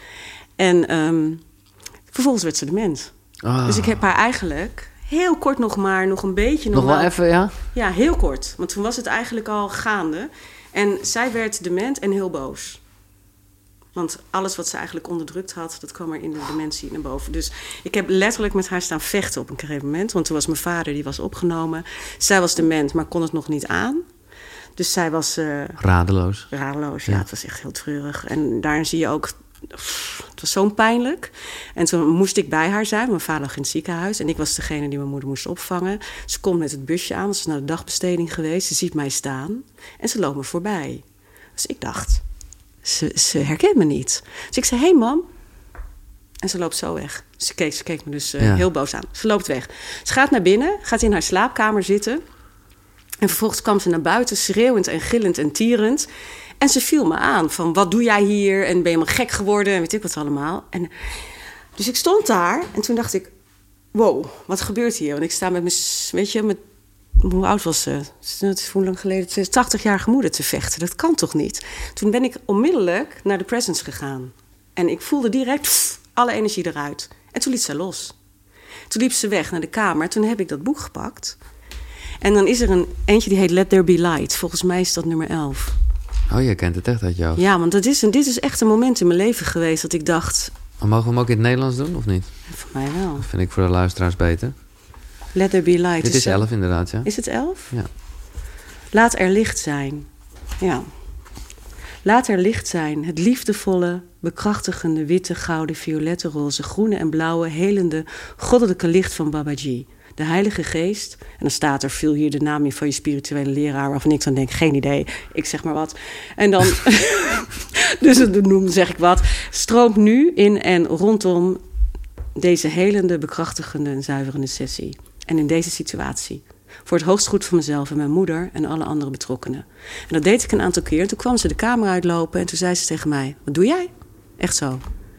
En vervolgens werd ze dement. Oh. Dus ik heb haar eigenlijk heel kort nog een beetje... Nog wel even, ja? Ja, heel kort. Want toen was het eigenlijk al gaande. En zij werd dement en heel boos. Want alles wat ze eigenlijk onderdrukt had... dat kwam er in de dementie naar boven. Dus ik heb letterlijk met haar staan vechten op een gegeven moment. Want toen was mijn vader, die was opgenomen. Zij was dement, maar kon het nog niet aan. Dus zij was... radeloos. Radeloos, ja. Het was echt heel treurig. En daarin zie je ook... Het was zo pijnlijk. En toen moest ik bij haar zijn. Mijn vader lag in het ziekenhuis. En ik was degene die mijn moeder moest opvangen. Ze komt met het busje aan. Ze is naar de dagbesteding geweest. Ze ziet mij staan. En ze loopt me voorbij. Dus ik dacht... Ze herkent me niet. Dus ik zei, hey mam. En ze loopt zo weg. Ze keek me dus heel boos aan. Ze loopt weg. Ze gaat naar binnen, gaat in haar slaapkamer zitten. En vervolgens kwam ze naar buiten, schreeuwend en gillend en tierend. En ze viel me aan van, wat doe jij hier? En ben je helemaal gek geworden? En weet ik wat allemaal. Dus ik stond daar en toen dacht ik... wow, wat gebeurt hier? Want ik sta met mijn... Hoe oud was ze? Hoe lang geleden? 80-jarige moeder te vechten. Dat kan toch niet? Toen ben ik onmiddellijk naar de presence gegaan. En ik voelde direct alle energie eruit. En toen liet ze los. Toen liep ze weg naar de kamer. Toen heb ik dat boek gepakt. En dan is er eentje die heet Let There Be Light. Volgens mij is dat nummer 11. Oh, je kent het echt uit jou. Ja, want dit is echt een moment in mijn leven geweest dat ik dacht... Maar mogen we hem ook in het Nederlands doen, of niet? Voor mij wel. Dat vind ik voor de luisteraars beter. Let There Be Light. Dit is 11 inderdaad, ja. Is het 11? Ja. Laat er licht zijn. Ja. Laat er licht zijn. Het liefdevolle, bekrachtigende, witte, gouden, violette, roze, groene en blauwe, helende, goddelijke licht van Babaji. De Heilige Geest. En dan staat er, vul hier de naam in van je spirituele leraar, waarvan ik dan denk, geen idee. Ik zeg maar wat. En dan, dus zeg ik wat. Stroomt nu in en rondom deze helende, bekrachtigende en zuiverende sessie. En in deze situatie. Voor het hoogst goed van mezelf en mijn moeder en alle andere betrokkenen. En dat deed ik een aantal keer. Toen kwam ze de kamer uitlopen en toen zei ze tegen mij... Wat doe jij? Echt zo.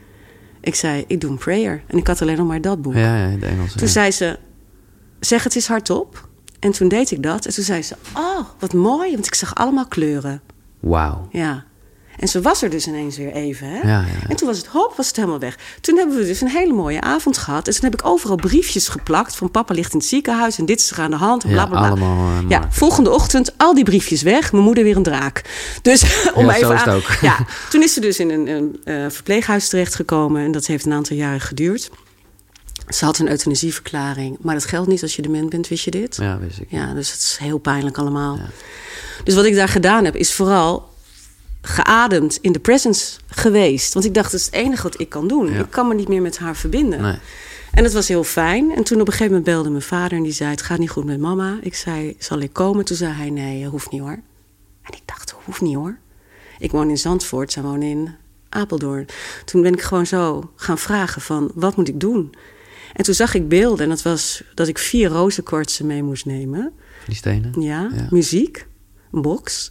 Ik zei, ik doe een prayer. En ik had alleen nog maar dat boek. Ja, de Engelse. Toen zei ze, zeg het eens hardop. En toen deed ik dat. En toen zei ze, oh, wat mooi. Want ik zag allemaal kleuren. Wauw. Ja. En ze was er dus ineens weer even. Hè? Ja. En toen was het helemaal weg. Toen hebben we dus een hele mooie avond gehad. En toen heb ik overal briefjes geplakt. Van papa ligt in het ziekenhuis en dit is er aan de hand. En bla, bla, bla. Allemaal, ja, volgende ochtend al die briefjes weg. Mijn moeder weer een draak. Dus om ja, even zo is het ook. Ja, toen is ze dus in een verpleeghuis terechtgekomen. En dat heeft een aantal jaren geduurd. Ze had een euthanasieverklaring. Maar dat geldt niet als je dement bent, wist je dit? Ja, wist ik. Ja, dus het is heel pijnlijk allemaal. Ja. Dus wat ik daar gedaan heb, is vooral geademd in de presence geweest. Want ik dacht, dat is het enige wat ik kan doen. Ja. Ik kan me niet meer met haar verbinden. Nee. En dat was heel fijn. En toen op een gegeven moment belde mijn vader en die zei, het gaat niet goed met mama. Ik zei, zal ik komen? Toen zei hij, nee, hoeft niet hoor. En ik dacht, hoeft niet hoor. Ik woon in Zandvoort, zij wonen in Apeldoorn. Toen ben ik gewoon zo gaan vragen van, wat moet ik doen? En toen zag ik beelden en dat was dat ik 4 rozenkwartsen mee moest nemen. Die stenen? Ja, muziek, een box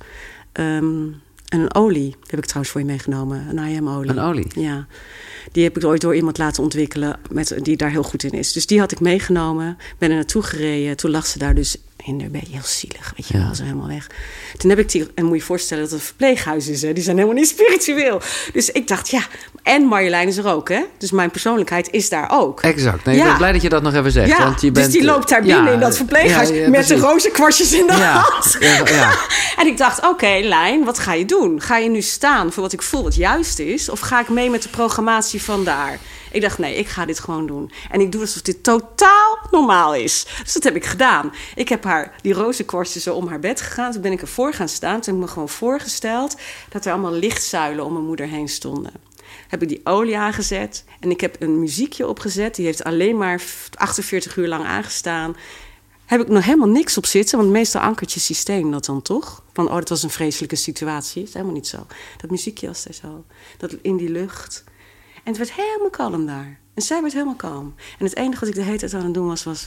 en een olie. Die heb ik trouwens voor je meegenomen, een IM-olie. Een olie? Ja, die heb ik ooit door iemand laten ontwikkelen die daar heel goed in is. Dus die had ik meegenomen, ben er naartoe gereden. Toen lag ze daar dus in een beetje heel zielig, weet je wel, zo helemaal weg. Toen heb ik en moet je voorstellen dat het een verpleeghuis is, hè? Die zijn helemaal niet spiritueel. Dus ik dacht, ja, en Marjolein is er ook, hè? Dus mijn persoonlijkheid is daar ook. Exact. Nee, ik ben blij dat je dat nog even zegt. Ja, want je bent, dus die loopt daar binnen in dat verpleeghuis met de rozenkwartjes in de hand. Ja. En ik dacht, oké, Lijn, wat ga je doen? Ga je nu staan voor wat ik voel wat juist is? Of ga ik mee met de programmatie van daar? Ik dacht, nee, ik ga dit gewoon doen. En ik doe alsof dit totaal normaal is. Dus dat heb ik gedaan. Ik heb haar die rozenkwartjes zo om haar bed gegaan. Toen ben ik ervoor gaan staan. Toen heb ik me gewoon voorgesteld dat er allemaal lichtzuilen om mijn moeder heen stonden. Heb ik die olie aangezet. En ik heb een muziekje opgezet. Die heeft alleen maar 48 uur lang aangestaan. Heb ik nog helemaal niks op zitten. Want meestal ankert je systeem dat dan toch. Van, dat was een vreselijke situatie. Dat is helemaal niet zo. Dat muziekje was daar zo. Dat in die lucht. En het werd helemaal kalm daar. En zij werd helemaal kalm. En het enige wat ik de hele tijd aan het doen was...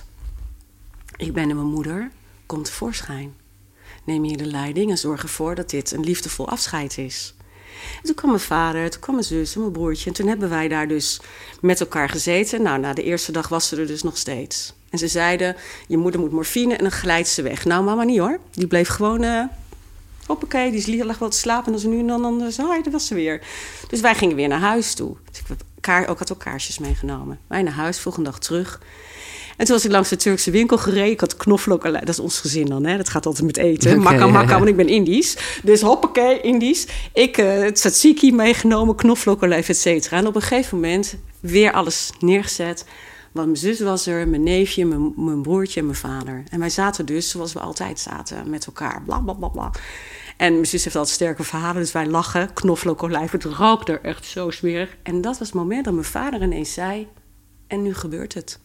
Ik ben en mijn moeder, kom tevoorschijn. Neem hier de leiding en zorg ervoor dat dit een liefdevol afscheid is. En toen kwam mijn vader, toen kwam mijn zus en mijn broertje. En toen hebben wij daar dus met elkaar gezeten. Nou, na de eerste dag was ze er dus nog steeds. En ze zeiden, je moeder moet morfine en dan glijdt ze weg. Nou, mama niet hoor. Die bleef gewoon... Hoppakee, die lag wel te slapen en dan ze nu en dan dat was ze weer. Dus wij gingen weer naar huis toe. Dus ik had ook kaarsjes meegenomen. Wij naar huis, volgende dag terug. En toen was ik langs de Turkse winkel gereden. Ik had knoflook, dat is ons gezin dan, hè? Dat gaat altijd met eten. Okay, makka, want ik ben Indisch. Dus hoppakee, Indisch. Ik tzatziki meegenomen, knoflookolijf, et cetera. En op een gegeven moment weer alles neergezet. Want mijn zus was er, mijn neefje, mijn broertje en mijn vader. En wij zaten dus zoals we altijd zaten, met elkaar. Bla, bla, bla, bla. En mijn zus heeft altijd sterke verhalen, dus wij lachen. Knoflookolijf, het rook er echt zo smerig. En dat was het moment dat mijn vader ineens zei... En nu gebeurt het.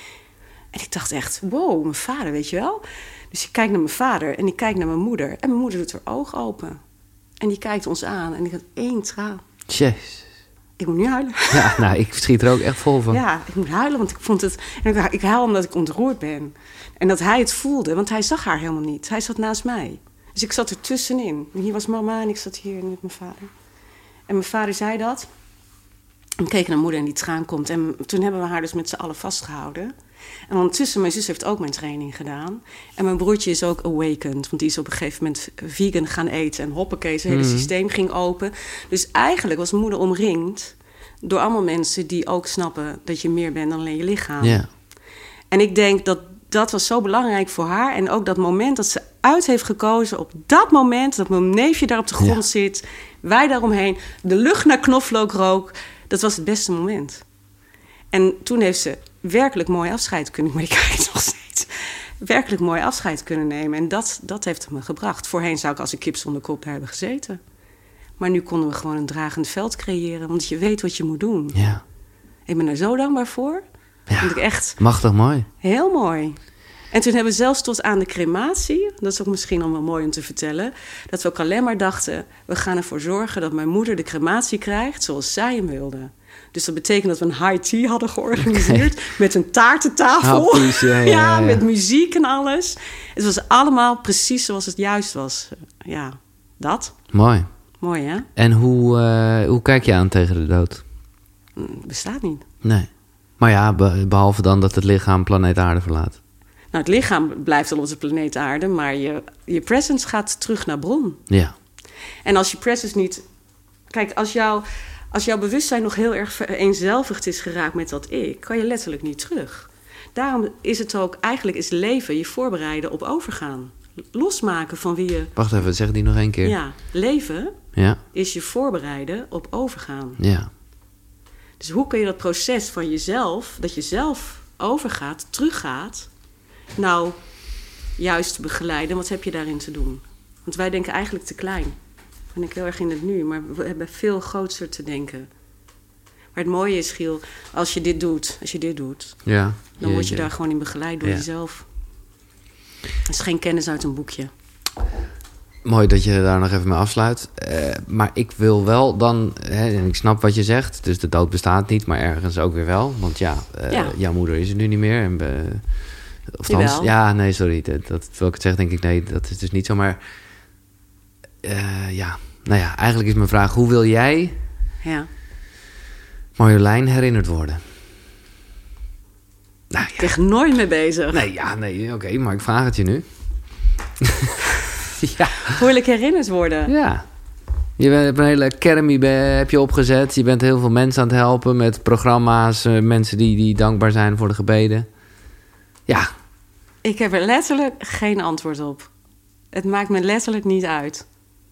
En ik dacht echt, wow, mijn vader, weet je wel? Dus ik kijk naar mijn vader en ik kijk naar mijn moeder. En mijn moeder doet haar oog open. En die kijkt ons aan en ik had 1 traan. Jezus. Ik moet nu huilen. Ja, nou, ik schiet er ook echt vol van. Ja, ik moet huilen, want ik vond het... Ik huil omdat ik ontroerd ben. En dat hij het voelde, want hij zag haar helemaal niet. Hij zat naast mij. Dus ik zat er tussenin. En hier was mama en ik zat hier met mijn vader. En mijn vader zei dat. En we keken naar moeder en die traan komt. En toen hebben we haar dus met z'n allen vastgehouden. En ondertussen, mijn zus heeft ook mijn training gedaan. En mijn broertje is ook awakened. Want die is op een gegeven moment vegan gaan eten. En hoppakee, zijn hele systeem ging open. Dus eigenlijk was moeder omringd door allemaal mensen die ook snappen dat je meer bent dan alleen je lichaam. Yeah. En ik denk dat was zo belangrijk voor haar. En ook dat moment dat ze uit heeft gekozen, op dat moment dat mijn neefje daar op de grond zit, wij daaromheen, de lucht naar knoflook rook, dat was het beste moment. En toen heeft ze werkelijk mooi afscheid kunnen... Maar ik krijg het nog steeds. Werkelijk mooi afscheid kunnen nemen. En dat heeft het me gebracht. Voorheen zou ik als een kip zonder kop daar hebben gezeten. Maar nu konden we gewoon een dragend veld creëren. Want je weet wat je moet doen. Ja. Ik ben er zo dankbaar voor. Ja, ik echt machtig mooi. Heel mooi. En toen hebben we zelfs tot aan de crematie... dat is ook misschien al wel mooi om te vertellen... dat we ook alleen maar dachten... we gaan ervoor zorgen dat mijn moeder de crematie krijgt... zoals zij hem wilde. Dus dat betekent dat we een high tea hadden georganiseerd... met een taartentafel. Happies, ja, met muziek en alles. Het was allemaal precies zoals het juist was. Ja, dat. Mooi. Mooi, hè? En hoe kijk je aan tegen de dood? Bestaat niet. Nee. Maar ja, behalve dan dat het lichaam planeet Aarde verlaat. Nou, het lichaam blijft al op de planeet Aarde... maar je presence gaat terug naar bron. Ja. En als je presence niet... Kijk, als jouw bewustzijn nog heel erg vereenzelvigd is geraakt met dat ik... kan je letterlijk niet terug. Daarom is het ook... Eigenlijk is leven je voorbereiden op overgaan. Losmaken van wie je... Wacht even, zeg die nog 1 keer. Ja, leven is je voorbereiden op overgaan. Ja. Dus hoe kun je dat proces van jezelf... dat je zelf overgaat, teruggaat... juist begeleiden? Wat heb je daarin te doen? Want wij denken eigenlijk te klein. Ben ik heel erg in het nu. Maar we hebben veel groter te denken. Maar het mooie is, Giel, als je dit doet... Ja, dan word je daar gewoon in begeleid door jezelf. Het is geen kennis uit een boekje. Mooi dat je daar nog even mee afsluit. Maar ik wil wel dan... en ik snap wat je zegt. Dus de dood bestaat niet, maar ergens ook weer wel. Want jouw moeder is er nu niet meer. En sorry. Dat wil ik het zeggen, denk ik. Nee, dat is dus niet zo. Maar eigenlijk is mijn vraag... Hoe wil jij Marjolein herinnerd worden? Nou, ik ben er nooit mee bezig. Oké, maar ik vraag het je nu. Hoe wil ik herinnerd worden? Ja. Je hebt een hele academy heb je opgezet. Je bent heel veel mensen aan het helpen met programma's. Mensen die dankbaar zijn voor de gebeden. Ja. Ik heb er letterlijk geen antwoord op. Het maakt me letterlijk niet uit.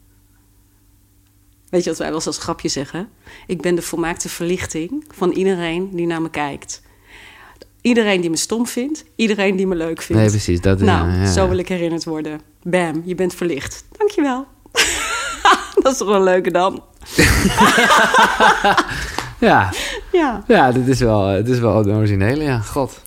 Weet je wat wij wel eens als grapje zeggen? Ik ben de volmaakte verlichting van iedereen die naar me kijkt. Iedereen die me stom vindt, iedereen die me leuk vindt. Nee, precies. Zo wil ik herinnerd worden. Bam, je bent verlicht. Dankjewel. Dat is toch wel een leuke dan? Ja, dit is wel een originele, ja. God.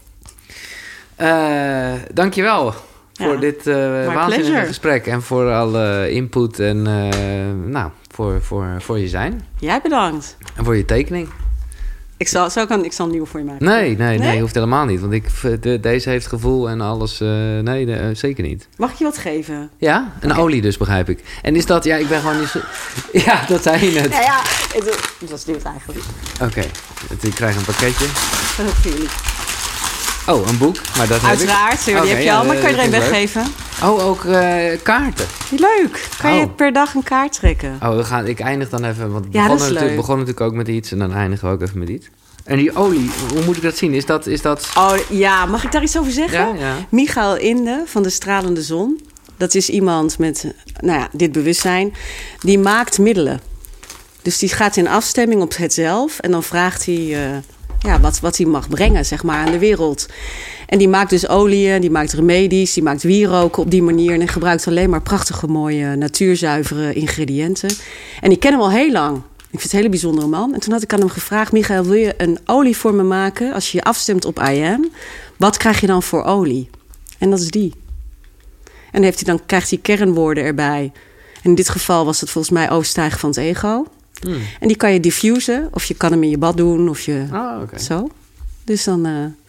Dankjewel voor dit waanzinnige gesprek. En voor alle input en voor je zijn. Jij bedankt. En voor je tekening. Ik zal een nieuwe voor je maken. Nee, hoeft helemaal niet. Want deze heeft gevoel en alles. Zeker niet. Mag ik je wat geven? Ja, een olie dus, begrijp ik. En is dat, ik ben gewoon niet zo... Ja, dat zei je net. Ja, dat is dit eigenlijk. Oké, ik krijg een pakketje. Dat is ook voor jullie. Oh, een boek, maar dat uiteraard, heb ik. Die heb je al, maar kan je er een weggeven? Oh, ook kaarten. Leuk. Kan je per dag een kaart trekken? Oh, ik eindig dan even, want we begonnen natuurlijk ook met iets en dan eindigen we ook even met iets. En die olie, hoe moet ik dat zien? Is dat... Oh ja, mag ik daar iets over zeggen? Ja. Michael Inde van de Stralende Zon. Dat is iemand met dit bewustzijn. Die maakt middelen. Dus die gaat in afstemming op het zelf. En dan vraagt hij wat hij mag brengen, zeg maar, aan de wereld. En die maakt dus oliën, die maakt remedies, die maakt wieroken op die manier. En hij gebruikt alleen maar prachtige, mooie, natuurzuivere ingrediënten. En ik ken hem al heel lang. Ik vind het een hele bijzondere man. En toen had ik aan hem gevraagd... Michael, wil je een olie voor me maken? Als je je afstemt op I am, wat krijg je dan voor olie? En dat is die. En dan krijgt hij kernwoorden erbij. En in dit geval was het volgens mij overstijgen van het ego. En die kan je diffusen. Of je kan hem in je bad doen. Of je zo. Dus dan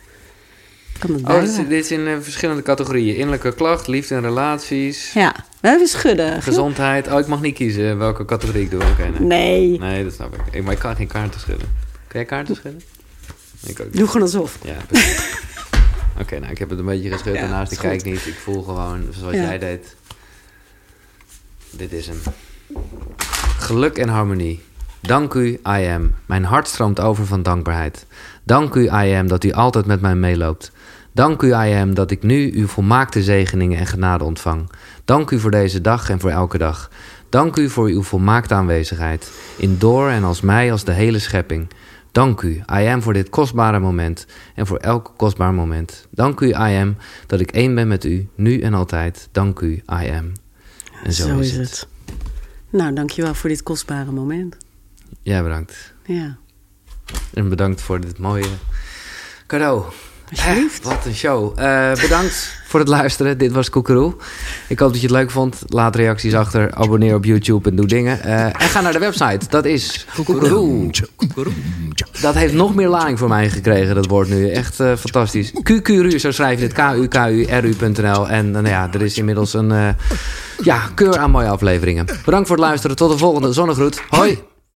kan het bij. Dit is in verschillende categorieën. Innerlijke klacht, liefde en relaties. Ja, we hebben schudden. Gezondheid. Ik mag niet kiezen welke categorie ik doe. Nee. Nee, dat snap ik. Maar ik kan geen kaarten schudden. Kan jij kaarten schudden? Ik ook niet. Doe gewoon alsof. Ja, Oké, ik heb het een beetje geschud. Daarnaast, ik kijk niet. Ik voel gewoon zoals jij deed. Dit is hem. Geluk en harmonie. Dank u, I am. Mijn hart stroomt over van dankbaarheid. Dank u, I am, dat u altijd met mij meeloopt. Dank u, I am, dat ik nu uw volmaakte zegeningen en genade ontvang. Dank u voor deze dag en voor elke dag. Dank u voor uw volmaakte aanwezigheid. In door en als mij als de hele schepping. Dank u, I am, voor dit kostbare moment en voor elk kostbaar moment. Dank u, I am, dat ik één ben met u, nu en altijd. Dank u, I am. En zo is het. Nou, dankjewel voor dit kostbare moment. Ja, bedankt. Ja. En bedankt voor dit mooie cadeau. Alsjeblieft. Wat een show. Bedankt voor het luisteren. Dit was Koekeroe. Ik hoop dat je het leuk vond. Laat reacties achter. Abonneer op YouTube en doe dingen. En ga naar de website. Dat is Koekeroe. Dat heeft nog meer lading voor mij gekregen. Dat woord nu. Echt fantastisch. Koekeroe, zo schrijf je het. KUKURU.nl. En er is inmiddels een keur aan mooie afleveringen. Bedankt voor het luisteren. Tot de volgende zonnegroet. Hoi.